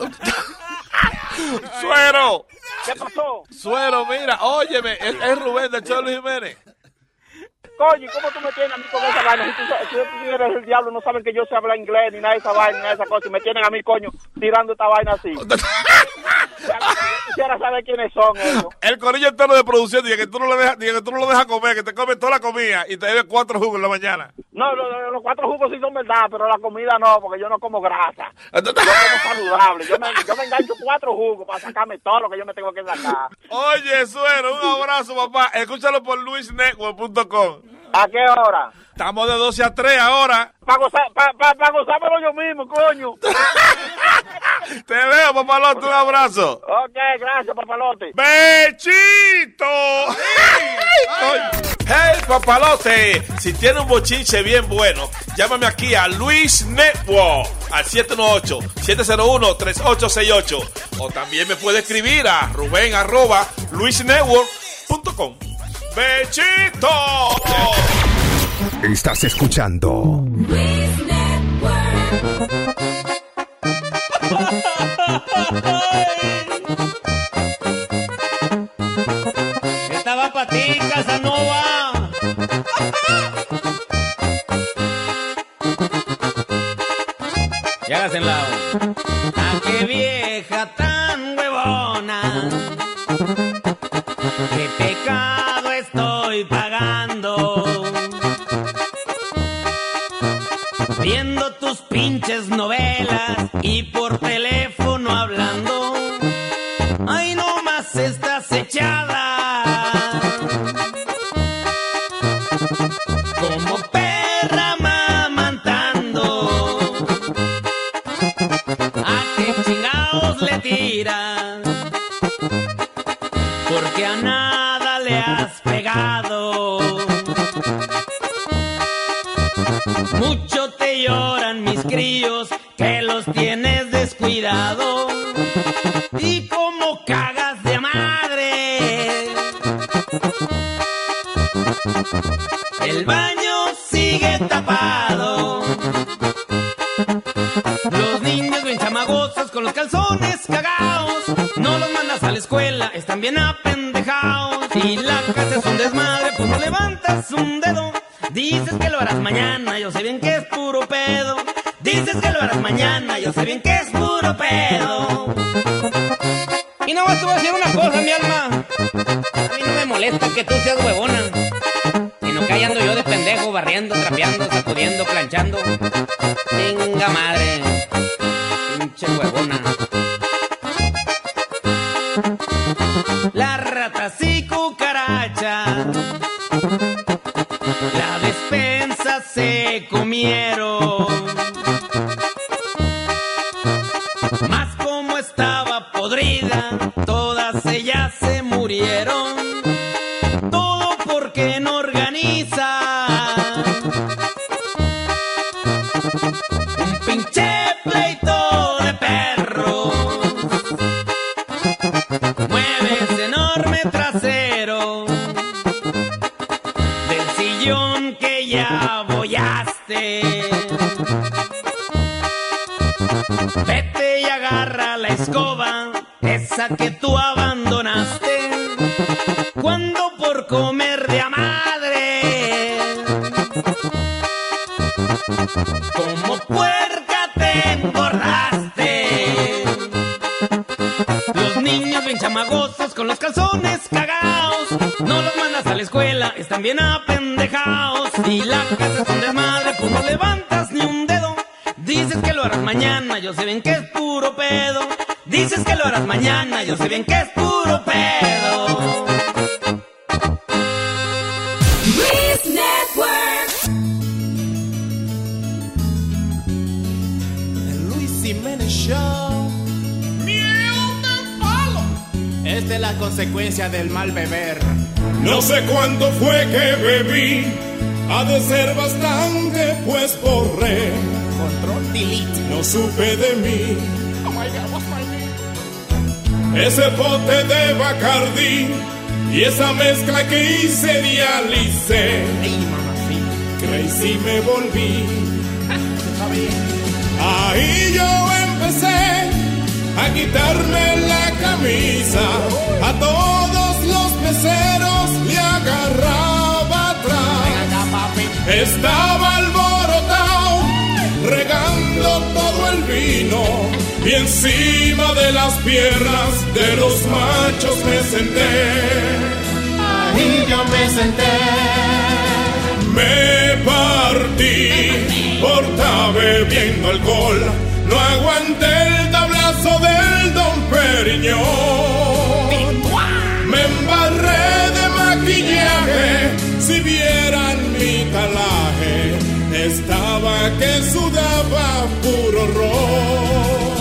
Suero. ¿Qué pasó? Suero, mira, óyeme, es, es Rubén del Cholo Jiménez. Coño, ¿cómo tú me tienes a mí con esa vaina? Si tú, sa- si tú eres el diablo, no saben que yo sé hablar inglés, ni nada de esa vaina, ni nada de esa cosa. Y me tienen a mí, coño, tirando esta vaina así. Yo quisiera saber quiénes son ellos. El corillo entero de producción dice que tú no lo dejas, dice que tú no lo dejas comer, que te comes toda la comida y te bebes cuatro jugos en la mañana. No, lo- lo- los cuatro jugos sí son verdad, pero la comida no, porque yo no como grasa. Yo como saludable. Yo me, yo me engancho cuatro jugos para sacarme todo lo que yo me tengo que sacar. Oye, Suero, un abrazo, papá. Escúchalo por luis network punto com. ¿A qué hora? Estamos de doce a tres ahora. Para gozar, pa, pa, pa gozármelo yo mismo, coño. Te veo, papalote, un abrazo. Ok, gracias, papalote. ¡Bechito! Hey, papalote, si tiene un bochinche bien bueno, llámame aquí a Luis Network al siete uno ocho, siete cero uno, tres ocho seis ocho. O también me puede escribir a Rubén arroba luis network punto com. ¡Bechito! Estás escuchando Esta va para ti, Casanova. Y hágase en lado. ¡Ah, qué vieja tan huevona! ¡Qué pecado estoy pagando! Viendo tus pinches novelas y por teléfono hablando. ¡Ay, no más estás echada! Como perra mamantando. ¿A qué chingados le tiras? Porque a nada le has pegado. Mucho te lloran mis críos que los tienes descuidado. Y como cagas de madre. El baño sigue tapado. Los niños bien chamagosos con los calzones cagados. No los mandas a la escuela, están bien apendejados. Y la casa es un desmadre, pues no levantas un dedo. Dices que lo harás mañana, yo sé bien que es puro pedo. Dices que lo harás mañana, yo sé bien que es puro pedo. Y no más te voy a decir una cosa, mi alma. A mí no me molesta que tú seas huevona, sino que ahí ando yo de pendejo, barriendo, trapeando, sacudiendo, planchando. Venga madre, pinche huevona. Las ratas y cucarachas, la despensa se comieron. Más como estaba podrida, todas ellas se murieron. Todo porque no organiza un pinche pleito de perros. Mueves enorme trasero del sillón que ya bollaste. Vete y agarra la escoba, esa que tú abandonaste cuando por comer de a madre como puerca te engordaste. Los niños bien chamagosos con los calzones cagados, no los mandas a la escuela, están bien apendejados. Y la casa es un desmadre, pues no levantas ni un dedo. Dices que lo harás mañana, yo sé bien que es puro pedo. Dices que lo harás mañana, yo sé bien que es puro pedo. Luis Network. El Luis Jiménez Show. ¡Miel de palo! Esta es la consecuencia del mal beber. No sé cuánto fue que bebí, ha de ser bastante, pues borré. Control delete. No supe de mí. Oh my God, what's my name? Ese bote de Bacardí y esa mezcla que hice dialicé. Ay, mamacita. Crazy me volví. Ahí yo empecé a quitarme la camisa. A todos los meseros le agarraba atrás. Estaba alborotado, regando todo el vino, y encima de las piernas de los machos me senté. Ahí yo me senté. Me partí por estar bebiendo alcohol, no aguanté el tablazo del Don Periñón. Me embarré de maquillaje, si vieran mi talaje, estaba que sudaba puro ron.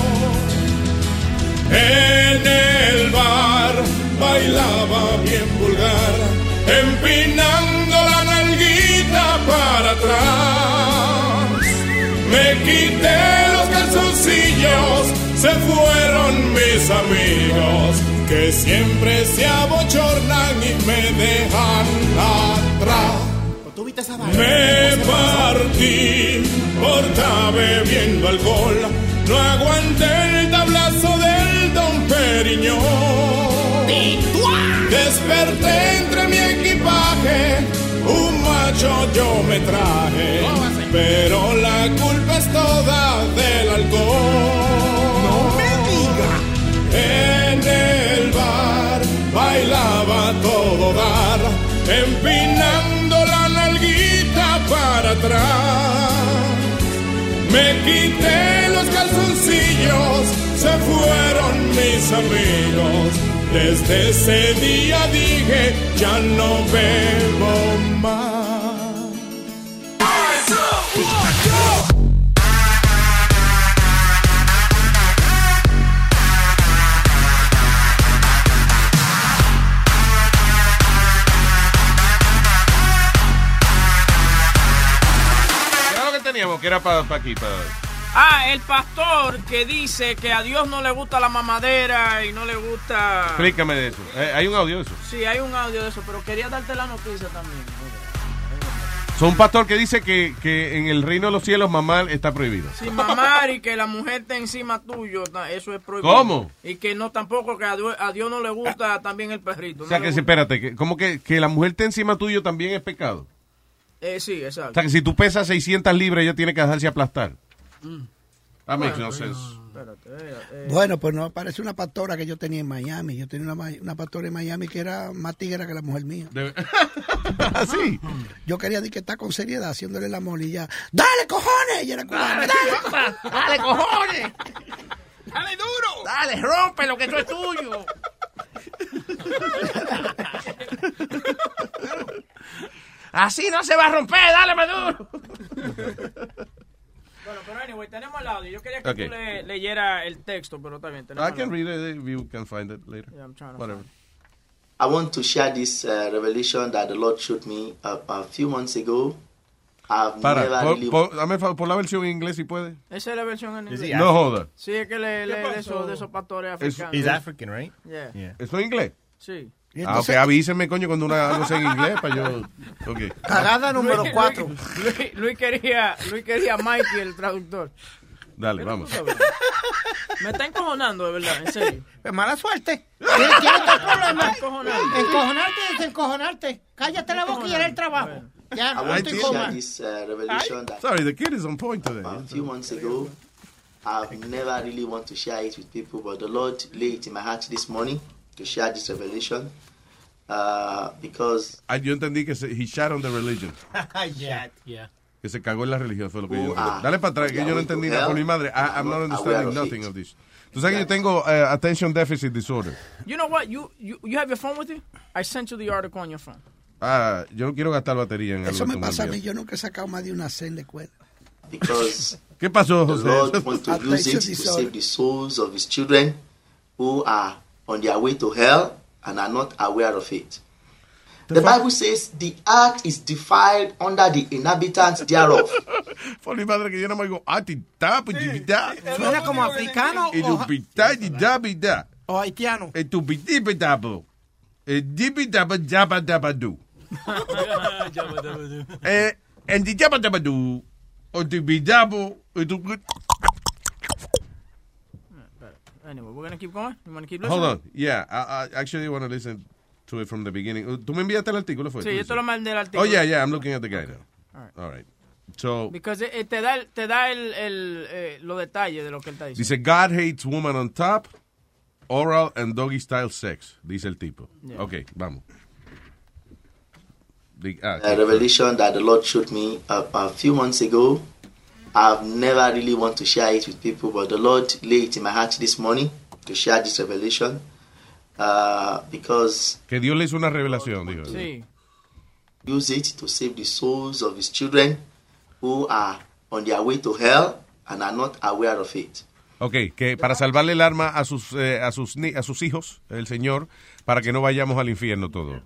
En el bar bailaba bien vulgar, empinando la nalguita para atrás. Me quité los calzoncillos, se fueron mis amigos, que siempre se abochornan y me dejan atrás. Me partí por estar bebiendo alcohol, no aguanté el tablazo del Don Periñón. Desperté entre mi equipaje, un macho yo me traje, pero la culpa es toda del alcohol. No me diga. En el bar bailaba a todo dar, empinando la nalguita para atrás. Me quité los calzoncillos, se fueron mis amigos. Desde ese día dije, ya no bebo más. Que era para pa aquí, para... Ah, el pastor que dice que a Dios no le gusta la mamadera y no le gusta... Explícame de eso. ¿Hay un audio de eso? Sí, hay un audio de eso, pero quería darte la noticia también. Son un pastor que dice que, que en el reino de los cielos mamar está prohibido. Sí, mamar y que la mujer esté encima tuyo, eso es prohibido. ¿Cómo? Y que no tampoco, que a Dios, a Dios no le gusta también el perrito. O sea, no que espérate, que, ¿cómo que, que la mujer esté encima tuyo también es pecado? Eh, sí, exacto. O sea, que si tú pesas seiscientas libras, ella tiene que dejarse aplastar. That makes no sense. Bueno, pues no, parece una pastora que yo tenía en Miami. Yo tenía una, una pastora en Miami que era más tigra que la mujer mía. ¿Así? Yo quería decir que está con seriedad haciéndole el amor y ya, ¡dale, cojones! Y era cubana, ¡dale, ¡Dale, cojones! ¡Dale duro! ¡Dale, rompe lo que eso es tuyo! Así no se va a romper, dale más duro. Bueno, pero anyway, tenemos el audio. Yo quería que Okay. tú le, leyera el texto, pero está bien. tenemos I can el read it if you can find it later. Yeah, I'm trying to Whatever. I want to share this uh, revelation that the Lord showed me a, a few months ago. I've Para, never por, really... por- dame favor, por la versión en inglés si puede. Esa es la versión en inglés. No joda. Sí, es que le lee de esos, de esos pastores africanos. He's African, right? Yeah. Yeah. ¿Eso en inglés? Sí. Ah, ok, avísenme, coño, cuando una, algo sea en inglés para yo... Okay. Cagada número Luis- cuatro. Luis, Luis quería, Luis quería a Mikey, el traductor. Dale, vamos. Me está encojonando, de verdad, en serio. Pues mala suerte. ¿Tienes tienes otro problema? Encojonante. Encojonarte y desencojonarte. Cállate la boca y era el trabajo. Ya, I no want estoy to con share más. this uh, revelation that Sorry, the kid is on point today. a few months ago. I've never really want to share it with people, but the Lord laid it in my heart this morning to share this revelation uh, because Ah, yo entendí que se, he shot on the religion. Yeah, yeah. Que se cagó en la religión, fue lo que yo entendí. Ah. Dale para atrás, que yo no entendí nada por mi madre. I, I'm not understanding Aware of nothing it. of this. Tú sabes que yo tengo uh, attention deficit disorder. You know what? You, you you have your phone with you? I sent you the article on your phone. Ah, yo no quiero gastar batería en algo Eso que me tú me pasa a mí. envías. Yo nunca he sacado más de una C en la escuela. because ¿Qué pasó, the José? Lord wants to use it to save the souls of His children who are on their way to hell and are not aware of it. The Bible says the earth is defiled under the inhabitants thereof. Por mi madre que yo no me digo, ah, tita, pues, tita. Suena como africano Y tu o, pita, tita, pita. o haitiano. Y tu piti, pita, po. Y di, pita, pa, japa, japa, du. Eh, en di, japa, japa, du. O tu pita, po. Y tu... Anyway, we're going to keep going? You want to keep listening? Hold on. Yeah, I, I actually want to listen to it from the beginning. ¿Tú me enviaste el artículo? Fue? Sí, Tú yo dices. te lo mandé el artículo. Oh, yeah, yeah, I'm looking at the guy now. All right. All right. So, Because it, it te da, el, te da el, el, eh, los detalles de lo que él está diciendo. dice, God hates woman on top, oral and doggy style sex, dice el tipo. Yeah. Ok, vamos. The, ah, A revelation that the Lord showed me a, a few months ago. I've never really want to share it with people, but the Lord laid it in my heart this morning to share this revelation uh, because que Dios le hizo una revelación, dijo. Sí. use it to save the souls of His children who are on their way to hell and are not aware of it. Ok, que para salvarle el arma a sus, eh, a sus, ni- a sus hijos, el Señor, para que no vayamos al infierno todo.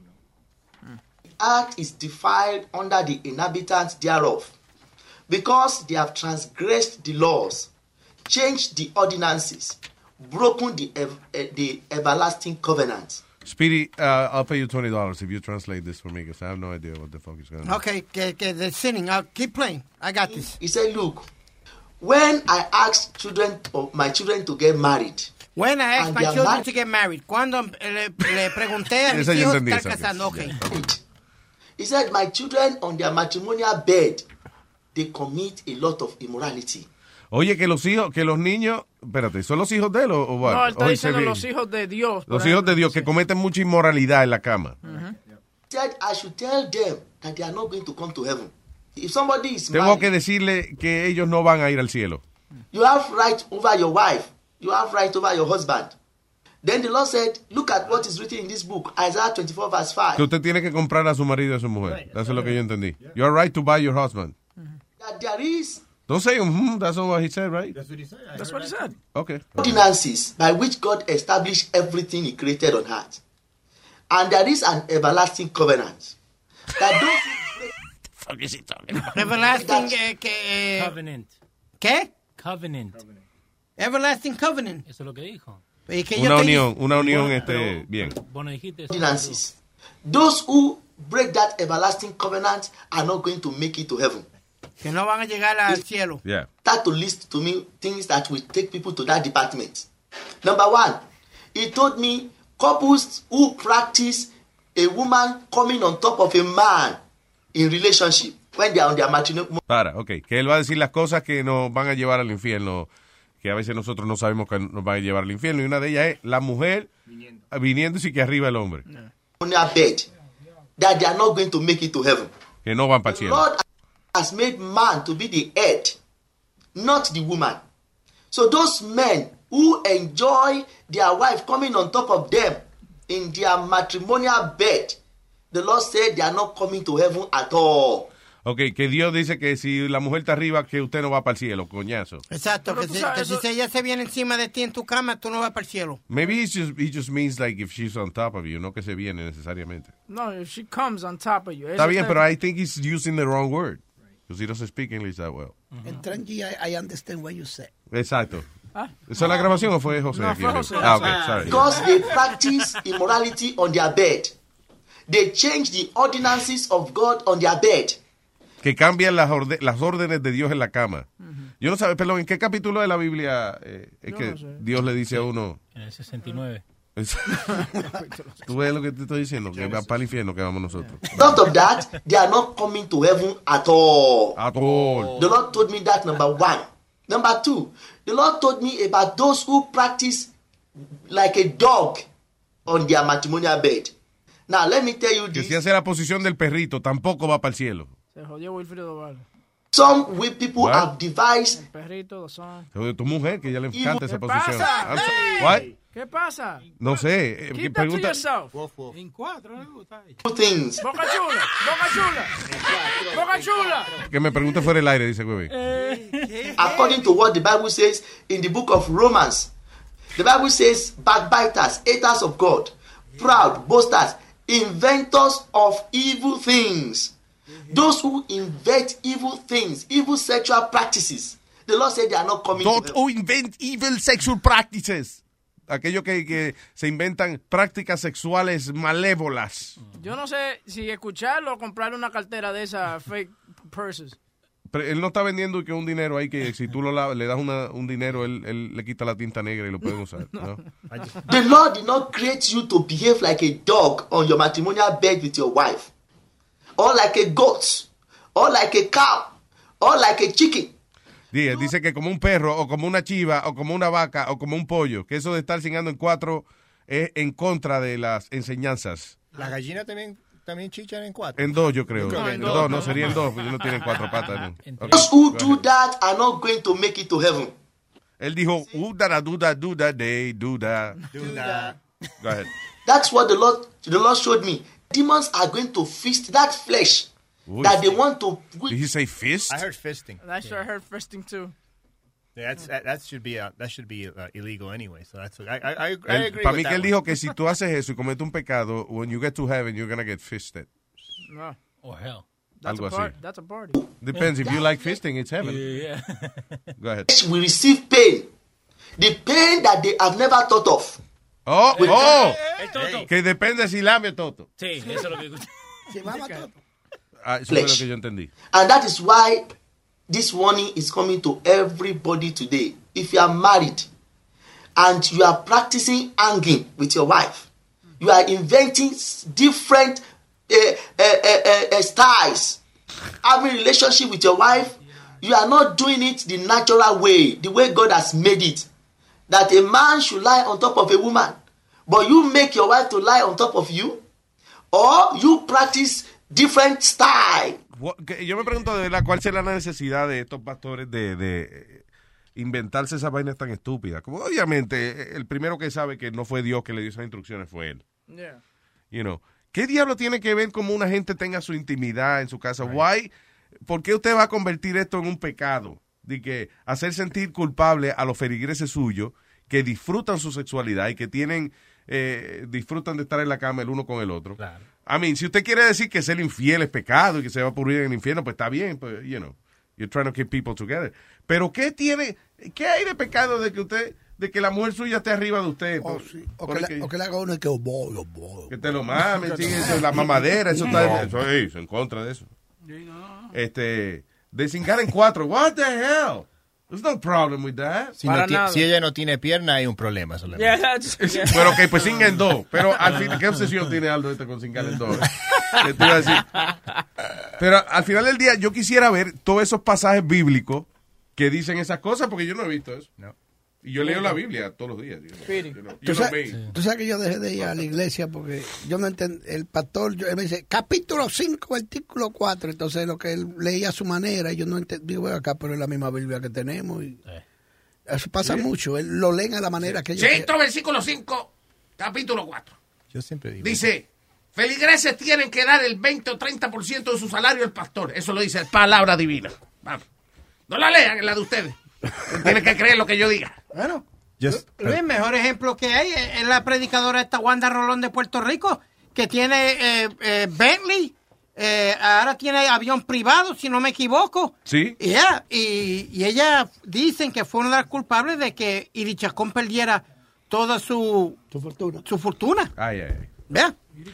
Earth is defiled under the inhabitants thereof, because they have transgressed the laws, changed the ordinances, broken the ev- eh, the everlasting covenant. Speedy, uh, I'll pay you twenty dollars if you translate this for me, because I have no idea what the fuck is going on. Okay, que, que they're sinning. I'll keep playing. I got this. He said, look, when I ask children of my children to get married, When I asked and my they are children married- to get married. Cuando le, le pregunté a mis Esa yo hijos entendí, estar esa. casando. Okay. he said, my children on their matrimonial bed, they commit a lot of immorality. Oye, que los hijos, que los niños, espérate, ¿son los hijos de él o, o what? No, él está Hoy diciendo se ve- los hijos de Dios. por los hijos de ejemplo. Dios que cometen mucha inmoralidad en la cama. He said, I should tell them that they are not going to come to heaven. If somebody is Tengo married, que decirle que ellos no van a ir al cielo. you have right over your wife. You have right over your husband. Then the Lord said, look at what is written in this book, Isaiah twenty-four verse five. Que usted tiene que comprar a su marido y a su mujer. Eso es lo que yo entendí. You are right to buy your husband. That there is Don't say, mm, that's not what he said, right? That's what he said. I That's heard what he that. said. Okay. ordinances by which God established everything He created on earth. And there is an everlasting covenant. That those Fuck is he talking about? Everlasting, eh, que, eh, Covenant. ¿qué? Covenant. Everlasting covenant. Eso es lo que dijo. Y que yo Una te- unión, una unión, este, bien. Bueno, dijiste eso. ordinances. Those who break that everlasting covenant are not going to make it to heaven. Que no van a llegar al cielo. Yeah. Start to list to me things that will take people to that department. Number one, he told me couples who practice a woman coming on top of a man in relationship. when they are on their matrimonial. Para, ok. Que él va a decir las cosas que nos van a llevar al infierno, que a veces nosotros no sabemos que nos van a llevar al infierno. Y una de ellas es la mujer viniendo, viniendo y sí que arriba el hombre. Matrimonial bed, that they are not going to make it to heaven. Que no van para el The cielo. Lord has made man to be the head, not the woman. So those men who enjoy their wife coming on top of them in their matrimonial bed, the Lord said they are not coming to heaven at all. Ok, que Dios dice que si la mujer está arriba, que usted no va para el cielo, coñazo. Exacto, que, si, que si ella se viene encima de ti en tu cama, tú no vas para el cielo. Maybe it just, it just means like if she's on top of you, no que se viene necesariamente. No, if she comes on top of you. Está bien, pero I think he's using the wrong word. Because he doesn't speak English that well. En Tranqui, I, I understand what you say. Exacto. ¿Ah? ¿Esa es la grabación o fue José? No, fue José. Ah, ok, sorry. Because they practice immorality on their bed. They change the ordinances of God on their bed. Que cambian las, orde las órdenes de Dios en la cama. Uh-huh. Yo no sé, perdón, ¿en qué capítulo de la Biblia eh, es Yo que no sé. Dios le dice sí. a uno? En el sesenta y nueve. ¿Tú ves lo que te estoy diciendo? Que va para el infierno que vamos nosotros. Not of that, they are not coming to heaven at all. At all. The Lord told me that, number one. Number two, the Lord told me about those who practice like a dog on their matrimonial bed. Now, let me tell you que this. si hace la posición del perrito, tampoco va para el cielo. Se jodió Wilfredo Vargas. Some we people What? have devised. El perrito, son. Tu mujer, que ya le encanta esa ¿Qué posición. pasa? Hey. What? ¿Qué pasa? No sé. Keep that pregunta... to yourself. Wolf, wolf. En cuatro, ¿no? Things. Boca chula, boca chula. Boca chula. Que me pregunte fuera el aire, dice güey. According to what the Bible says in the book of Romans, the Bible says, backbiters, haters of God, proud, boasters, inventors of evil things. Those who invent evil things, evil sexual practices, the Lord said they are not coming Those to who invent evil sexual practices. Aquellos que, que se inventan prácticas sexuales malévolas. Yo no sé si escucharlo o comprar una cartera de esas fake purses. Pero él no está vendiendo que un dinero ahí que si tú lo lavas, le das una, un dinero, él, él le quita la tinta negra y lo pueden usar. ¿no? The Lord did not create you to behave like a dog on your matrimonial bed with your wife, or like a goat, or like a cow, or like a chicken. Dice, dice que como un perro, o como una chiva, o como una vaca, o como un pollo, que eso de estar cingando en cuatro es en contra de las enseñanzas. La gallina también, también chichan en cuatro. En dos, yo creo. No, en en dos, dos, no, no. sería en dos, porque no tienen cuatro patas. ¿no? Okay. Those who do that are not going to make it to heaven. Él dijo, uh, da, do that, do that, they do that. Do that. Go ahead. That's what the Lord, the Lord showed me. Demons are going to feast that flesh Ooh, that they want to. Did he say fist? I heard fisting. That's yeah. I heard fisting too. Yeah, that's, that, that should be uh, that should be uh, illegal anyway. So that's I I, I, I él, agree. Para with mí that que él one. dijo que si tú haces eso y cometes un pecado, when you get to heaven, you're gonna get fisted. No. Or hell. That's Algo a part, así. That's a party. Depends. If you like fisting, it's heaven. Yeah. Go ahead. We receive pain, the pain that they have never thought of. Oh, oh. El toto. Que depende si lame o toto. Sí, eso es lo que escuché. Si mama todo. Ah, eso es lo que yo entendí. And that is why this warning is coming to everybody today. If you are married and you are practicing hanging with your wife, you are inventing different uh, uh, uh, uh, styles, having a relationship with your wife, you are not doing it the natural way, the way God has made it. That a man should lie on top of a woman, but you make your wife to lie on top of you, or you practice different style. Yo me pregunto de verdad cuál será la necesidad de estos pastores de, de inventarse esas vainas tan estúpidas. Como obviamente el primero que sabe que no fue Dios que le dio esas instrucciones fue él. Yeah. You know, ¿qué diablo tiene que ver cómo una gente tenga su intimidad en su casa? Right. Why? ¿Por qué usted va a convertir esto en un pecado? De que hacer sentir culpable a los feligreses suyos que disfrutan su sexualidad y que tienen eh, disfrutan de estar en la cama el uno con el otro. Claro. I mean, si usted quiere decir que ser infiel es pecado y que se va a pudrir en el infierno, pues está bien, pues, you know, you're trying to keep people together. Pero ¿qué tiene, qué hay de pecado de que usted, de que la mujer suya esté arriba de usted? Oh, por, sí. o, por que que, la, o que le haga uno y que oh, boy, oh, boy. Que te lo mames, sí, eso, la mamadera, eso está eso, hey, en contra de eso. Este, de cingar en cuatro, what the hell? There's no problem with that. Si, no ti, si ella no tiene pierna, hay un problema solamente. Yeah, that's, yeah. Pero ok, pues cinga en dos. Pero al fin, ¿qué obsesión tiene Aldo este con cingar en dos? ¿Qué te iba a decir? Pero al final del día yo quisiera ver todos esos pasajes bíblicos que dicen esas cosas, porque yo no he visto eso. No. Y yo leo la Biblia todos los días. Yo, yo no- yo ¿Tú, no sabes, veo. tú sabes que yo dejé de ir a la iglesia porque yo no entendí. El pastor yo, él me dice capítulo cinco, artículo cuatro. Entonces lo que él leía a su manera, y yo no entendí. Digo, "Bueno, acá, pero es la misma Biblia que tenemos". Y eso pasa Sí. mucho. Él lo leen a la manera que ellos. Sexto versículo cinco, capítulo cuatro. Yo siempre digo. Dice, feligreses tienen que dar el veinte o treinta por ciento de su salario al pastor. Eso lo dice palabra divina. Vamos. No la lean, es la de ustedes. Tienen que creer lo que yo diga. Bueno. Just- Luis, mejor ejemplo que hay es es la predicadora esta Wanda Rolón de Puerto Rico, que tiene eh, eh, Bentley, eh, ahora tiene avión privado, si no me equivoco. Sí. Yeah, y, y ella dicen que fue una de las culpables de que Iri Chacón perdiera toda su, su fortuna. Su fortuna. Ay, ay, ay. Vea.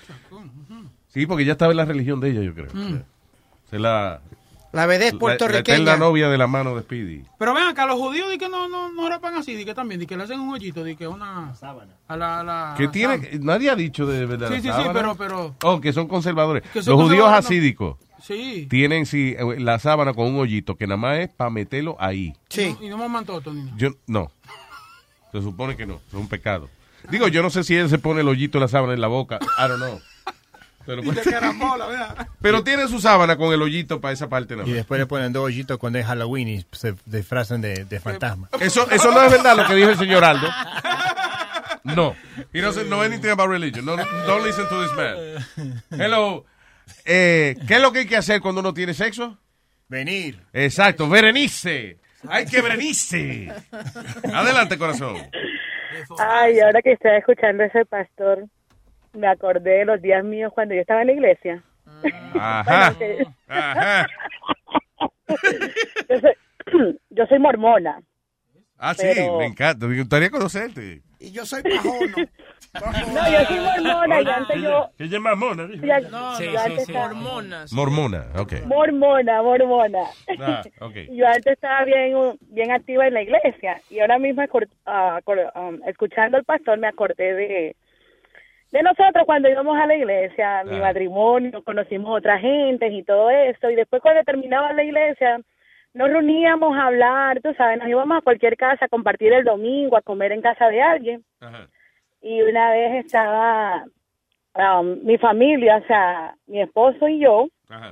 Sí, porque ya estaba en la religión de ella, yo creo. Mm. Se la... La vedette La, la puertorriqueña. eterna novia de la mano de Speedy. Pero ven acá, los judíos di que no, no, no rapan así, di que también, di que le hacen un hoyito, di que una sábana. A la, a la, a Que la tiene, sábana. nadie ha dicho de verdad. Sí, la sí, sí, sábana. pero- pero- Oh, que son conservadores. Que son Los judíos conservadores, no. hasídicos Sí. tienen sí la sábana con un hoyito que nada más es para meterlo ahí. Sí. Y no me mantoto, ni nada. Yo no. Se supone que no, es un pecado. Digo, yo no sé si él se pone el hoyito de la sábana en la boca. I don't know. Pero, Dice que era mola, vea. pero tiene su sábana con el hoyito para esa parte nada Y más. después le ponen dos hoyitos cuando es Halloween y se disfrazan de, de fantasma. Eso, eso no es verdad lo que dijo el señor Aldo. No. He doesn't know anything about religion. No, don't listen to this man. Hello. Eh, ¿Qué es lo que hay que hacer cuando uno tiene sexo? Venir. Exacto, Berenice. Hay que Berenice. Adelante, corazón. Ay, ahora que estaba escuchando a ese pastor, me acordé de los días míos cuando yo estaba en la iglesia. Ajá. Bueno, que- Ajá. yo, soy, yo soy mormona. Ah, sí, Pero- me encanta. Me gustaría conocerte. Y yo soy pajono. No, yo soy mormona y antes yo... ¿Qué llama mamona? ya- No, yo no, antes sí, estaba- hormonas. Mormona, ok. Mormona, mormona. Ah, ok. Yo antes estaba bien, bien activa en la iglesia y ahora mismo acor- ah, acor- um, escuchando al pastor me acordé de de nosotros cuando íbamos a la iglesia, mi matrimonio, conocimos otra gente y todo esto, y después cuando terminaba la iglesia nos reuníamos a hablar, tú sabes, nos íbamos a cualquier casa a compartir el domingo, a comer en casa de alguien. Y una vez estaba um, mi familia, o sea, mi esposo y yo,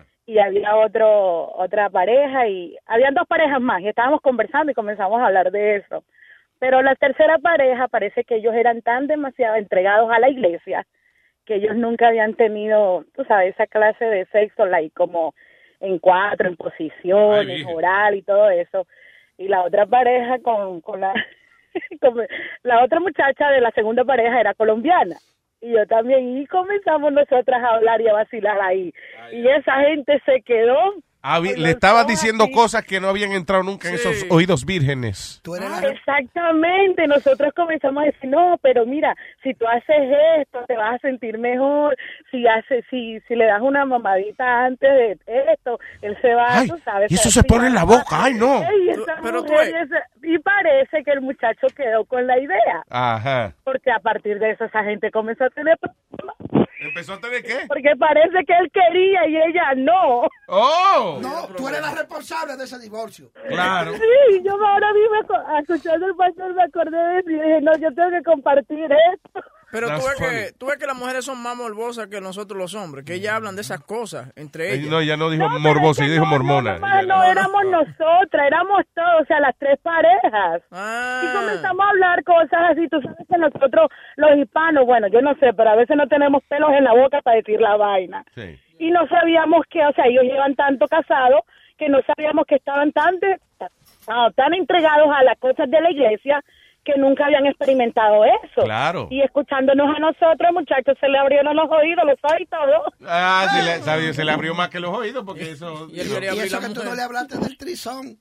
y había otro otra pareja, y habían dos parejas más, y estábamos conversando y comenzamos a hablar de eso. Pero la tercera pareja parece que ellos eran tan demasiado entregados a la iglesia que ellos nunca habían tenido, tú sabes, esa clase de sexo, like, como en cuatro, en posiciones, Ay, virgen. oral y todo eso. Y la otra pareja con, con la... con la otra muchacha de la segunda pareja era colombiana. Y yo también, y comenzamos nosotras a hablar y a vacilar ahí. Y esa gente se quedó. Ah, vi- con le los estabas ojos diciendo así. cosas que no habían entrado nunca en esos oídos vírgenes. Ah, exactamente, nosotros comenzamos a decir, no, pero mira, si tú haces esto, te vas a sentir mejor, si haces, si, si le das una mamadita antes de esto, él se va, Ay, tú sabes. y eso a se pone en la explicar. boca, ay, no. Ey, esa Pero tú mujer ves- y ese- y parece que el muchacho quedó con la idea, Ajá. porque a partir de eso esa gente comenzó a tener problemas. ¿Empezó a tener qué? Porque parece que él quería y ella no. ¡Oh! No, tú eres la responsable de ese divorcio. Claro. Sí, yo ahora mismo aco- escuchando el pastor me acordé de eso y dije, no, yo tengo que compartir esto. Pero tú That's ves, funny. que, tú ves que las mujeres son más morbosas que nosotros los hombres, que ellas hablan de esas cosas entre Ay, ellas. no, ya no dijo morbosa, y dijo mormona. Ah, no, éramos nosotras, éramos todos, o sea, las tres parejas. Ah. Y comenzamos a hablar cosas así, tú sabes que nosotros, los hispanos, bueno, yo no sé, pero a veces no tenemos pelos en la boca para decir la vaina. Sí. Y no sabíamos que, o sea, ellos llevan tanto casados que no sabíamos que estaban tan, de- ah, tan entregados a las cosas de la iglesia que nunca habían experimentado eso. Claro. Y escuchándonos a nosotros, muchachos, se le abrieron los oídos, los oí todo. Ah, se le, sabe, se le abrió más que los oídos porque eso... Y él no. quería Y abrir eso la que tú mujer. no le hablaste del trizón.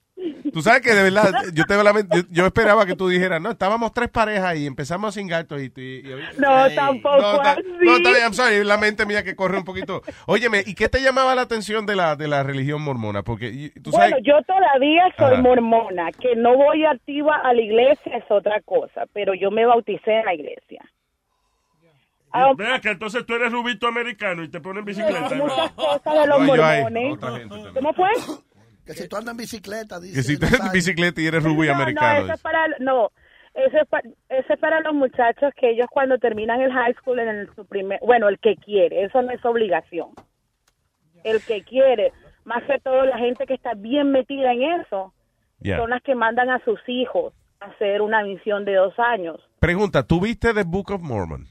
Tú sabes que de verdad, yo, te, yo, yo esperaba que tú dijeras, no, estábamos tres parejas y empezamos sin gatos y, y, y ahorita- No, Ey, tampoco no, ta- así. no, está bien, I'm sorry, la mente mía que corre un poquito. Óyeme, ¿y qué te llamaba la atención de la, de la religión mormona? Porque y- tú sabes... Bueno, yo todavía soy Ajá. mormona, que no voy activa a la iglesia es otra cosa, pero yo me bauticé en la iglesia. Ah, Vea que entonces tú eres rubito americano y te ponen bicicleta. muchas cosas de los No, yo hay mormones. otra gente también. ¿Cómo fue? Que si tú andas en bicicleta, dice. Que si tú eres en bicicleta y eres rubio No, americano. no, eso es para, no, eso es, pa- eso es para los muchachos que ellos cuando terminan el high school en el, su primer, bueno, el que quiere, eso no es obligación. El que quiere, más que todo la gente que está bien metida en eso, Yeah. son las que mandan a sus hijos a hacer una misión de dos años. Pregunta, ¿tú viste The Book of Mormon?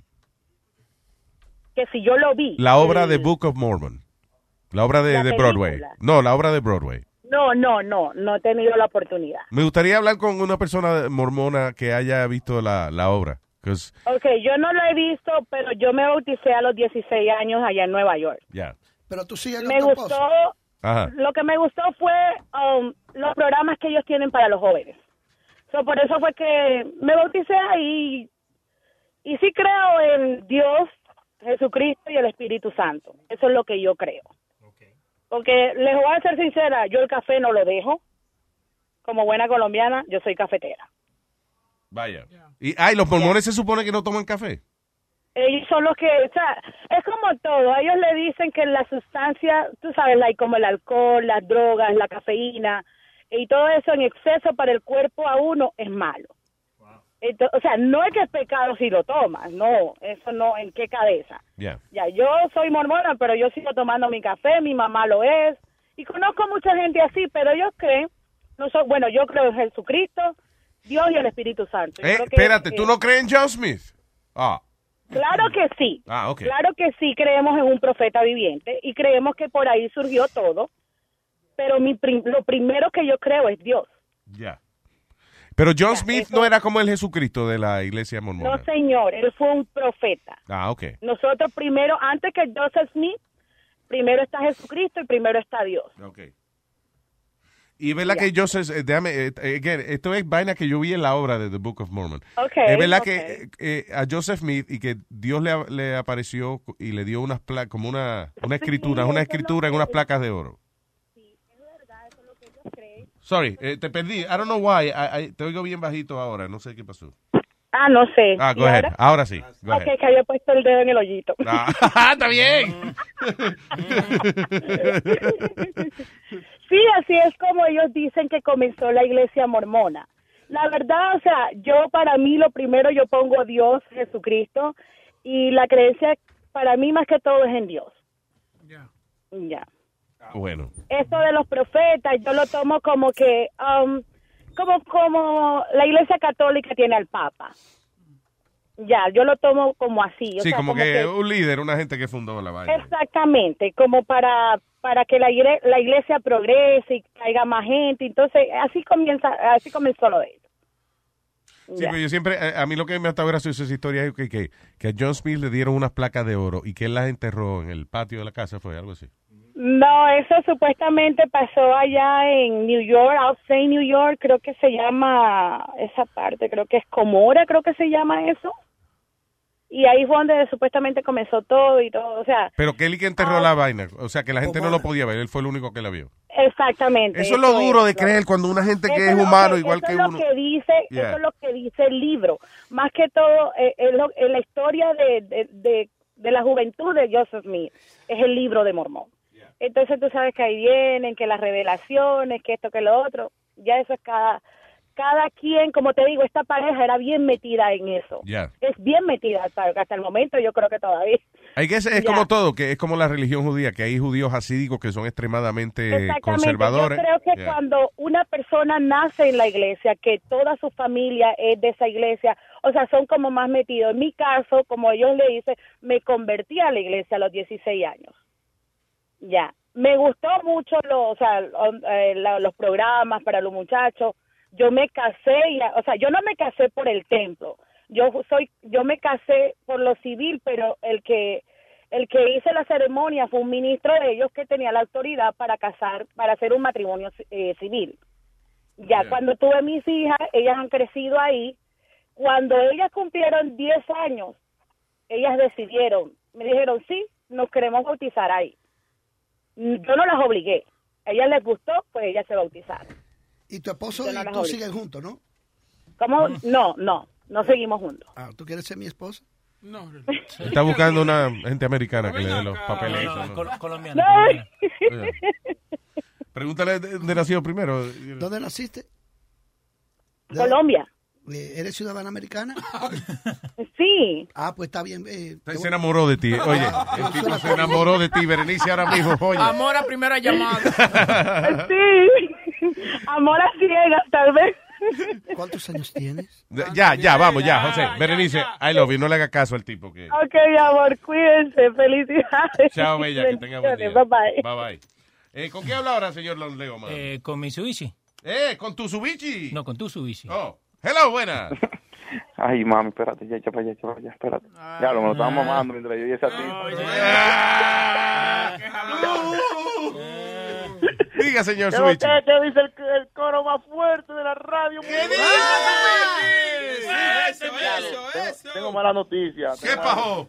Que si yo lo vi. La obra el- de Book of Mormon. La obra de, La de Broadway. película. No, la obra de Broadway. No, no, no, no he tenido la oportunidad. Me gustaría hablar con una persona mormona que haya visto la, la obra. 'Cause, Ok, yo no lo he visto, pero yo me bauticé a los dieciséis años allá en Nueva York. yeah. Pero tú sigues Me gustó, Ajá. lo que me gustó fue um, los programas que ellos tienen para los jóvenes. So, por eso fue que me bauticé ahí y sí creo en Dios, Jesucristo y el Espíritu Santo. Eso es lo que yo creo. Porque les voy a ser sincera, yo el café no lo dejo. Como buena colombiana, yo soy cafetera. Vaya. Y, ay, los mormones se supone que no toman café. Ellos son los que, o sea, es como todo. A ellos le dicen que la sustancia, tú sabes, like, como el alcohol, las drogas, la cafeína y todo eso en exceso para el cuerpo a uno es malo. Entonces, o sea, no es que es pecado si lo tomas, no, eso no, ¿en qué cabeza? Yeah. Ya, yo soy mormona, pero yo sigo tomando mi café, mi mamá lo es, y conozco mucha gente así, pero ellos creen, no so, bueno, yo creo en Jesucristo, Dios y el Espíritu Santo. Yo Eh, creo que, espérate, eh, ¿tú no crees en John Smith? Ah. Claro que sí. Ah, ok. Claro que sí creemos en un profeta viviente y creemos que por ahí surgió todo, pero mi prim- lo primero que yo creo es Dios. Ya. Pero John Smith no era como el Jesucristo de la iglesia mormona. No, señor, él fue un profeta. Ah, ok. Nosotros primero, antes que Joseph Smith, primero está Jesucristo y primero está Dios. Ok. Y es verdad que Joseph, eh, déjame, eh, eh, again, esto es vaina que yo vi en la obra de The Book of Mormon. Ok, Es verdad ok. que eh, eh, a Joseph Smith y que Dios le, le apareció y le dio unas placas, como una, una escritura, una escritura en unas placas de oro. Sorry, eh, te perdí. I don't know why. I- I- te oigo bien bajito ahora. No sé qué pasó. Ah, no sé. Ah, ¿Y go ahead. ahora? Ahora sí. Go Ok, ahead. que había puesto el dedo en el hoyito. Ah, está bien. Sí, así es como ellos dicen que comenzó la iglesia mormona. La verdad, o sea, yo para mí lo primero yo pongo a Dios, Jesucristo, y la creencia para mí más que todo es en Dios. Ya. Bueno. Esto de los profetas, yo lo tomo como que, um, como, como la iglesia católica tiene al Papa. Ya, yo lo tomo como así. O Sí, sea, como, que, un líder, una gente que fundó la vaina. Exactamente, como para para que la, igre- la iglesia progrese y caiga más gente. Entonces, así comienza, así comenzó lo de él. Sí, pero yo siempre, a, a mí lo que me ha estado gracioso esa historia es que, que, que a John Smith le dieron unas placas de oro y que él las enterró en el patio de la casa, fue algo así. No, eso supuestamente pasó allá en New York, outside New York, creo que se llama esa parte, creo que es Comora, creo que se llama eso. Y ahí fue donde supuestamente comenzó todo y todo, o sea, Pero que él y que enterró Ah. la vaina, o sea, que la gente no lo podía ver, él fue el único que la vio. exactamente. Eso es lo duro de creer cuando una gente que Eso es lo humano que- igual eso que es lo uno. que dice, Yeah. Eso es lo que dice el libro. Más que todo, eh, es lo- eh, la historia de, de, de, de la juventud de Joseph Smith es el libro de Mormón. Entonces tú sabes que ahí vienen, que las revelaciones, que esto, que lo otro. Ya eso es cada... Cada quien, como te digo, esta pareja era bien metida en eso. Ya. Es bien metida hasta, hasta el momento, yo creo que todavía. Hay que es, es Ya. como todo, que es como la religión judía, que hay judíos hasídicos que son extremadamente Exactamente. conservadores. Yo creo que Yeah. cuando una persona nace en la iglesia, que toda su familia es de esa iglesia, o sea, son como más metidos. En mi caso, como ellos le dicen, me convertí a la iglesia a los dieciséis años. Ya. Me gustó mucho lo, o sea, lo- eh, la- los programas para los muchachos. Yo me casé, y, o sea, yo no me casé por el templo. Yo soy, yo me casé por lo civil, pero el que el que hizo la ceremonia fue un ministro de ellos que tenía la autoridad para casar, para hacer un matrimonio eh, civil. Ya cuando tuve mis hijas, ellas han crecido ahí. Cuando ellas cumplieron diez años, ellas decidieron, me dijeron, sí, nos queremos bautizar ahí. Yo no las obligué. A ellas les gustó, pues ellas se bautizaron. Y tu esposo Yo no y las tú obligué. siguen juntos, ¿no? ¿Cómo? No, no, no seguimos juntos. Ah, ¿tú quieres ser mi esposa? No, Está buscando una gente americana que le dé los papeles. No, ¿no? col- colombiana. No. Pregúntale de dónde nació primero. ¿Dónde naciste? Colombia. Eh, ¿Eres ciudadana americana? Sí. Ah, pues está bien. Eh, Se enamoró de ti. Oye, el tipo se enamoró de ti, Berenice, ahora mismo. Oye. Amor a primera llamada. Sí. Amor a ciegas, tal vez. ¿Cuántos años tienes? Ya, ya, vamos, ya, José. Berenice, I love you. No le haga caso al tipo. que Ok, amor, cuídense. Felicidades. Chao, bella, que tenga buen día. Bye, bye. Bye, bye. Eh, ¿Con qué habla ahora, señor Leo? Eh, con Mitsubishi. Eh, ¿con tu Mitsubishi? No, con tu Mitsubishi. Oh, hello, buenas. Ay, mami, espérate, ya, echa para allá, echa para allá, espérate. Ya, lo me lo estaban mamando mientras yo y esa Diga, señor ¿Qué Subichi. usted te dice el, el coro más fuerte de la radio? ¿Qué dice, Eso, eso, eso. Tengo mala noticia. ¿Qué pasó?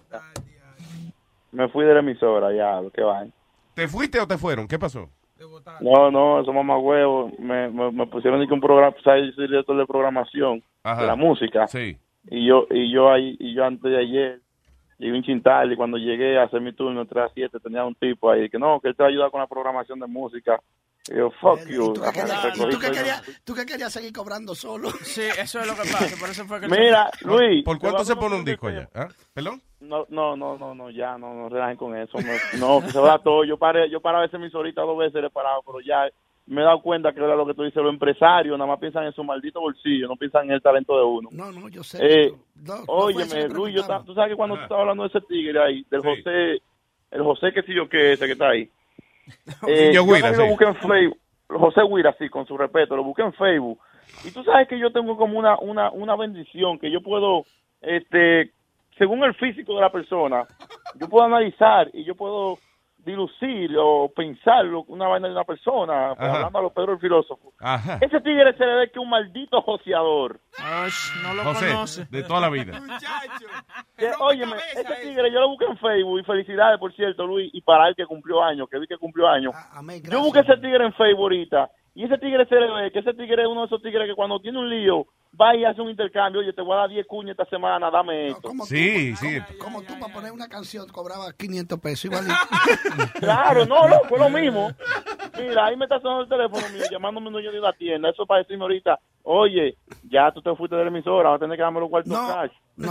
Me fui de la emisora, ya, qué va. ¿Te fuiste o te fueron? ¿Qué pasó? No, no, eso mamá huevo. Me, me, me pusieron ni que un programa, ¿sabes? Yo soy director de programación Ajá. de la música. Sí. Y yo, y yo ahí, y yo antes de ayer, llegué un chintal y cuando llegué a hacer mi turno, tres a siete, tenía un tipo ahí que no, que él te va a ayudar con la programación de música. Y yo, fuck you. ¿Y tú qué querías, ¿y tú qué querías, tú qué querías seguir cobrando solo? Sí, eso es lo que pasa. Por eso fue que Mira, Luis. ¿Por cuánto se pone un disco allá? ¿Ah? ¿Perdón? No, no, no, no, no, ya, no, no relajen con eso. No, no, que se va todo. Yo paré, yo paraba esa emisora dos veces le he parado, pero ya me he dado cuenta que era lo que tú dices, los empresarios nada más piensan en su maldito bolsillo, no piensan en el talento de uno. No, no, yo sé. Eh, no, no óyeme, Luis, yo ta- tú sabes que cuando tú estabas hablando de ese tigre ahí, del Sí. José, el José que sí yo que ese que está ahí. Eh, Niño yo Guira, lo sí. busqué en Facebook, José Guira, sí, con su respeto, lo busqué en Facebook. Y tú sabes que yo tengo como una, una, una bendición que yo puedo, este, según el físico de la persona, yo puedo analizar y yo puedo dilucir o pensar lo- una vaina de una persona, Ajá. hablando a los Pedro el filósofo. Ajá. Ese tigre se le ve que un maldito joseador. no lo José, conoce. de toda la vida. Que, óyeme, ese tigre yo lo busqué en Facebook y felicidades, por cierto, Luis, y para él que cumplió años, que vi que cumplió años. Yo busqué ese tigre en Facebook ahorita y ese tigre se le ve que ese tigre es uno de esos tigres que cuando tiene un lío va y hace un intercambio. Oye, te voy a dar diez cuñas esta semana, dame esto. Sí, sí. Como tú para poner una canción cobraba quinientos pesos igual. Claro, no, no, fue lo mismo. Mira, ahí me está sonando el teléfono mío, llamándome un dueño de una tienda. Eso para decirme ahorita, oye, ya tú te fuiste de la emisora, vas a tener que darme los cuartos cash. No.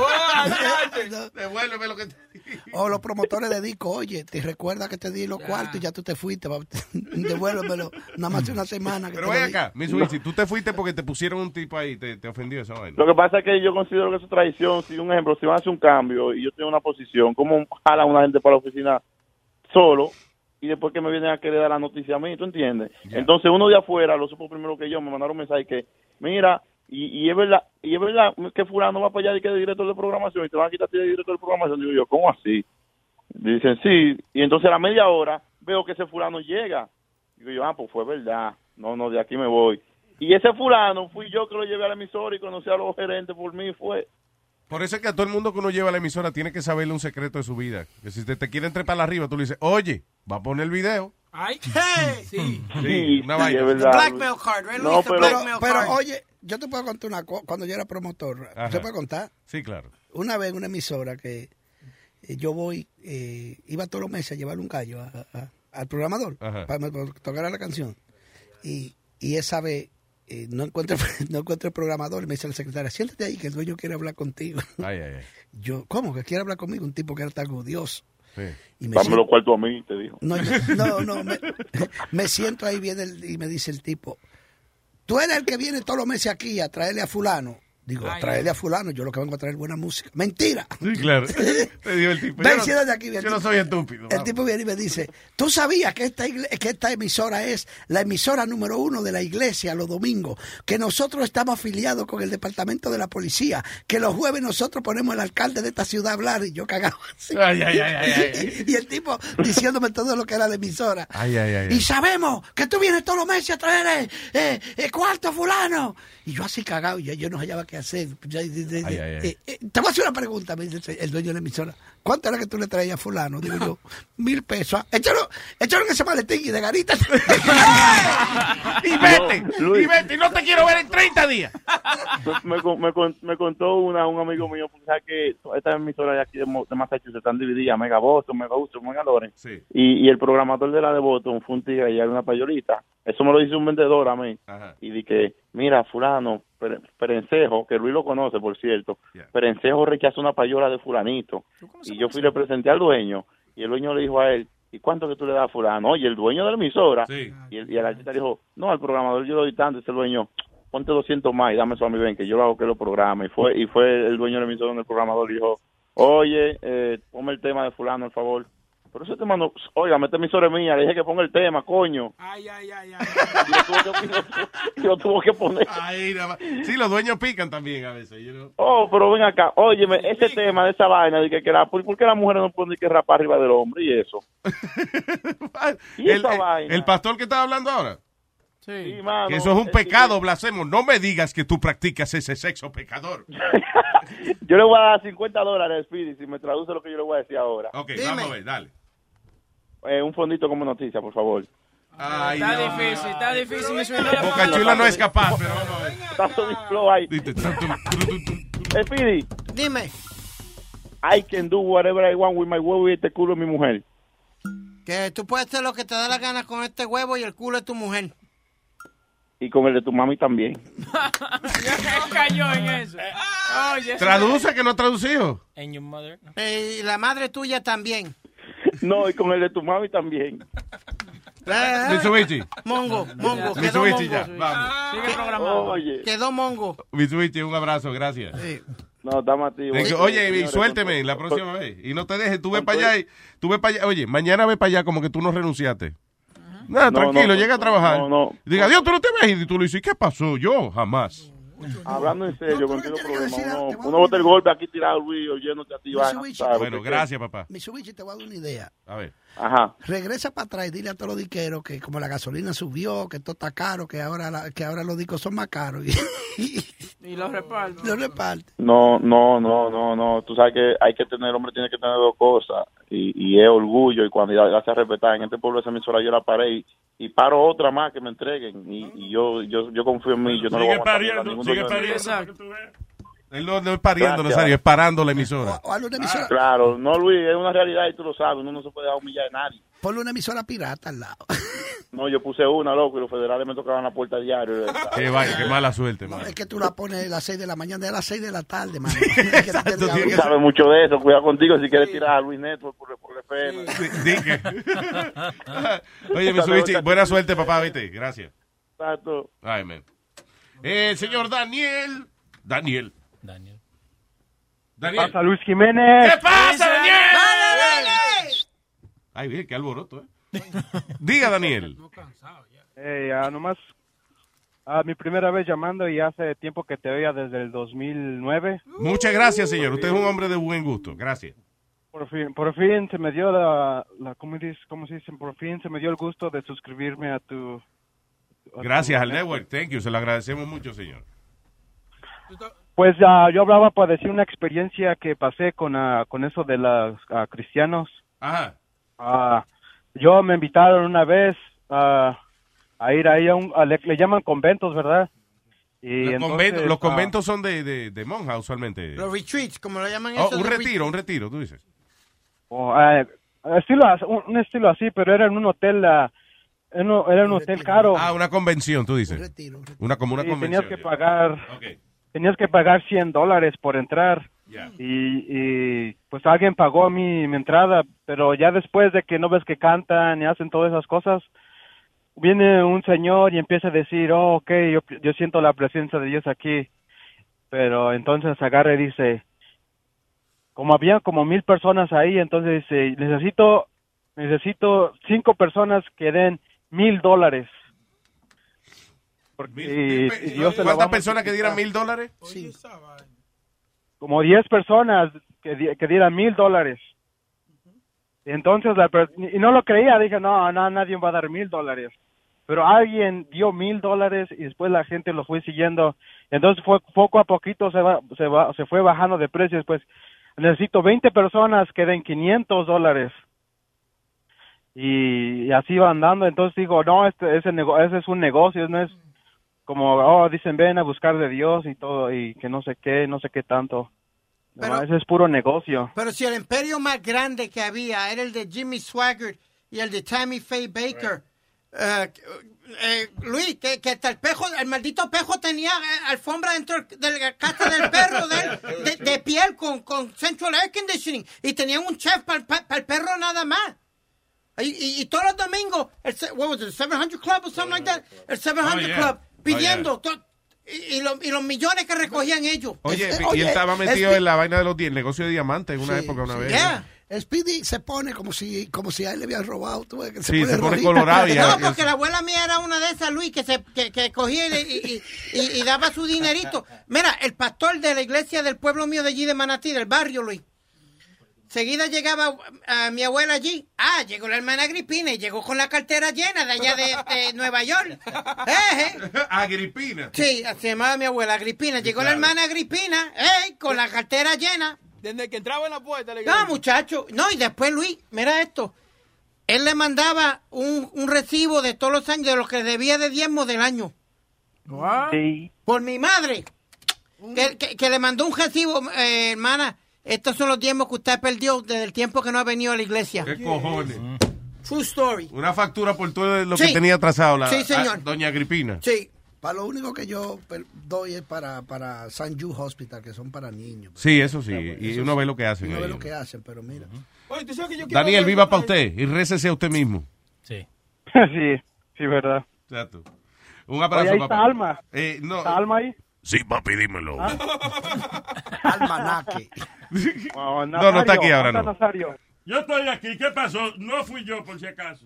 Devuélveme lo que te O los promotores de disco, oye, te recuerda que te di los cuartos y ya tú te fuiste. va, Devuélvemelo. Nada más una semana. Que Pero te ven lo di. acá, Mitsubishi, tú te fuiste porque te pusieron un tipo ahí, te, te ofendió esa vaina. Lo que pasa es que yo considero que eso es tradición. Si un ejemplo, si van a hacer un cambio y yo tengo una posición, ¿cómo jalan una gente para la oficina solo? Y después que me vienen a querer dar la noticia a mí, ¿tú entiendes? Ya. Entonces uno de afuera lo supo primero que yo, me mandaron un mensaje que, mira, y, y es verdad y es verdad que fulano va para allá y que es director de programación y te van a quitar a ti de director de programación. Digo yo, ¿cómo así? Dicen, sí, y entonces a la media hora veo que ese fulano llega. Digo yo, ah, pues fue verdad, no, no, de aquí me voy. Y ese fulano fui yo que lo llevé a la emisora y conocí a los gerentes por mí, fue... Por eso es que a todo el mundo que uno lleva a la emisora tiene que saberle un secreto de su vida. Que si te, te quieren trepar arriba, tú le dices, oye, va a poner el video. Ay, hey, sí. Sí, una sí, vaina. es verdad. Blackmail card, right? No, Luis, the pero- blackmail Pero card. oye, yo te puedo contar una cosa. Cuando yo era promotor, Ajá. ¿se puede contar? Sí, claro. Una vez en una emisora que eh, yo voy, eh, iba todos los meses a llevarle un gallo a- a- al programador Ajá. para, para tocar la canción. Y, y esa vez eh, no encuentro no encuentro el programador y me dice la secretaria, siéntate ahí que el dueño quiere hablar contigo. Ay, ay, ay. Yo, ¿cómo? ¿Que quiere hablar conmigo? Un tipo que era tan odioso. Sí. Y me Dame siento- los cuartos a mí, te dijo. no, yo- no, no, me, me siento ahí viene el- y me dice el tipo, tú eres el que viene todos los meses aquí a traerle a fulano. Digo, a traerle a fulano, yo lo que vengo a traer es buena música. Mentira. Sí, claro. Te dijo el tipo. Ven, Yo no, siéntate aquí, ven. yo no soy estúpido. El vamos. tipo viene y me dice, ¿tú sabías que esta, igle- que esta emisora es la emisora número uno de la iglesia los domingos? Que nosotros estamos afiliados con el departamento de la policía, que los jueves nosotros ponemos al alcalde de esta ciudad a hablar y yo cagado así. Ay, ay, ay, ay, ay. Y el tipo diciéndome todo lo que era la emisora. Ay, ay, ay. Y sabemos que tú vienes todos los meses a traer eh, eh, eh, cuarto fulano. Y yo así cagado, y yo, yo no hallaba qué que hacer. Ya, de- de- Ay, ay, ay. eh, eh, te voy a hacer una pregunta, me dice el dueño de la emisora. ¿Cuánto era que tú le traías a fulano? Digo yo, mil pesos. Ah, Échalo, échalo en ese maletín y de garita. Y vete, No, Luis. y vete, y no te quiero ver en treinta días. me, con- me, con- me contó una, un amigo mío, porque sabe que estas emisoras de aquí de, Mo- de Massachusetts están divididas, Mega Boston, Mega Houston, Mega Lawrence, Sí. y, y el programador de la de Boston fue un tigre y era una payolita. Eso me lo dice un vendedor a mí. Ajá. Y dije, mira, fulano, Per- Perencejo, que Luis lo conoce, por cierto, Yeah. Perencejo rechazó una payola de fulanito. Y yo fui y le presenté al dueño, y el dueño le dijo a él, ¿y cuánto que tú le das a fulano? Oye, el dueño de la emisora. Sí. Y el, y el artista dijo, no, al programador yo le doy tanto. Y ese dueño, ponte doscientos más y dame eso a mi ven, que yo lo hago que lo programa. Y fue y fue el dueño de la emisora donde el programador dijo, oye, eh, ponme el tema de fulano, por favor. Pero ese tema no, oiga, esta emisora es mía, le dije que ponga el tema, coño. Ay, ay, ay, ay. Y lo tuvo que, y lo- y lo tuvo que poner. Ay, nada más. Sí, los dueños pican también a veces. You know? Oh, pero ven acá, óyeme, ese tema de esa vaina, de que, que la, ¿por, por qué las mujeres no pueden que rapar arriba del hombre y eso? ¿Y el, esa el- vaina? el pastor que estaba hablando ahora. Sí, mano, Que eso es un el pecado, blasfemo. No me digas que tú practicas ese sexo pecador. Yo le voy a dar cincuenta dólares, Speedy, si me traduce lo que yo le voy a decir ahora. Ok, vamos a ver, dale. Eh, un fondito como noticia, por favor. Ay, Está no. difícil, está difícil. mi sueño. Boca Chula no es capaz, pero vamos a ver. Está todo mi flow ahí. Speedy, Dime, I can do whatever I want with my huevo y este culo de mi mujer. que tú puedes hacer lo que te da la gana con este huevo y el culo de tu mujer. Y con el de tu mami también. Cayó en eso. Oye, Traduce que no ha traducido. And your mother. Eh, y la madre tuya también. No, y con el de tu mami también. Eh, Mitsubishi. Mongo, Mongo, quedó Mitsubishi Mongo. ya, vamos. sigue programado. Oye, Quedó Mongo. Mitsubishi, un abrazo, gracias. no, estamos a ti. Thank you. Oye, y suélteme la próxima vez. Y no te dejes, tú ve con para todo- allá. y- Tú ve para allá. Oye, mañana ve para allá como que tú no renunciaste. Nada, No, tranquilo, no, llega a trabajar. no, no. Diga, Dios, tú no te ves. Y tú le dices, ¿qué pasó? Yo, jamás. Hablando en serio, No, tú contigo no tienes que problema. decir nada, Uno, te voy a uno bota el dar- golpe aquí tirado, Luis, oyéndote a ti, vaina, Mitsubishi. ¿sabes? Bueno, Porque- gracias, papá. Mitsubishi, te voy a dar una idea. A ver. Ajá. Regresa para atrás y dile a todos los diqueros que como la gasolina subió, que todo está caro, que ahora la- que ahora los discos son más caros. Y, Y lo reparto. lo reparte. No, no, no, no, no. Tú sabes que hay que tener, el hombre tiene que tener dos cosas. Y, y es orgullo y cuando ya, ya se respetar. En este pueblo esa emisora yo la paré y, y paro otra más que me entreguen. Y, y yo, yo yo confío en mí. Yo no lo voy a Sigue aguantar pariendo, a ningún sigue dueño de- pariendo. Exacto. para que tú veas. Él no, no es pariendo, Gracias. Nazario, es parando la emisora. O hazle una emisora, Claro, no, Luis, es una realidad y tú lo sabes. Uno no se puede dejar humillar a nadie. ponle una emisora pirata al lado. No, yo puse una, loco, y los federales me tocaban la puerta diario. Qué vaya, qué mala suerte, man. Es que tú la pones a las seis de la mañana, de las seis de la tarde, mano. Exacto, tiene Tú que sabes mucho de eso. Cuidado contigo si quieres tirar a Luis Network por, por F M. Dije. Oye, Mitsubishi, buena suerte, papá, viste. Gracias. Exacto. Ay, man. Eh, el señor Daniel. Daniel. Daniel. Daniel. pasa, Luis Jiménez? ¿Qué pasa, Daniel? Ay, bien, qué alboroto, ¿eh? Diga, Daniel. Eh, ah, nomás, ah, mi primera vez llamando y hace tiempo que te veía desde el dos mil nueve. Muchas gracias, señor. Usted es un hombre de buen gusto. Gracias. Por fin, por fin se me dio la, la ¿cómo, dice, ¿cómo se dice? Por fin se me dio el gusto de suscribirme a tu... a tu Gracias al network. Thank you. Se lo agradecemos mucho, señor. Pues ah, yo hablaba para decir una experiencia que pasé con, ah, con eso de los ah, cristianos. Ajá. Ah, yo me invitaron una vez ah, a ir ahí a un, a- le, le llaman conventos, ¿verdad? Y Los, entonces, conventos, los ah, conventos son de, de, de monja, usualmente. Los retreats, como lo llaman Oh, eso. un de retiro, un retiro, tú dices. oh, ah, estilo, as- un, un estilo así, pero era en un hotel, ah, en un- era un hotel caro. Ah, una convención, tú dices. Una como una Sí, convención. tenías que pagar, Ok. tenías que pagar cien dólares por entrar. Ya. Y, y pues alguien pagó mi, mi entrada, pero ya después de que no ves que cantan y hacen todas esas cosas, viene un señor y empieza a decir, oh, ok, yo, yo siento la presencia de Dios aquí. Pero entonces agarra y dice, como había como mil personas ahí, entonces dice, necesito, necesito cinco personas que den mil dólares. Porque y- y Dios se lo va a ¿Cuántas personas que dieran multiplicar. mil dólares? Sí. Como diez personas que, di- que dieran mil dólares. Y entonces, la per- y no lo creía, dije, no, no, nadie va a dar mil dólares. pero alguien dio mil dólares y después la gente lo fue siguiendo. Entonces fue poco a poquito se va, se va, se fue bajando de precio. Después necesito veinte personas que den quinientos dólares. Y, y así va andando. Entonces digo, no, este, ese, nego ese es un negocio, no es como, oh, dicen, ven a buscar de Dios y todo, y que no sé qué, no sé qué tanto. Pero- No, ese es puro negocio. Pero si el imperio más grande que había era el de Jimmy Swaggart y el de Tammy Faye Baker. Eh, eh, Luis, que, que hasta el pejo, el maldito pejo tenía eh, alfombra dentro de la casa del perro de, él, de, de piel con, con Central Air Conditioning. Y tenían un chef para el perro nada más. Y, y, y todos los domingos, el, se- what was it, el seven hundred Club o something like that, el seven hundred Oh, yeah. Club, pidiendo Oh, to- y, y, lo- y los millones que recogían ellos. Oye, Es- y oye, él estaba metido es- en la vaina de los di- el negocio de diamantes en una Sí, época, una sí. vez. Yeah. Speedy se pone como si, como si a él le habían robado. Tú ves que Sí, se pone rojito. colorado y No, porque la abuela mía era una de esas, Luis, que se que, que cogía y, le- y, y- y- y daba su dinerito. Mira, el pastor de la iglesia del pueblo mío de allí de Manatí, del barrio, Luis. Seguida llegaba a mi abuela allí. Ah, llegó la hermana Agripina y llegó con la cartera llena de allá de, de Nueva York. Eh, eh. Agripina. Sí, se llamaba mi abuela Agripina. Llegó la hermana Agripina, eh, con la cartera llena. Desde que entraba en la puerta. Le No, muchacho. No, y después, Luis, mira esto. Él le mandaba un, un recibo de todos los años de lo que debía de diezmo del año. Sí. Por mi madre. Que, que- que le mandó un recibo, eh, hermana. Estos son los diezmos que usted perdió desde el tiempo que no ha venido a la iglesia. ¿Qué cojones? True story. Una factura por todo lo Sí. que tenía atrasado la Sí, señor. a- doña Agripina. Sí. Para lo único que yo per- doy es para, para San Jude Hospital, que son para niños. Sí, eso sí. Y Eso uno sí. ve lo que hacen Uno ve ahí. lo que hacen, pero mira. Oye, ¿tú sabes que yo quiero Daniel, ver- viva para usted y récese a usted mismo. Sí. Sí, sí, verdad. Exacto. Un abrazo, Oye, ahí papá. está Alma. Eh, no. ¿Está Alma ahí? Sí, papi, dímelo. Almanaque. Oh, No, no está aquí ahora, ¿dónde no. está Nazario? Yo estoy aquí. ¿Qué pasó? No fui yo, por si acaso.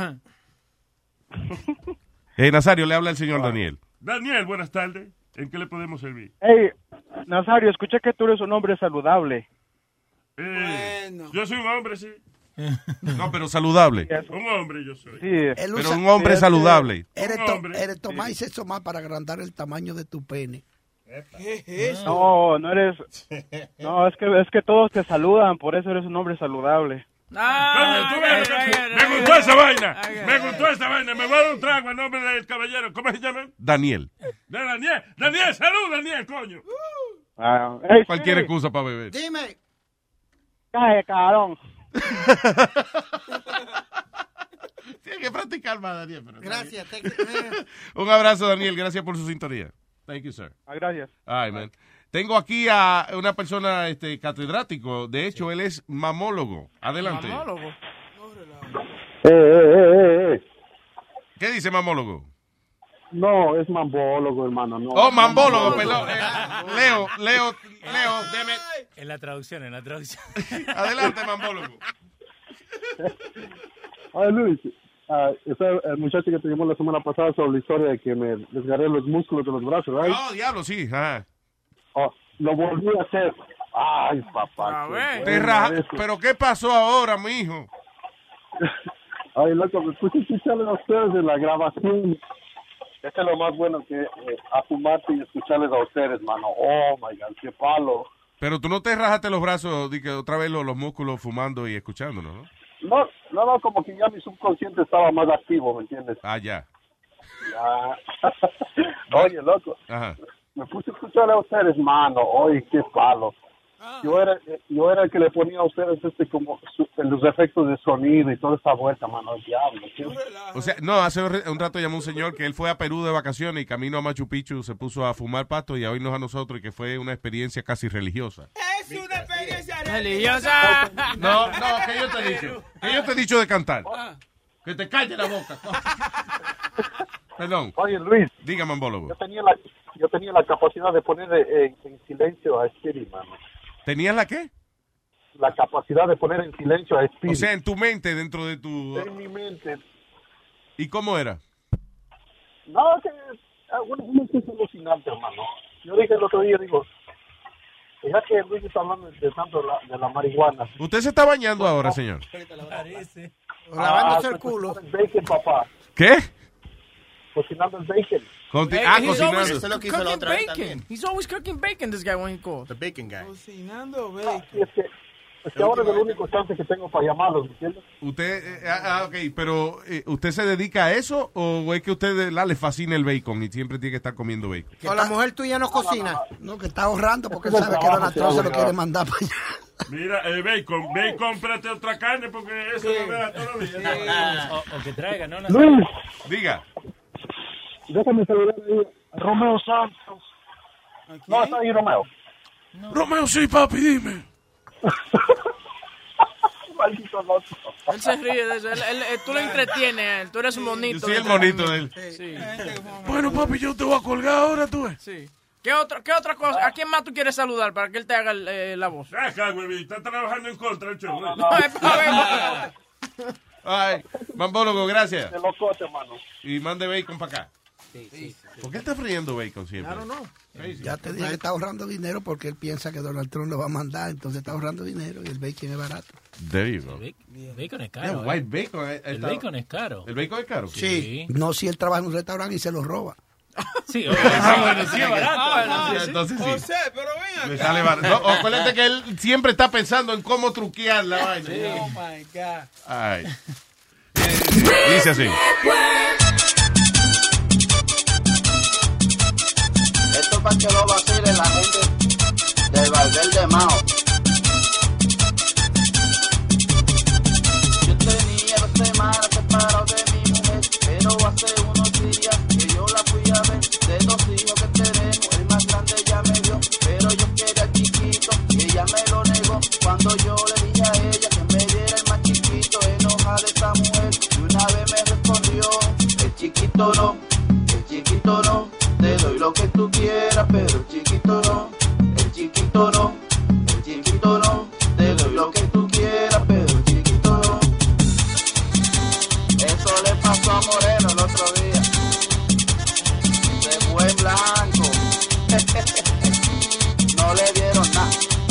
Eh, Nazario, le habla el señor Daniel. Daniel, buenas tardes. ¿En qué le podemos servir? Hey, Nazario, escuché que tú eres un hombre saludable. Eh, Yo soy un hombre, sí. No, pero saludable. Un hombre yo soy. Sí. Él Pero usa- un hombre Este- saludable. Eres, Un to- hombre. eres tomar y sexo más para agrandar el tamaño de tu pene. ¿Qué es eso? No, no eres... No, es que, es que todos te saludan, por eso eres un hombre saludable. Ah, Coño, tú ay, ves, ay, ay, me ay, gustó ay, esa vaina. ay, ay, Me ay. gustó esa vaina. Me voy a dar un trago en nombre del caballero. ¿Cómo se llama? Daniel. De Daniel. Daniel, salud, Daniel, coño. Ah, hey, Cualquier sí. excusa para beber. Dime. Cae, cabrón. Tiene que practicar más, Daniel. pero- Gracias. te- eh, Un abrazo, Daniel. Gracias por su sintonía. Thank you, sir. Ah, gracias. Ay, man. Tengo aquí a una persona este, catedrático. De hecho, él es mamólogo. Adelante. Mamólogo. Eh, eh, eh, eh. ¿Qué dice mamólogo? No, es mambólogo, hermano. No. Oh, mambólogo, perdón. Eh, Leo, Leo, Leo, deme. En la traducción, en la traducción. Adelante, mambólogo. Oye, Luis, ah, ese, el muchacho que te llamó la semana pasada sobre la historia de que me desgarré los músculos de los brazos, ¿right? Oh, diablo, sí. Ajá. Oh, lo volví a hacer. Ay, papá. A qué ver. Te bueno raja- eso. ¿Pero qué pasó ahora, mijo? Ay, loco, me puse a escucharles a ustedes en la grabación. Este es lo más bueno que eh, a fumarte y escucharles a ustedes, mano. Oh, my God, qué palo. Pero tú no te rajaste los brazos, di que otra vez los, los músculos fumando y escuchándonos, ¿no? No, no, no, como que ya mi subconsciente estaba más activo, ¿me entiendes? Ah, ya. Ya. Oye, loco, Ajá. me puse a escuchar a ustedes, mano. Oye, qué palo. Yo era, yo era el que le ponía a ustedes este como su- los efectos de sonido y toda esa vuelta, mano. Diablo. ¿Qué? O sea, no, hace un re- un rato llamó un señor que él fue a Perú de vacaciones y camino a Machu Picchu se puso a fumar pasto y a oírnos a nosotros y que fue una experiencia casi religiosa. Es una experiencia religiosa. No, no, que yo te he dicho. Que yo te he dicho de cantar. Que te calle la boca. Perdón. Oye, Luis, Diga, mambólogo. yo tenía la, yo tenía la capacidad de poner en, en silencio a Speedy, mano. ¿Tenías la qué? La capacidad de poner en silencio a Speedy. O sea, en tu mente, dentro de tu... en mi mente. ¿Y cómo era? No, que ah, bueno, uno es alucinante, hermano. Yo dije el otro día, digo, ya que Luis está hablando de tanto de la, de la marihuana. ¿Usted se está bañando ahora, señor? Lavándose Ah, el culo. Bacon, papá. ¿Qué? cocinando el bacon. Conti- Hey, ah, he's cocinando. always Eso es lo que hizo cooking la otra vez bacon. también. He's always cooking bacon, this guy, when he calls. The bacon guy. Cocinando bacon. Es que, es que ahora es el único chance que tengo para llamarlos, ¿entiendes? Usted, eh, ah, ah, ok, pero eh, ¿usted se dedica a eso o es que a usted la, le fascina el bacon y siempre tiene que estar comiendo bacon? O la mujer tuya no cocina. No, que está ahorrando porque él sabe que Donald Trump se lo quiere mandar para allá. Mira, eh, bacon, bacon, cómprate otra carne porque eso no me da todos los días. O, o que traiga, ¿no? Luis, Diga. déjame saludar ahí a Romeo Santos. No, está ahí Romeo. Romeo, sí, papi, dime. Maldito loco. Él se ríe de eso. Él, él- él- tú lo entretienes a él. Tú eres un monito. Yo soy el monito de él. Sí. Bueno, papi, yo te voy a colgar ahora, tú ves. Sí. ¿Qué otra, ¿Qué otra cosa? ¿A quién más tú quieres saludar para que él te haga el, eh, la voz? Acá, güey, está trabajando en contra del show. No, es para ver. Ay, Mambólogo, gracias. De locote, hermano. Y mande bacon para acá. ¿Por qué está friendo bacon siempre? Claro, no. Ya te dije que está ahorrando dinero porque él piensa que Donald Trump lo va a mandar, entonces está ahorrando dinero y el bacon es barato. There you go. El bacon es Yeah, caro. white eh. bacon. eh, El está- bacon es caro. ¿El bacon es caro? Sí. No si él trabaja en un restaurante y se lo roba. Sí, obvio, sí, bueno, sí es barato. Ah, Sí, entonces sí. José, pero ven Le acá. sale barato. No, acuérdate que él siempre está pensando en cómo truquear la vaina. Oh my God. Ay. Eh, Dice así. Esto para que lo vacile la gente del Valverde Mao. Yo tenía dos semanas separado de mi mujer, pero hace unos días que yo la fui a ver. De dos hijos que tenemos, el más grande ya me dio, pero yo quería el chiquito y ella me lo negó. Cuando yo le dije a ella que me diera el más chiquito, enojada esta mujer, y una vez me respondió, el chiquito no, el chiquito no. Te doy lo que tú quieras, pero el chiquito no, el chiquito no, el chiquito no. Te doy lo que tú quieras, pero el chiquito no. Eso le pasó a Moreno el otro día. Se fue en blanco. No le dieron nada.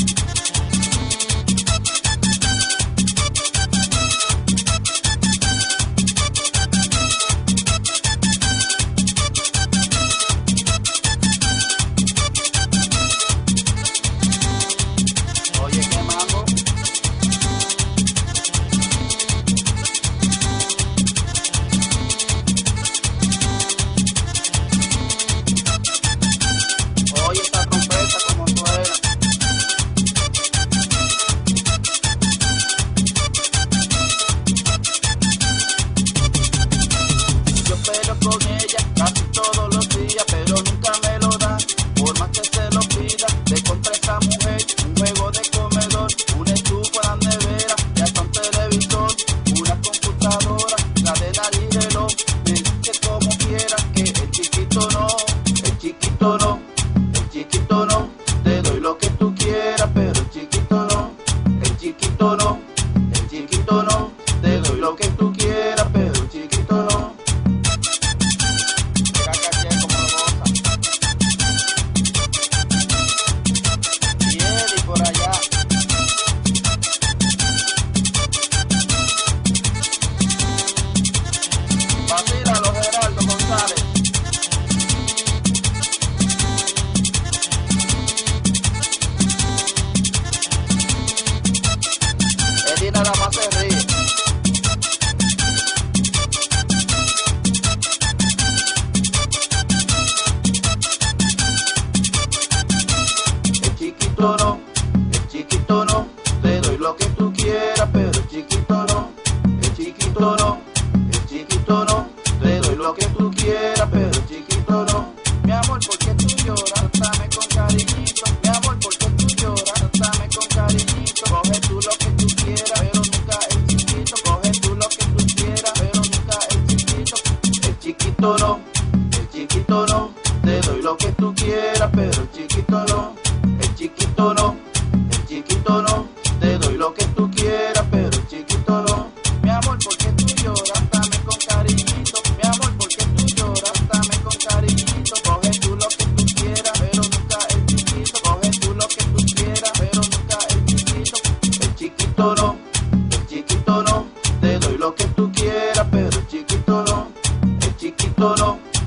Oye, qué mambo. Oye, esta trompeta como suena. Yo peleo con ella casi todos los días, pero nunca me lo da. Por más que se lo pida, le compré a esa mujer un juego de comedor, una estufa, la nevera, y hasta un televisor, una computadora, cadena y reloj. Me dice como quiera que el chiquito no, el chiquito no, el chiquito no. Te doy lo que tú quieras, pero el chiquito no, el chiquito no, el chiquito no. Te doy lo que tú quieras, pero el chiquito no. Mira caché como lo goza. Y él y por allá. Vacílalo, Gerardo González. Eddie nada más se ríe. El chiquito no, el chiquito no. Te doy lo que tú quieras, pero el chiquito no, el chiquito no, el chiquito no. Te doy lo que tú quieras, pero el chiquito no. Mi amor, ¿por qué tú lloras? Trátame con cariñito. Mi amor, ¿por qué tú lloras? Trátame con cariñito. Coge tú lo que tú quieras, pero nunca el chiquito. Coge tú lo que tú quieras, pero nunca el chiquito. El chiquito no, el chiquito no. Te doy lo que tú quieras, pero el chiquito no, el chiquito no, el chiquito no. Te doy lo que tú quieras, pero el chiquito no. Mi amor, ¿por qué tú lloras? Dame con cariñito. Mi amor, ¿por qué tú lloras? Dame con cariñito. Coge tú lo que tú quieras, pero nunca el chiquito. Coge tú lo que tú quieras, pero nunca el chiquito. El chiquito no, el chiquito no. Te doy lo que tú quieras, pero el chiquito no, el chiquito no.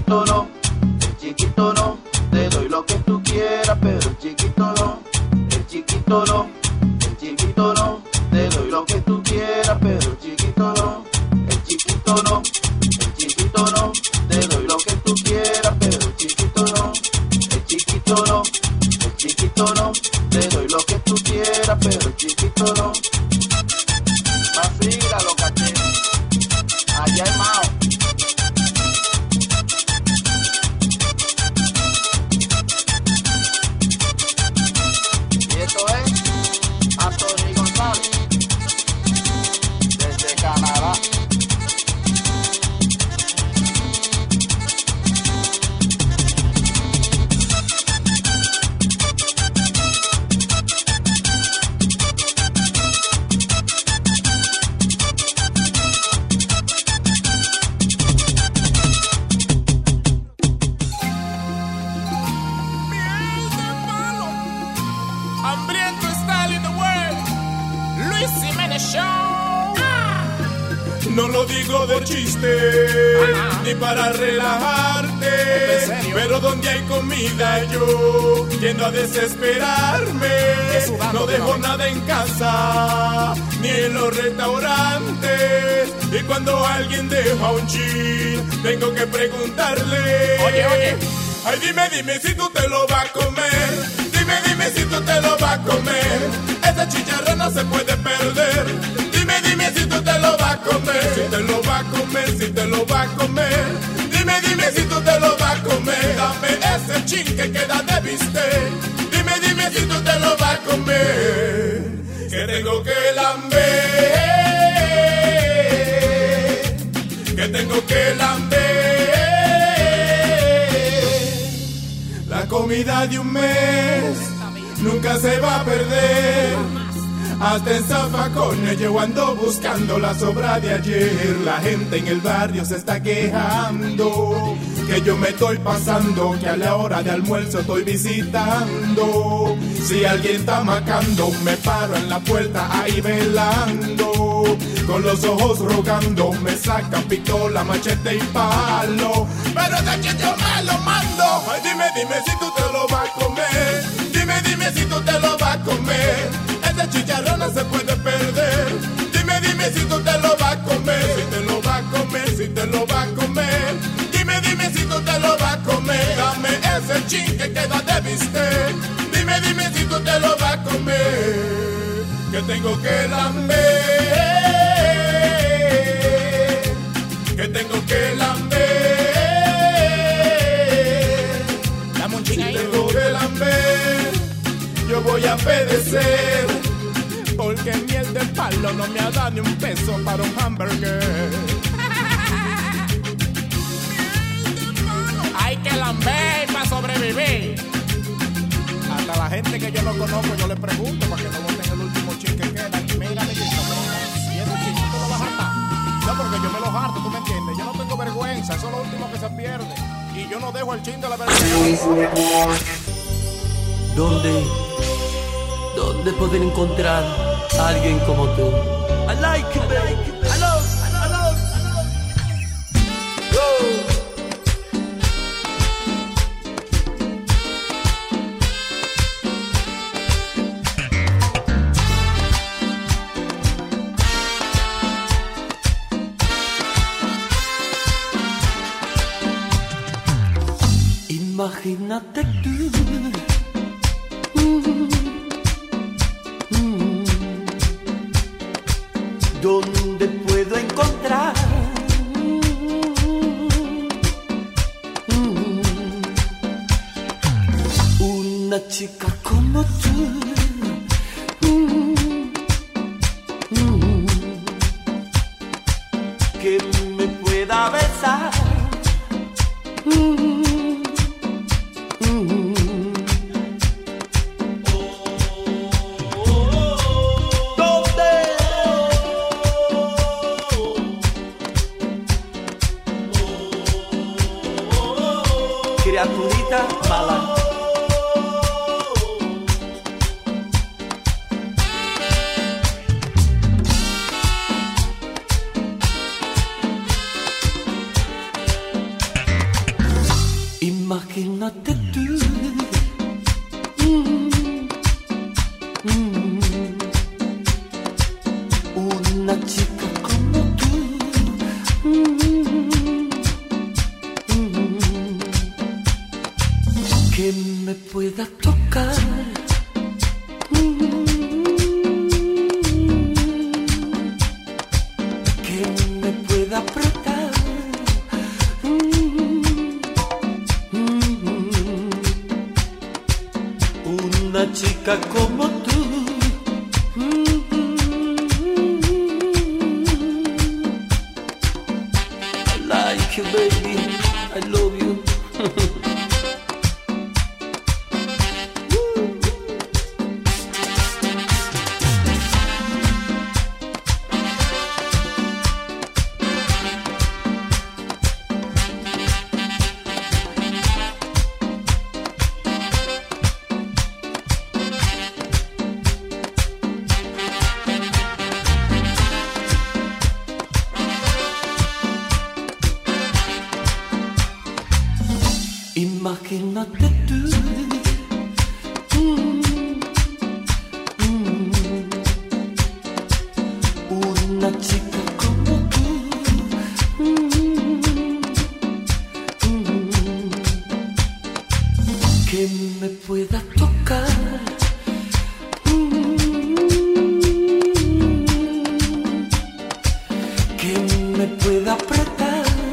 chiquito no, el chiquito no, te doy lo que tú quieras, pero el chiquito no, el chiquito no, el chiquito no, te doy lo que tú quieras, pero el chiquito no, el chiquito no, el chiquito no, te doy lo que tú quieras, pero el chiquito no, el chiquito no, el chiquito no, te doy lo que tú quieras, pero el chiquito no. Vacílalo, caché, allá hay Mao. Y esto es Anthony González, desde Canadá. Hambriento está in the world. Luis Jiménez Show. No lo digo de chiste, ni para relajarte, pero donde hay comida yo tiendo a desesperarme. No dejo nada en casa, ni en los restaurantes, y cuando alguien deja un chin, tengo que preguntarle: Oye, oye, ay, dime, dime si tú te lo vas a comer. Dime, dime si tú te lo vas a comer. Ese chicharrón no se puede perder. Dime, dime si tú te lo vas a comer. Si te lo vas a comer, si te lo vas a comer. Dime, dime si tú te lo vas a comer. Dame ese chin que queda de bistec. Dime, dime si tú te lo vas a comer. Que tengo que lamber. Que tengo que lamber. La comida de un mes nunca se va a perder. Hasta en zafacones yo ando buscando la sobra de ayer. La gente en el barrio se está quejando que yo me estoy pasando, que a la hora de almuerzo estoy visitando. Si alguien está macando, me paro en la puerta ahí velando. Con los ojos rogando, me sacan pistola, machete y palo. Pero de que yo me lo mando. Ay, dime, dime si tú te lo vas a comer. Dime, dime si tú te lo vas a comer. Ese chicharrón no se puede perder. Dime, dime si tú te lo vas a comer. Si te lo vas a comer, si te lo vas a comer. Dime, dime si tú te lo vas a comer. Dame ese chin que queda de bistec. Dime, dime si tú te lo vas a comer. Que tengo que lamber. Que tengo que lamber. Dame un chin ahí. Tengo que lamber. Yo voy a pedecer, porque miel de palo no me ha dado ni un peso para un hamburger. Hay que lamber para sobrevivir. Hasta la gente que yo no conozco yo le pregunto para que no boten el último chin que queda. Mira, mi chico, y ese chin tú lo vas a hartar. No, porque yo me lo harto, ¿tú me entiendes? Yo no tengo vergüenza, eso es lo último que se pierde. Y yo no dejo el chin de la vergüenza. ¿Dónde? ¿Dónde poder encontrar a alguien como tú? I like you, baby. I love, I love, I love. Go. Imagínate tú. ¿Dónde puedo encontrar una chica como tú? Que me pueda besar. Criaturita mala. Imagínate tú. Mm, mm, una chica como tú. Mm, mm, que me pueda tocar. Mm, que me pueda apretar. Una chica como tú. I like you, baby. I love you. Imagínate tú. Mm, mm, una chica como tú. Mm, mm, que me pueda tocar. Mm, que me pueda apretar.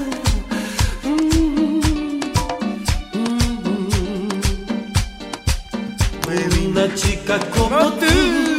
Una chica como tú.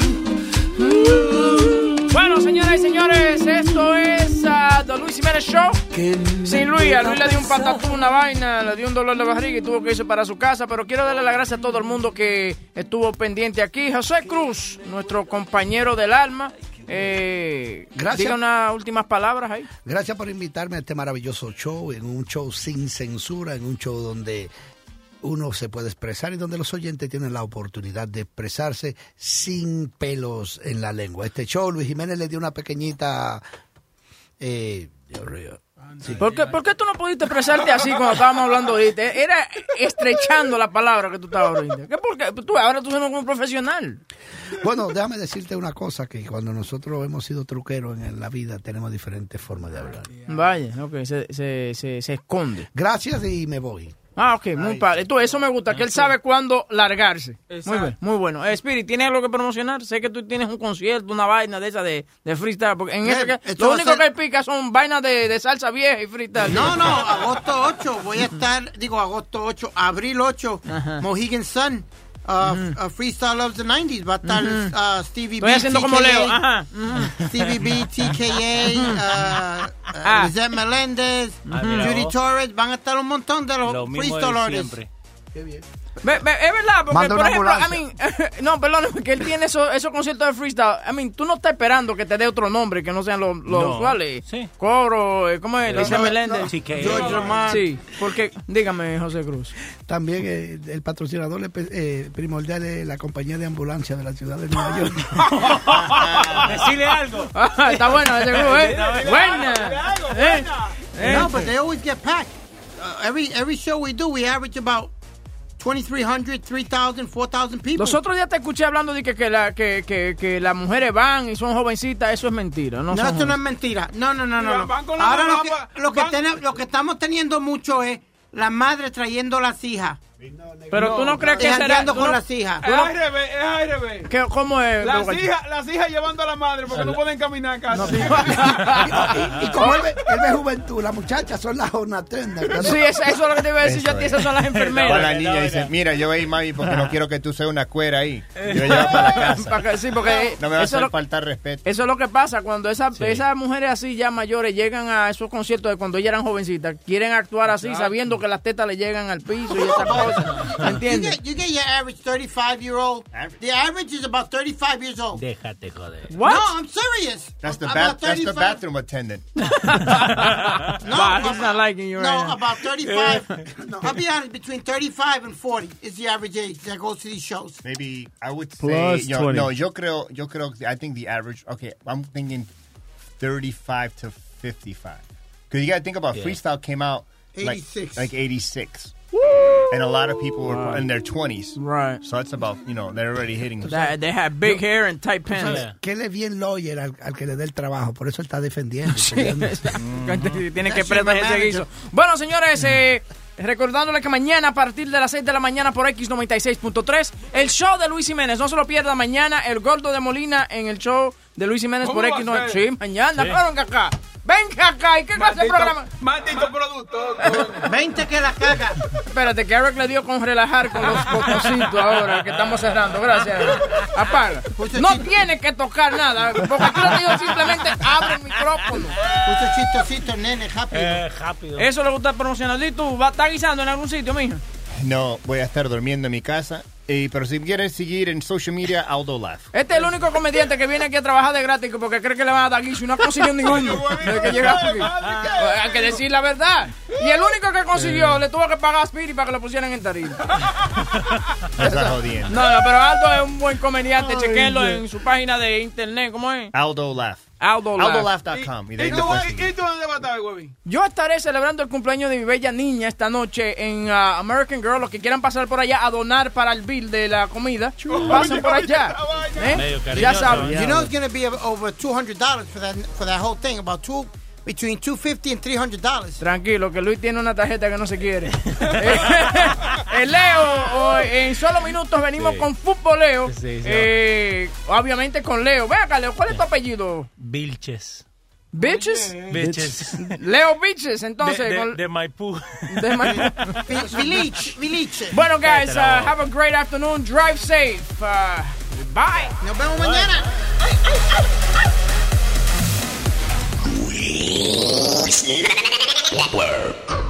Bueno, señoras y señores, esto es uh, The Luis Jiménez Show. Sin Luis, a Luis le dio un patatú, una vaina, le dio un dolor de barriga y tuvo que irse para su casa. Pero quiero darle las gracias a todo el mundo que estuvo pendiente aquí. José Cruz, nuestro compañero del alma. Eh, Gracias. Diga unas últimas palabras ahí. Gracias por invitarme a este maravilloso show, en un show sin censura, en un show donde uno se puede expresar y donde los oyentes tienen la oportunidad de expresarse sin pelos en la lengua. Este show, Luis Jiménez le dio una pequeñita... Eh, sí. ¿Por qué, ¿Por qué tú no pudiste expresarte así cuando estábamos hablando ahorita? Era estrechando la palabra que tú estabas ahorita. ¿Qué por qué? Tú, ahora tú eres un profesional. Bueno, déjame decirte una cosa, que cuando nosotros hemos sido truqueros en la vida tenemos diferentes formas de hablar. Vaya, ok, se, se, se, se esconde. Gracias y me voy. Ah, ok, muy padre. Tú, eso me gusta, que él sabe cuándo largarse. Exacto. Muy bien, muy bueno. Eh, Spirit, ¿tienes algo que promocionar? Sé que tú tienes un concierto, una vaina de esa de, de freestyle. Porque en ese que, lo único ser... que él pica son vainas de, de salsa vieja y freestyle. No, no, agosto ocho voy a estar, digo agosto ocho, abril ocho, uh-huh. Mohegan Sun. Uh, uh-huh. uh, Freestyle of the nineties va a estar uh-huh. uh, Stevie Estoy B, haciendo T K A, como Leo. Ajá. Uh-huh. Stevie B, T K A, uh, uh, ah. Lizette Meléndez, uh-huh. Judy Torres, van a estar un montón de los freestyle artists. Qué bien. Be, be, es verdad, porque Manda por ejemplo, I mean, no, perdón, que él tiene esos, esos conciertos de freestyle. I mean, tú no estás esperando que te dé otro nombre que no sean los, los no. usuales. Sí. Coro, ¿cómo es? Lizette no, Meléndez. No. George Lamar. Sí, porque, dígame, José Cruz. También eh, el patrocinador eh, primordial es la compañía de ambulancia de la ciudad de Nueva York. Decirle algo. Ah, está bueno, ese Cruz, ¿eh? Buena. Eh. Eh. No, but they always get packed. Uh, every, every show we do, we average about twenty-three hundred, three thousand, four thousand people. Los otros días te escuché hablando de que, que, la, que, que, que las mujeres van y son jovencitas. Eso es mentira. No, no esto no es mentira. No, no, no, no. no. Ahora lo que, lo, que ten, lo que estamos teniendo mucho es las madres trayendo las hijas. Pero no, tú no crees que será con no, las hijas. Es al revés, es al revés. ¿Qué, ¿Cómo es? Las hijas, las hijas llevando a la madre porque no pueden caminar casi. No, y, y, y como él ve, él ve juventud, las muchachas son las jornatendas. Sí, eso, eso es lo que te iba a decir yo a ti, esas son las enfermeras. La niña dice, mira, yo voy a ir, mami, porque no quiero que tú seas una cuera ahí. Yo voy a llevar para la casa. Para, sí, porque no me va a hacer lo, faltar respeto. Eso es lo que pasa cuando esa, sí. esas mujeres así ya mayores llegan a esos conciertos de cuando ellas eran jovencitas, quieren actuar así, exacto, sabiendo que las tetas le llegan al piso y esas cosas. ¿Entiendes? You get, you get your average thirty-five year old. The average is about thirty-five years old. Déjate joder. What? No, I'm serious. That's the, ba- that's the bathroom attendant. no, wow, he's not liking you no, right now. about thirty-five. No, I'll be honest, between thirty-five and forty is the average age that goes to these shows. Maybe I would say, Plus yo, twenty. no, yo creo, yo creo, I think the average, okay, I'm thinking thirty-five to fifty-five. Because you got to think about yeah. freestyle came out like, eighty-six. like eighty-six. Woo! And a lot of people were Right. in their twenties. Right. So it's about, you know, they're already hitting. That- they have big hair and tight pants. ¿Sabes? Que él es bien lawyer al, al que le dé el trabajo, por eso él está defendiendo. Tiene que prestar ese guiso. Bueno, señores, eh, recordándole que mañana a partir de las seis de la mañana por X noventa y seis punto tres, el show de Luis Jiménez. No se lo pierda mañana, el Gordo de Molina en el show de Luis Jiménez por ¿Cómo X va a noventa y ser? seis. Sí, mañana. Sí. Pero venga acá. Venga acá. ¿Y qué clase de Maldito- programa? Maldito producto. veinte que la caga. Espérate, que Eric le dio con relajar con los botoncitos ahora que estamos cerrando. Gracias. Apaga. No tiene que tocar nada, porque aquí lo digo simplemente abre el micrófono. Puso chistosito, nene, rápido. Eh, rápido. Eso le gusta promocionar. ¿Y tú vas a estar guisando en algún sitio, mija? No, voy a estar durmiendo en mi casa. Eh, pero si quieres seguir en social media, Aldo Laugh. Este es el único comediante que viene aquí a trabajar de gratis porque cree que le van a dar guiso y no ha conseguido ninguno desde que llegamos aquí. Hay que decir la verdad. Y el único que consiguió le tuvo que pagar a Spirit para que lo pusieran en tarima. Me estás jodiendo. No, no, pero Aldo es un buen comediante. Chequenlo en su página de internet. ¿Cómo es? Aldo Laugh. Aldo Laugh. Aldo Laugh punto com. Y de ahí ¿Y te tú, puedes y seguir. tú dónde vas a estar, huevín? Yo estaré celebrando el cumpleaños de mi bella niña esta noche en uh, American Girl. Los que quieran pasar por allá a donar para el bill de la comida, pasen por allá. ¿Eh? Medio Ya cariñoso, saben. You know it's going to be over two hundred dollars for that, for that whole thing. About two, between two fifty and three hundred dollars. Tranquilo, que Luis tiene una tarjeta que no se quiere. Eh, Leo, o- en solo minutos venimos Sí. con Futboleo. Sí, sí. Eh, obviamente con Leo. Ve acá, Leo, ¿cuál es tu apellido? Vilches. ¿Bitches? Bitches. Leo Bitches, entonces. De, de, con- de Maipú. de Ma- Vilich, Vilich. Bueno, guys, uh, have a great afternoon. Drive safe. Uh, bye. Nos vemos mañana. Network.